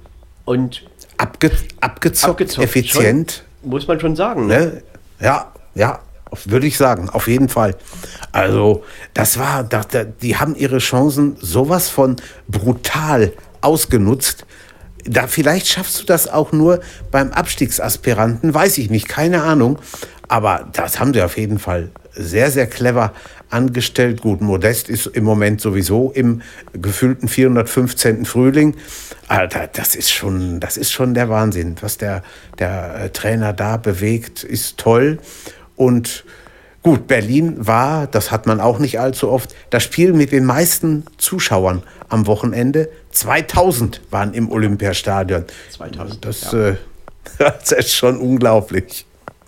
und Abge abgezockt, abgezockt, effizient. Schon, muss man schon sagen. Ne? Ne? Ja, ja. Würde ich sagen, auf jeden Fall. Also, das war, das, die haben ihre Chancen sowas von brutal ausgenutzt. Da, vielleicht schaffst du das auch nur beim Abstiegsaspiranten, weiß ich nicht, keine Ahnung. Aber das haben sie auf jeden Fall sehr, sehr clever angestellt. Gut, Modest ist im Moment sowieso im gefühlten vierhundertfünfzehnten Frühling. Alter, das ist schon, das ist schon der Wahnsinn. Was der, der Trainer da bewegt, ist toll. Und gut, Berlin war, das hat man auch nicht allzu oft, das Spiel mit den meisten Zuschauern am Wochenende. zweitausend waren im Olympiastadion. zweitausend, das, ja. äh, das ist schon unglaublich.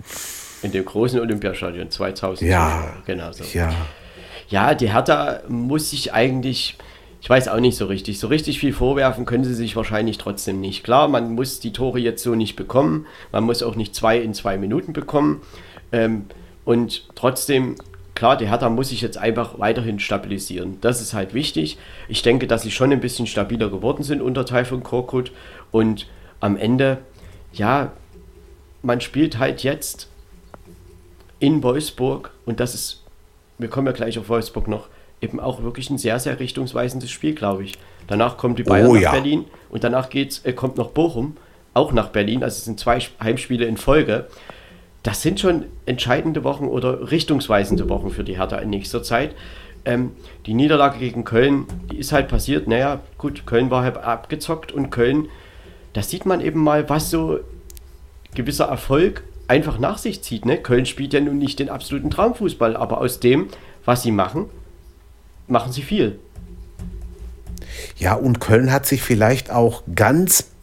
In dem großen Olympiastadion, zweitausend. Ja, genau so. Ja. Ja, die Hertha muss sich eigentlich, ich weiß auch nicht so richtig, so richtig viel vorwerfen können sie sich wahrscheinlich trotzdem nicht. Klar, man muss die Tore jetzt so nicht bekommen, man muss auch nicht zwei in zwei Minuten bekommen. Ähm, und trotzdem, klar, die Hertha muss sich jetzt einfach weiterhin stabilisieren. Das ist halt wichtig. Ich denke, dass sie schon ein bisschen stabiler geworden sind unter Tayfun Korkut. Und am Ende, ja, man spielt halt jetzt in Wolfsburg und das ist, wir kommen ja gleich auf Wolfsburg noch, eben auch wirklich ein sehr, sehr richtungsweisendes Spiel, glaube ich. Danach kommt die Bayern oh, nach ja. Berlin und danach geht's, äh, kommt noch Bochum, auch nach Berlin. Also es sind zwei Heimspiele in Folge. Das sind schon entscheidende Wochen oder richtungsweisende Wochen für die Hertha in nächster Zeit. Ähm, die Niederlage gegen Köln, die ist halt passiert. Naja, gut, Köln war halt abgezockt und Köln, da sieht man eben mal, was so gewisser Erfolg einfach nach sich zieht. Ne? Köln spielt ja nun nicht den absoluten Traumfußball, aber aus dem, was sie machen, machen sie viel. Ja, und Köln hat sich vielleicht auch ganz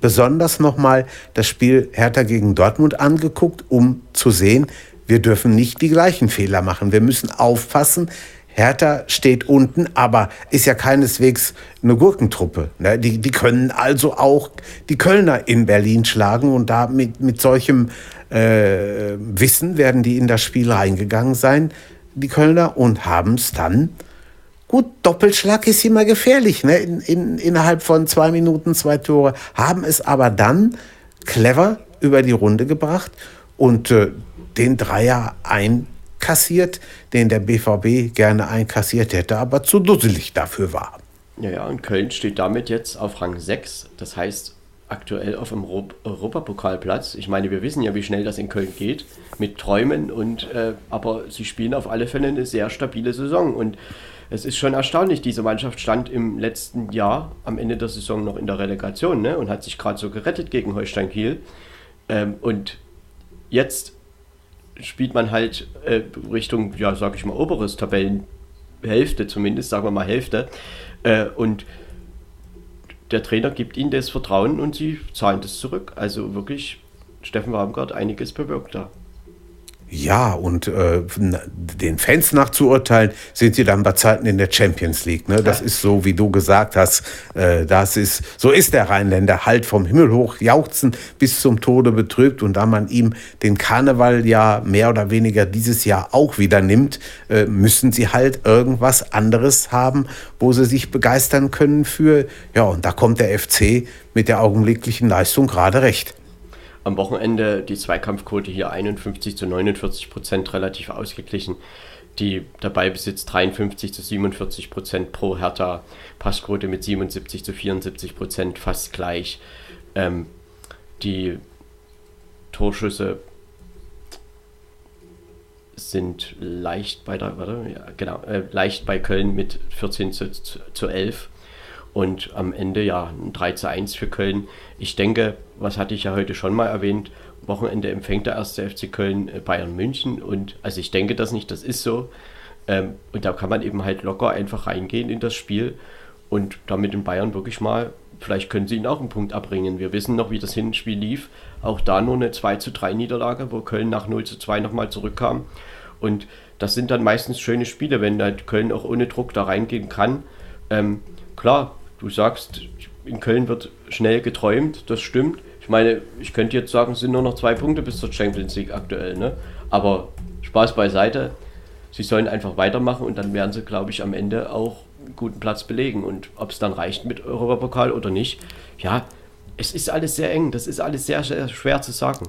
besonders nochmal das Spiel Hertha gegen Dortmund angeguckt, um zu sehen, wir dürfen nicht die gleichen Fehler machen. Wir müssen aufpassen. Hertha steht unten, aber ist ja keineswegs eine Gurkentruppe. Ne? Die, die können also auch die Kölner in Berlin schlagen und da mit, mit solchem äh, Wissen werden die in das Spiel reingegangen sein, die Kölner, und haben es dann. Gut, Doppelschlag ist immer gefährlich, ne? In, in, innerhalb von zwei Minuten zwei Tore, haben es aber dann clever über die Runde gebracht und äh, den Dreier einkassiert, den der B V B gerne einkassiert hätte, aber zu dusselig dafür war. Ja, ja, und Köln steht damit jetzt auf Rang sechs, das heißt aktuell auf dem Europapokalplatz. Ich meine, wir wissen ja, wie schnell das in Köln geht, mit Träumen, und äh, aber sie spielen auf alle Fälle eine sehr stabile Saison, und es ist schon erstaunlich, diese Mannschaft stand im letzten Jahr am Ende der Saison noch in der Relegation, ne, und hat sich gerade so gerettet gegen Holstein Kiel. Ähm, und jetzt spielt man halt äh, Richtung, ja, sag ich mal, oberes Tabellenhälfte zumindest, sagen wir mal Hälfte. Äh, und der Trainer gibt ihnen das Vertrauen und sie zahlen das zurück. Also wirklich, Steffen Baumgart, einiges bewirkt da. Ja, und äh, den Fans nach zu urteilen, sind sie dann bei Zeiten in der Champions League. Ne? Das ja. ist so, wie du gesagt hast, äh, das ist, so ist der Rheinländer halt vom Himmel hoch jauchzen bis zum Tode betrübt. Und da man ihm den Karneval ja mehr oder weniger dieses Jahr auch wieder nimmt, äh, müssen sie halt irgendwas anderes haben, wo sie sich begeistern können für. Ja, und da kommt der F C mit der augenblicklichen Leistung gerade recht. Am Wochenende die Zweikampfquote hier einundfünfzig zu neunundvierzig Prozent, relativ ausgeglichen. Die der Ballbesitz dreiundfünfzig zu siebenundvierzig Prozent pro Hertha. Passquote mit siebenundsiebzig zu vierundsiebzig Prozent, fast gleich. Ähm, die Torschüsse sind leicht bei der, warte, ja, genau, äh, leicht bei Köln mit vierzehn zu elf. Und am Ende ja ein drei zu eins für Köln. Ich denke, was hatte ich ja heute schon mal erwähnt, Wochenende empfängt der erste F C Köln Bayern München. Und also ich denke das nicht, das ist so. Ähm, und da kann man eben halt locker einfach reingehen in das Spiel und damit in Bayern wirklich mal, vielleicht können sie ihnen auch einen Punkt abbringen. Wir wissen noch, wie das Hinspiel lief. Auch da nur eine zwei zu drei Niederlage, wo Köln nach null zu zwei nochmal zurückkam. Und das sind dann meistens schöne Spiele, wenn halt Köln auch ohne Druck da reingehen kann. Ähm, klar, du sagst, in Köln wird schnell geträumt, das stimmt. Ich meine, ich könnte jetzt sagen, es sind nur noch zwei Punkte bis zur Champions League aktuell, ne? Aber Spaß beiseite, sie sollen einfach weitermachen und dann werden sie, glaube ich, am Ende auch einen guten Platz belegen. Und ob es dann reicht mit Europapokal oder nicht, ja, es ist alles sehr eng, das ist alles sehr, sehr schwer zu sagen.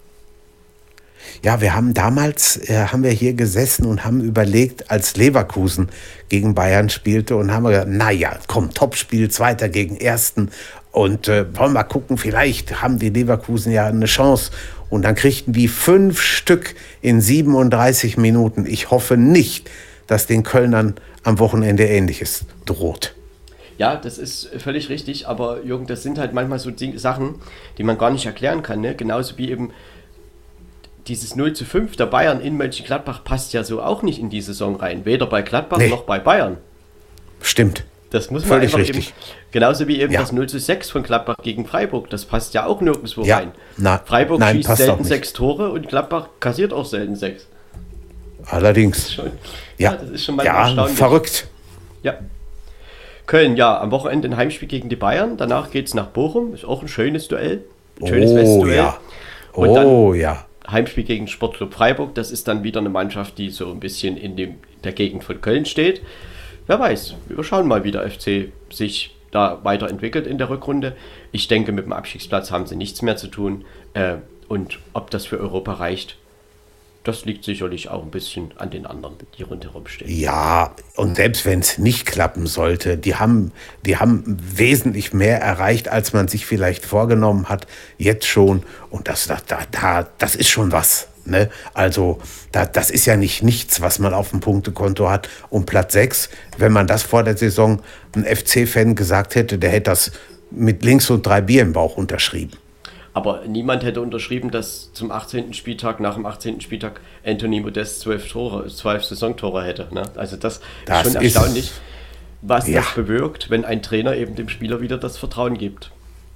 Ja, wir haben damals, äh, haben wir hier gesessen und haben überlegt, als Leverkusen gegen Bayern spielte, und haben gesagt, naja, komm, Topspiel, Zweiter gegen Ersten, und äh, wollen wir gucken, vielleicht haben die Leverkusen ja eine Chance. Und dann kriegten die fünf Stück in siebenunddreißig Minuten. Ich hoffe nicht, dass den Kölnern am Wochenende Ähnliches droht. Ja, das ist völlig richtig, aber Jürgen, das sind halt manchmal so Sachen, die man gar nicht erklären kann, ne? Genauso wie eben dieses null zu fünf der Bayern in Mönchengladbach passt ja so auch nicht in die Saison rein. Weder bei Gladbach nee. noch bei Bayern. Stimmt. Das muss man Völlig einfach richtig. Eben, genauso wie eben ja. das null zu sechs von Gladbach gegen Freiburg. Das passt ja auch nirgendwo ja. rein. Na, Freiburg nein, schießt selten sechs Tore und Gladbach kassiert auch selten sechs. Allerdings. Das schon, ja. ja, das ist schon manchmal ja, erstaunlich. Verrückt. Ja. Köln, ja, am Wochenende ein Heimspiel gegen die Bayern. Danach geht es nach Bochum. Ist auch ein schönes Duell. Ein schönes oh, Westduell. Ja. Und oh dann ja. Heimspiel gegen Sportclub Freiburg, das ist dann wieder eine Mannschaft, die so ein bisschen in dem, der Gegend von Köln steht. Wer weiß, wir schauen mal, wie der F C sich da weiterentwickelt in der Rückrunde. Ich denke, mit dem Abstiegsplatz haben sie nichts mehr zu tun. Äh, und ob das für Europa reicht, das liegt sicherlich auch ein bisschen an den anderen, die rundherum stehen. Ja, und selbst wenn es nicht klappen sollte, die haben, die haben wesentlich mehr erreicht, als man sich vielleicht vorgenommen hat, jetzt schon. Und das, da, da, das ist schon was. Ne? Also da, das ist ja nicht nichts, was man auf dem Punktekonto hat. Und Platz sechs, wenn man das vor der Saison ein F C-Fan gesagt hätte, der hätte das mit links und drei Bier im Bauch unterschrieben. Aber niemand hätte unterschrieben, dass zum achtzehnten Spieltag, nach dem achtzehnten Spieltag, Anthony Modest zwölf Tore, zwölf Saisontore hätte. Ne? Also das, das ist schon erstaunlich, ist, was ja. das bewirkt, wenn ein Trainer eben dem Spieler wieder das Vertrauen gibt.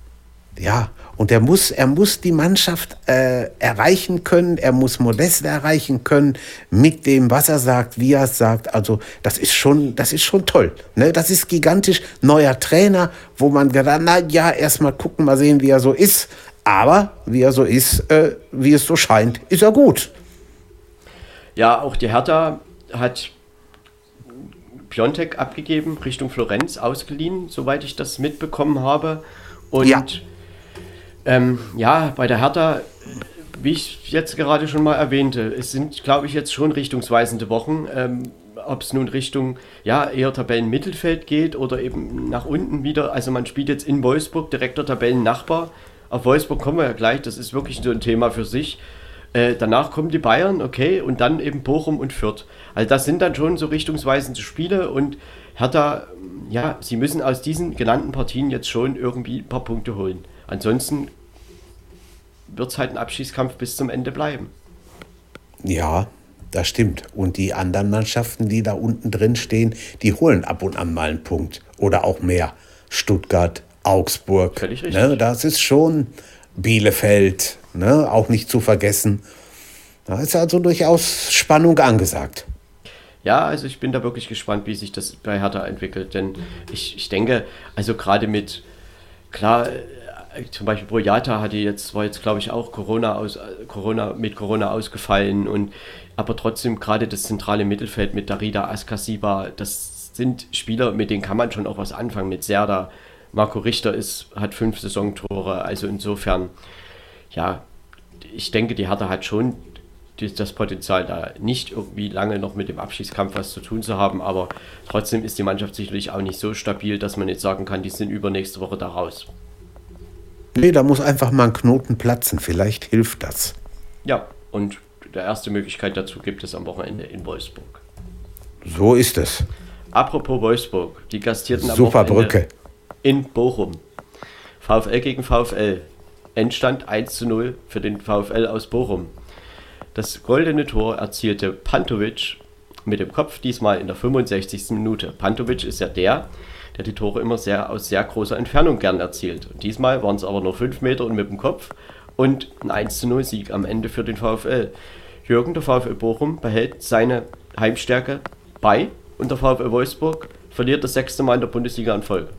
Ja, und er muss, er muss die Mannschaft äh, erreichen können, er muss Modeste erreichen können mit dem, was er sagt, wie er es sagt. Also das ist schon, das ist schon toll. Ne? Das ist gigantisch. Neuer Trainer, wo man gedacht, na ja, erstmal gucken, mal sehen, wie er so ist. Aber wie er so ist, äh, wie es so scheint, ist er gut. Ja, auch die Hertha hat Piontek abgegeben, Richtung Florenz ausgeliehen, soweit ich das mitbekommen habe. Und ja, ähm, ja bei der Hertha, wie ich jetzt gerade schon mal erwähnte, es sind, glaube ich, jetzt schon richtungsweisende Wochen. Ähm, ob es nun Richtung, ja, eher Tabellenmittelfeld geht oder eben nach unten wieder. Also man spielt jetzt in Wolfsburg, direkter Tabellennachbar. Auf Wolfsburg kommen wir ja gleich, das ist wirklich so ein Thema für sich. Äh, danach kommen die Bayern, okay, und dann eben Bochum und Fürth. Also das sind dann schon so richtungsweisende Spiele und Hertha, ja, sie müssen aus diesen genannten Partien jetzt schon irgendwie ein paar Punkte holen. Ansonsten wird es halt ein Abschießkampf bis zum Ende bleiben. Ja, das stimmt. Und die anderen Mannschaften, die da unten drin stehen, die holen ab und an mal einen Punkt oder auch mehr. Stuttgart, Augsburg, völlig richtig. Ne, das ist schon Bielefeld, ne, auch nicht zu vergessen. Da ist also durchaus Spannung angesagt. Ja, also ich bin da wirklich gespannt, wie sich das bei Hertha entwickelt, denn ich, ich denke, also gerade mit, klar, zum Beispiel Boyata hatte jetzt, war jetzt glaube ich auch Corona aus, Corona, mit Corona ausgefallen und aber trotzdem gerade das zentrale Mittelfeld mit Darida, Askasiba, das sind Spieler, mit denen kann man schon auch was anfangen, mit Serda. Marco Richter ist, hat fünf Saisontore, also insofern, ja, ich denke, die Hertha hat schon das Potenzial, da nicht irgendwie lange noch mit dem Abschießkampf was zu tun zu haben, aber trotzdem ist die Mannschaft sicherlich auch nicht so stabil, dass man jetzt sagen kann, die sind übernächste Woche da raus. Nee, da muss einfach mal ein Knoten platzen, vielleicht hilft das. Ja, und die erste Möglichkeit dazu gibt es am Wochenende in Wolfsburg. So ist es. Apropos Wolfsburg, die gastierten am Super Wochenende Brücke. In Bochum. VfL gegen VfL. Endstand eins zu null für den VfL aus Bochum. Das goldene Tor erzielte Pantovic mit dem Kopf, diesmal in der fünfundsechzigsten Minute. Pantovic ist ja der, der die Tore immer sehr aus sehr großer Entfernung gern erzielt. Und diesmal waren es aber nur fünf Meter und mit dem Kopf und ein eins zu null Sieg am Ende für den VfL. Jürgen, der VfL Bochum, behält seine Heimstärke bei und der VfL Wolfsburg verliert das sechste Mal in der Bundesliga in Folge.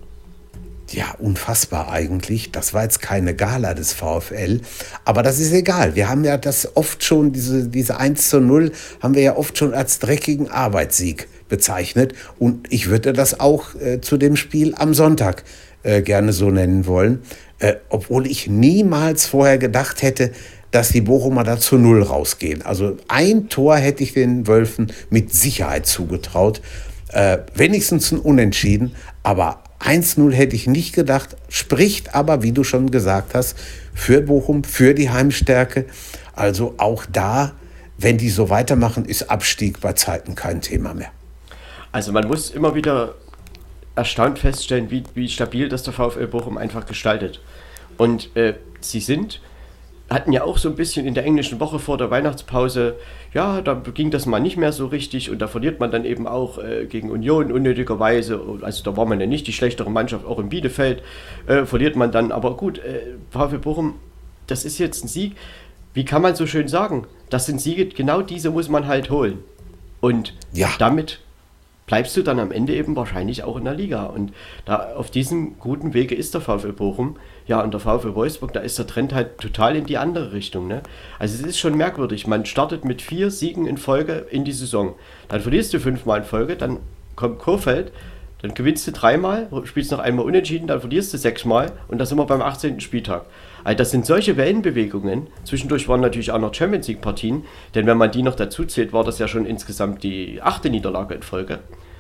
Ja, unfassbar eigentlich. Das war jetzt keine Gala des VfL, aber das ist egal. Wir haben ja das oft schon, diese, diese eins zu null haben wir ja oft schon als dreckigen Arbeitssieg bezeichnet und ich würde das auch äh, zu dem Spiel am Sonntag äh, gerne so nennen wollen, äh, obwohl ich niemals vorher gedacht hätte, dass die Bochumer da zu null rausgehen. Also ein Tor hätte ich den Wölfen mit Sicherheit zugetraut, äh, wenigstens ein Unentschieden, aber eins null hätte ich nicht gedacht, spricht aber, wie du schon gesagt hast, für Bochum, für die Heimstärke. Also auch da, wenn die so weitermachen, ist Abstieg bei Zeiten kein Thema mehr. Also man muss immer wieder erstaunt feststellen, wie, wie stabil das der VfL Bochum einfach gestaltet. Und äh, sie sind, hatten ja auch so ein bisschen in der englischen Woche vor der Weihnachtspause, ja, da ging das mal nicht mehr so richtig und da verliert man dann eben auch äh, gegen Union unnötigerweise, also da war man ja nicht die schlechtere Mannschaft, auch in Bielefeld äh, verliert man dann, aber gut, äh, VfL Bochum, das ist jetzt ein Sieg, wie kann man so schön sagen, das sind Siege, genau diese muss man halt holen und ja, damit bleibst du dann am Ende eben wahrscheinlich auch in der Liga. Und da auf diesem guten Wege ist der VfL Bochum. Ja, und der VfL Wolfsburg, da ist der Trend halt total in die andere Richtung. Ne? Also es ist schon merkwürdig. Man startet mit vier Siegen in Folge in die Saison. Dann verlierst du fünfmal in Folge, dann kommt Kohfeldt, dann gewinnst du dreimal, spielst noch einmal unentschieden, dann verlierst du sechsmal und da sind wir beim achtzehnten Spieltag. Also das sind solche Wellenbewegungen. Zwischendurch waren natürlich auch noch Champions League Partien, denn wenn man die noch dazu zählt, war das ja schon insgesamt die achte Niederlage in Folge.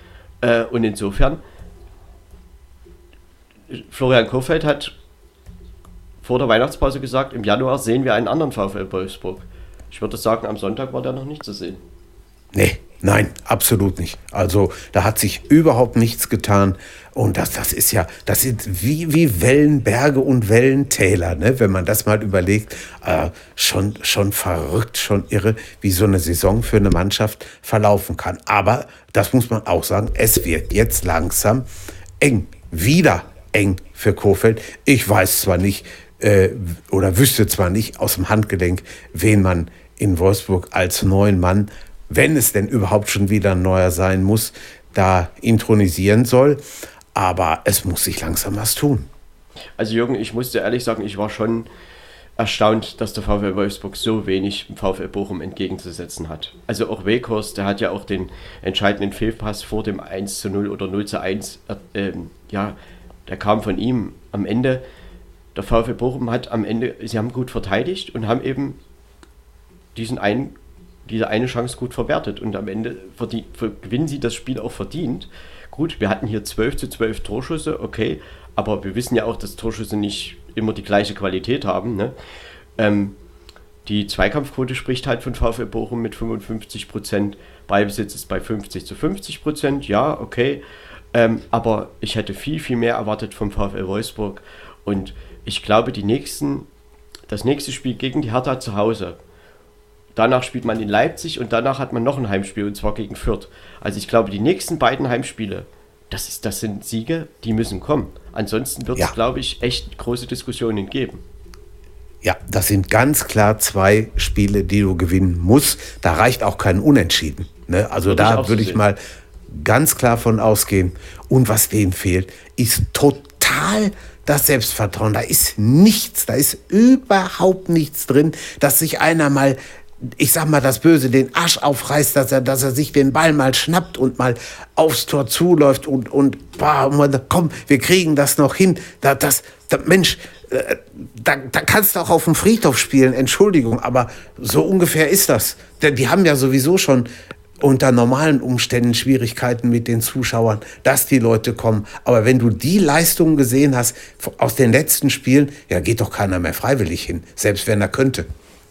Äh, und insofern, Florian Kohfeldt hat vor der Weihnachtspause gesagt, im Januar sehen wir einen anderen VfL Wolfsburg. Ich würde sagen, am Sonntag war der noch nicht zu sehen. Nee, nein, absolut nicht. Also da hat sich überhaupt nichts getan. Und das, das ist ja, das sind wie, wie Wellenberge und Wellentäler, ne? Wenn man das mal überlegt. Äh, schon, schon verrückt, schon irre, wie so eine Saison für eine Mannschaft verlaufen kann. Aber das muss man auch sagen, es wird jetzt langsam eng. Wieder eng für Kohfeldt. Ich weiß zwar nicht äh, oder wüsste zwar nicht aus dem Handgelenk, wen man in Wolfsburg als neuen Mann, wenn es denn überhaupt schon wieder ein neuer sein muss, da intronisieren soll. Aber es muss sich langsam was tun. Also Jürgen, ich muss dir ehrlich sagen, ich war schon erstaunt, dass der VfL Wolfsburg so wenig dem VfL Bochum entgegenzusetzen hat. Also auch Weghorst, der hat ja auch den entscheidenden Fehlpass vor dem eins zu null oder null zu eins, äh, ja, der kam von ihm am Ende. Der VfL Bochum hat am Ende, sie haben gut verteidigt und haben eben diesen einen, diese eine Chance gut verwertet und am Ende verdient, gewinnen sie das Spiel auch verdient. Gut, wir hatten hier zwölf zu zwölf Torschüsse, okay, aber wir wissen ja auch, dass Torschüsse nicht immer die gleiche Qualität haben. Ne? Ähm, die Zweikampfquote spricht halt von VfL Bochum mit fünfundfünfzig Prozent, Ballbesitz ist bei fünfzig zu fünfzig Prozent, ja, okay, ähm, aber ich hätte viel, viel mehr erwartet vom VfL Wolfsburg und ich glaube, die nächsten, das nächste Spiel gegen die Hertha zu Hause, danach spielt man in Leipzig und danach hat man noch ein Heimspiel und zwar gegen Fürth. Also ich glaube, die nächsten beiden Heimspiele, das, ist, das sind Siege, die müssen kommen. Ansonsten wird es, ja. glaube ich, echt große Diskussionen geben. Ja, das sind ganz klar zwei Spiele, die du gewinnen musst. Da reicht auch kein Unentschieden. Ne? Also würde da würde ich mal ganz klar von ausgehen. Und was denen fehlt, ist total das Selbstvertrauen. Da ist nichts, da ist überhaupt nichts drin, dass sich einer mal, ich sag mal das Böse, den Arsch aufreißt, dass er, dass er sich den Ball mal schnappt und mal aufs Tor zuläuft und, und boah, komm, wir kriegen das noch hin. Da, das, da, Mensch, äh, da, da kannst du auch auf dem Friedhof spielen, Entschuldigung, aber so ungefähr ist das. Denn die haben ja sowieso schon unter normalen Umständen Schwierigkeiten mit den Zuschauern, dass die Leute kommen. Aber wenn du die Leistungen gesehen hast aus den letzten Spielen, ja, geht doch keiner mehr freiwillig hin, selbst wenn er könnte.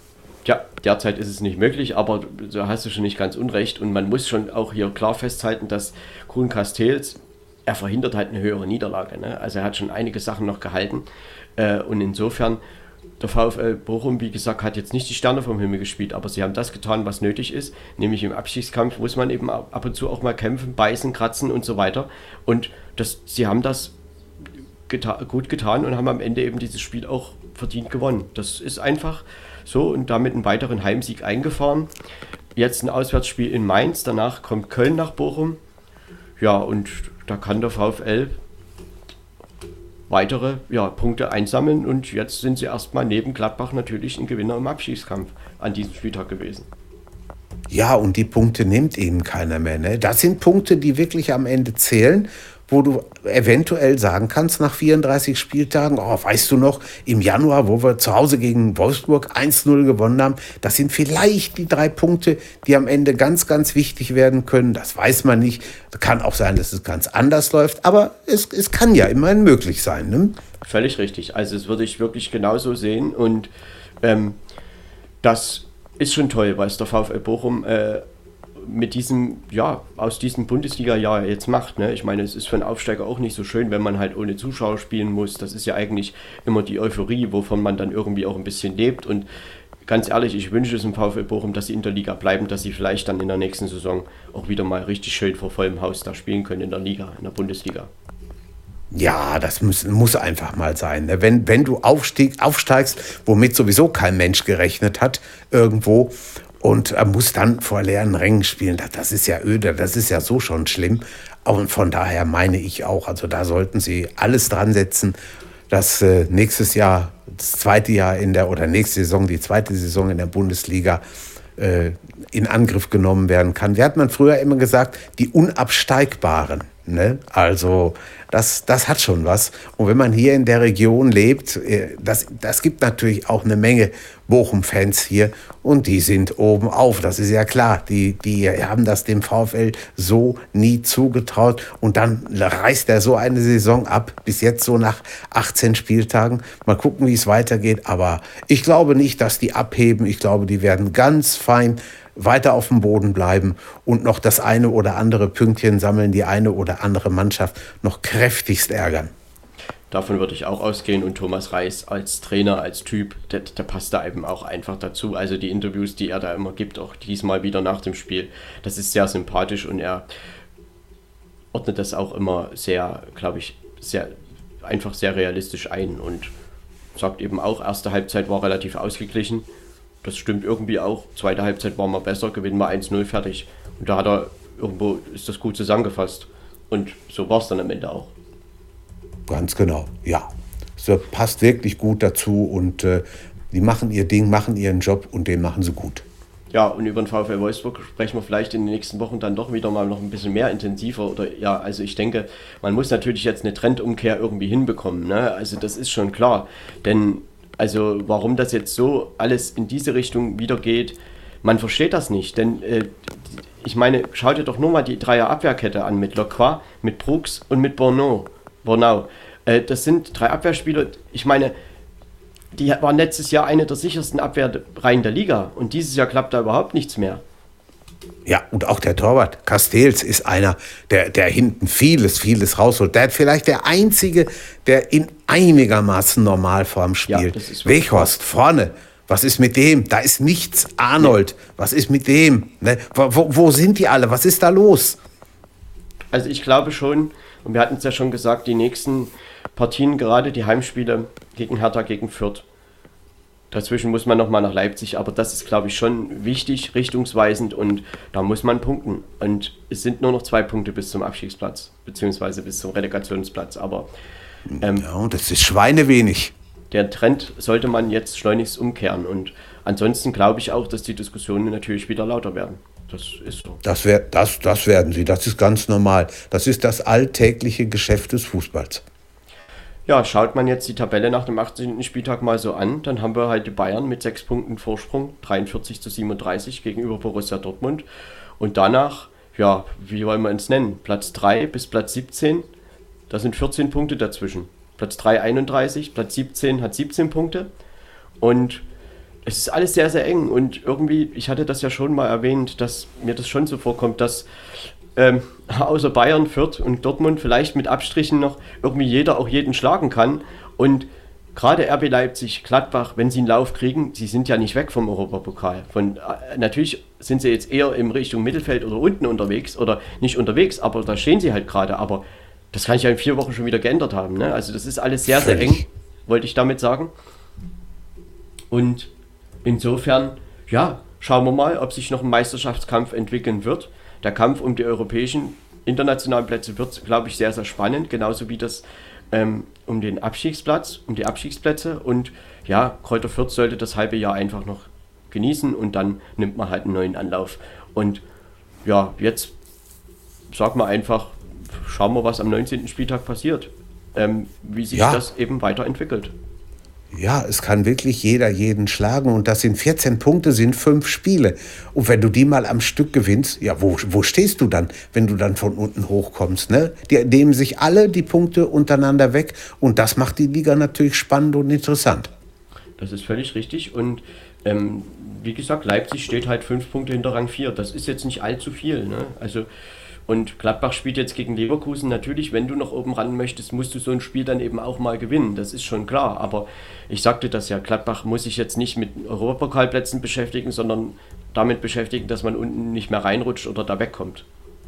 Ja, derzeit ist es nicht möglich, aber da hast du schon nicht ganz unrecht. Und man muss schon auch hier klar festhalten, dass Kuhn Castells, er verhindert halt eine höhere Niederlage. Ne? Also er hat schon einige Sachen noch gehalten. Äh, und insofern, der VfL Bochum, wie gesagt, hat jetzt nicht die Sterne vom Himmel gespielt, aber sie haben das getan, was nötig ist. Nämlich im Abstiegskampf muss man eben ab und zu auch mal kämpfen, beißen, kratzen und so weiter. Und das, sie haben das geta- gut getan und haben am Ende eben dieses Spiel auch verdient gewonnen. Das ist einfach so und damit einen weiteren Heimsieg eingefahren. Jetzt ein Auswärtsspiel in Mainz, danach kommt Köln nach Bochum. Ja, und da kann der VfL weitere ja, Punkte einsammeln und jetzt sind sie erstmal neben Gladbach natürlich ein Gewinner im Abstiegskampf an diesem Spieltag gewesen. Ja, und die Punkte nimmt eben keiner mehr. Ne? Das sind Punkte, die wirklich am Ende zählen, wo du eventuell sagen kannst, nach vierunddreißig Spieltagen, oh, weißt du noch, im Januar, wo wir zu Hause gegen Wolfsburg eins null gewonnen haben, das sind vielleicht die drei Punkte, die am Ende ganz, ganz wichtig werden können. Das weiß man nicht. Kann auch sein, dass es ganz anders läuft, aber es, es kann ja immerhin möglich sein. Ne? Völlig richtig. Also das würde ich wirklich genauso sehen und ähm, das ist schon toll, was der VfL Bochum äh, mit diesem, ja, aus diesem Bundesliga-Jahr jetzt macht. Ne? Ich meine, es ist für einen Aufsteiger auch nicht so schön, wenn man halt ohne Zuschauer spielen muss. Das ist ja eigentlich immer die Euphorie, wovon man dann irgendwie auch ein bisschen lebt. Und ganz ehrlich, ich wünsche es im VfL Bochum, dass sie in der Liga bleiben, dass sie vielleicht dann in der nächsten Saison auch wieder mal richtig schön vor vollem Haus da spielen können in der Liga, in der Bundesliga. Ja, das muss, muss einfach mal sein. Ne? Wenn, wenn du aufstieg, aufsteigst, womit sowieso kein Mensch gerechnet hat, irgendwo, und er muss dann vor leeren Rängen spielen. Das ist ja öde, das ist ja so schon schlimm. Und von daher meine ich auch, also da sollten sie alles dran setzen, dass äh, nächstes Jahr, das zweite Jahr in der, oder nächste Saison, die zweite Saison in der Bundesliga äh, in Angriff genommen werden kann. Wie hat man früher immer gesagt, die Unabsteigbaren. Ne? Also das, das hat schon was. Und wenn man hier in der Region lebt, das, das gibt natürlich auch eine Menge Bochum-Fans hier und die sind oben auf, das ist ja klar. Die, die haben das dem VfL so nie zugetraut und dann reißt er so eine Saison ab, bis jetzt so nach achtzehn Spieltagen. Mal gucken, wie es weitergeht, aber ich glaube nicht, dass die abheben. Ich glaube, die werden ganz fein weiter auf dem Boden bleiben und noch das eine oder andere Pünktchen sammeln, die eine oder andere Mannschaft noch kräftigst ärgern. Davon würde ich auch ausgehen und Thomas Reis als Trainer, als Typ, der, der passt da eben auch einfach dazu. Also die Interviews, die er da immer gibt, auch diesmal wieder nach dem Spiel, das ist sehr sympathisch und er ordnet das auch immer sehr, glaube ich, sehr einfach sehr realistisch ein und sagt eben auch, erste Halbzeit war relativ ausgeglichen. Das stimmt irgendwie auch. Zweite Halbzeit war mal besser, gewinnen wir eins null, fertig. Und da hat er irgendwo, ist das gut zusammengefasst. Und so war es dann am Ende auch. Ganz genau, ja. Das passt wirklich gut dazu und äh, die machen ihr Ding, machen ihren Job und den machen sie gut. Ja, und über den VfL Wolfsburg sprechen wir vielleicht in den nächsten Wochen dann doch wieder mal noch ein bisschen mehr intensiver. Oder ja, also ich denke, man muss natürlich jetzt eine Trendumkehr irgendwie hinbekommen. Ne? Also das ist schon klar. Denn also warum das jetzt so alles in diese Richtung wieder geht, man versteht das nicht. Denn äh, ich meine, schau dir doch nur mal die Dreier-Abwehrkette an mit Lacroix, mit Brooks und mit Bornau. Bornau. Äh, das sind drei Abwehrspieler, ich meine, die waren letztes Jahr eine der sichersten Abwehrreihen der Liga und dieses Jahr klappt da überhaupt nichts mehr. Ja, und auch der Torwart, Castells, ist einer, der, der hinten vieles, vieles rausholt. Der ist vielleicht der Einzige, der in einigermaßen Normalform spielt. Ja, Weghorst vorne, was ist mit dem? Da ist nichts. Arnold, nee. Was ist mit dem? Ne? Wo, wo sind die alle? Was ist da los? Also ich glaube schon, und wir hatten es ja schon gesagt, die nächsten Partien, gerade die Heimspiele gegen Hertha, gegen Fürth. Dazwischen muss man nochmal nach Leipzig, aber das ist, glaube ich, schon wichtig, richtungsweisend und da muss man punkten. Und es sind nur noch zwei Punkte bis zum Abstiegsplatz, beziehungsweise bis zum Relegationsplatz. Aber ähm, ja, das ist schweinewenig. Der Trend sollte man jetzt schleunigst umkehren und ansonsten glaube ich auch, dass die Diskussionen natürlich wieder lauter werden. Das ist so. Das, wär, das, das werden sie, das ist ganz normal. Das ist das alltägliche Geschäft des Fußballs. Ja, schaut man jetzt die Tabelle nach dem achtzehnten Spieltag mal so an, dann haben wir halt die Bayern mit sechs Punkten Vorsprung, dreiundvierzig zu siebenunddreißig gegenüber Borussia Dortmund. Und danach, ja, wie wollen wir uns nennen? Platz drei bis Platz siebzehn, da sind vierzehn Punkte dazwischen. Platz drei einunddreißig, Platz siebzehn hat siebzehn Punkte. Und es ist alles sehr, sehr eng. Und irgendwie, ich hatte das ja schon mal erwähnt, dass mir das schon so vorkommt, dass Ähm, außer Bayern, Fürth und Dortmund vielleicht mit Abstrichen noch irgendwie jeder auch jeden schlagen kann. Und gerade R B Leipzig, Gladbach, wenn sie einen Lauf kriegen, sie sind ja nicht weg vom Europapokal. Von, äh, natürlich sind sie jetzt eher in Richtung Mittelfeld oder unten unterwegs oder nicht unterwegs, aber da stehen sie halt gerade. Aber das kann ich ja in vier Wochen schon wieder geändert haben. Ne? Also das ist alles sehr, sehr eng, wollte ich damit sagen. Und insofern, ja, schauen wir mal, ob sich noch ein Meisterschaftskampf entwickeln wird. Der Kampf um die europäischen internationalen Plätze wird, glaube ich, sehr, sehr spannend, genauso wie das ähm, um den Abstiegsplatz, um die Abstiegsplätze. Und ja, Kräuter Fürth sollte das halbe Jahr einfach noch genießen und dann nimmt man halt einen neuen Anlauf. Und ja, jetzt sagen wir einfach, schauen wir, was am neunzehnten Spieltag passiert, ähm, wie sich ja. das eben weiterentwickelt. Ja, es kann wirklich jeder jeden schlagen und das sind vierzehn Punkte, sind fünf Spiele. Und wenn du die mal am Stück gewinnst, ja, wo, wo stehst du dann, wenn du dann von unten hochkommst? Ne? Die nehmen sich alle die Punkte untereinander weg und das macht die Liga natürlich spannend und interessant. Das ist völlig richtig und ähm, wie gesagt, Leipzig steht halt fünf Punkte hinter Rang vier. Das ist jetzt nicht allzu viel. Ne? Also und Gladbach spielt jetzt gegen Leverkusen. Natürlich, wenn du noch oben ran möchtest, musst du so ein Spiel dann eben auch mal gewinnen. Das ist schon klar. Aber ich sagte das ja, Gladbach muss sich jetzt nicht mit Europapokalplätzen beschäftigen, sondern damit beschäftigen, dass man unten nicht mehr reinrutscht oder da wegkommt.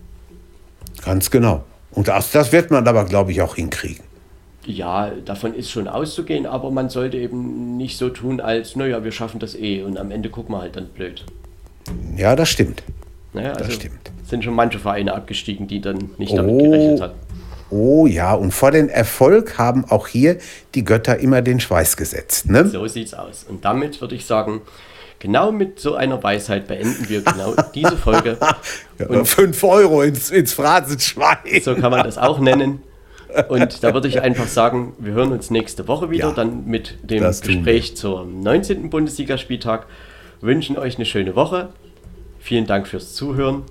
Ganz genau. Und das, das wird man aber, glaube ich, auch hinkriegen. Ja, davon ist schon auszugehen, aber man sollte eben nicht so tun, als, naja, wir schaffen das eh und am Ende gucken wir halt dann blöd. Ja, das stimmt. Naja, also das stimmt. Sind schon manche Vereine abgestiegen, die dann nicht damit oh, gerechnet hatten. Oh ja, und vor den Erfolg haben auch hier die Götter immer den Schweiß gesetzt. Ne? So sieht's aus. Und damit würde ich sagen, genau mit so einer Weisheit beenden wir genau diese Folge. Ja, und fünf Euro ins, ins Phrasenschwein. So kann man das auch nennen. Und da würde ich einfach sagen, wir hören uns nächste Woche wieder, ja, dann mit dem Gespräch zum neunzehnten Bundesligaspieltag. Wünschen euch eine schöne Woche. Vielen Dank fürs Zuhören.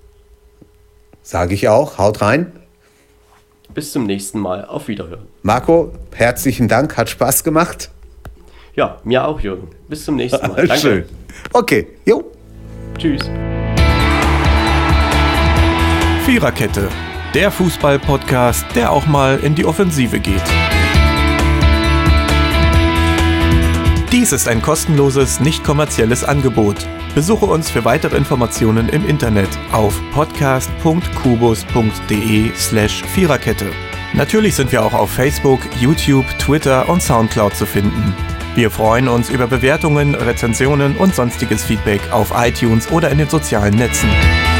Sage ich auch. Haut rein. Bis zum nächsten Mal. Auf Wiederhören. Marco, herzlichen Dank. Hat Spaß gemacht. Ja, mir auch, Jürgen. Bis zum nächsten Mal. Danke. Schön. Okay. Jo. Tschüss. Viererkette. Der Fußball-Podcast, der auch mal in die Offensive geht. Dies ist ein kostenloses, nicht kommerzielles Angebot. Besuche uns für weitere Informationen im Internet auf podcast punkt kubus punkt de slash Viererkette. Natürlich sind wir auch auf Facebook, YouTube, Twitter und Soundcloud zu finden. Wir freuen uns über Bewertungen, Rezensionen und sonstiges Feedback auf iTunes oder in den sozialen Netzen.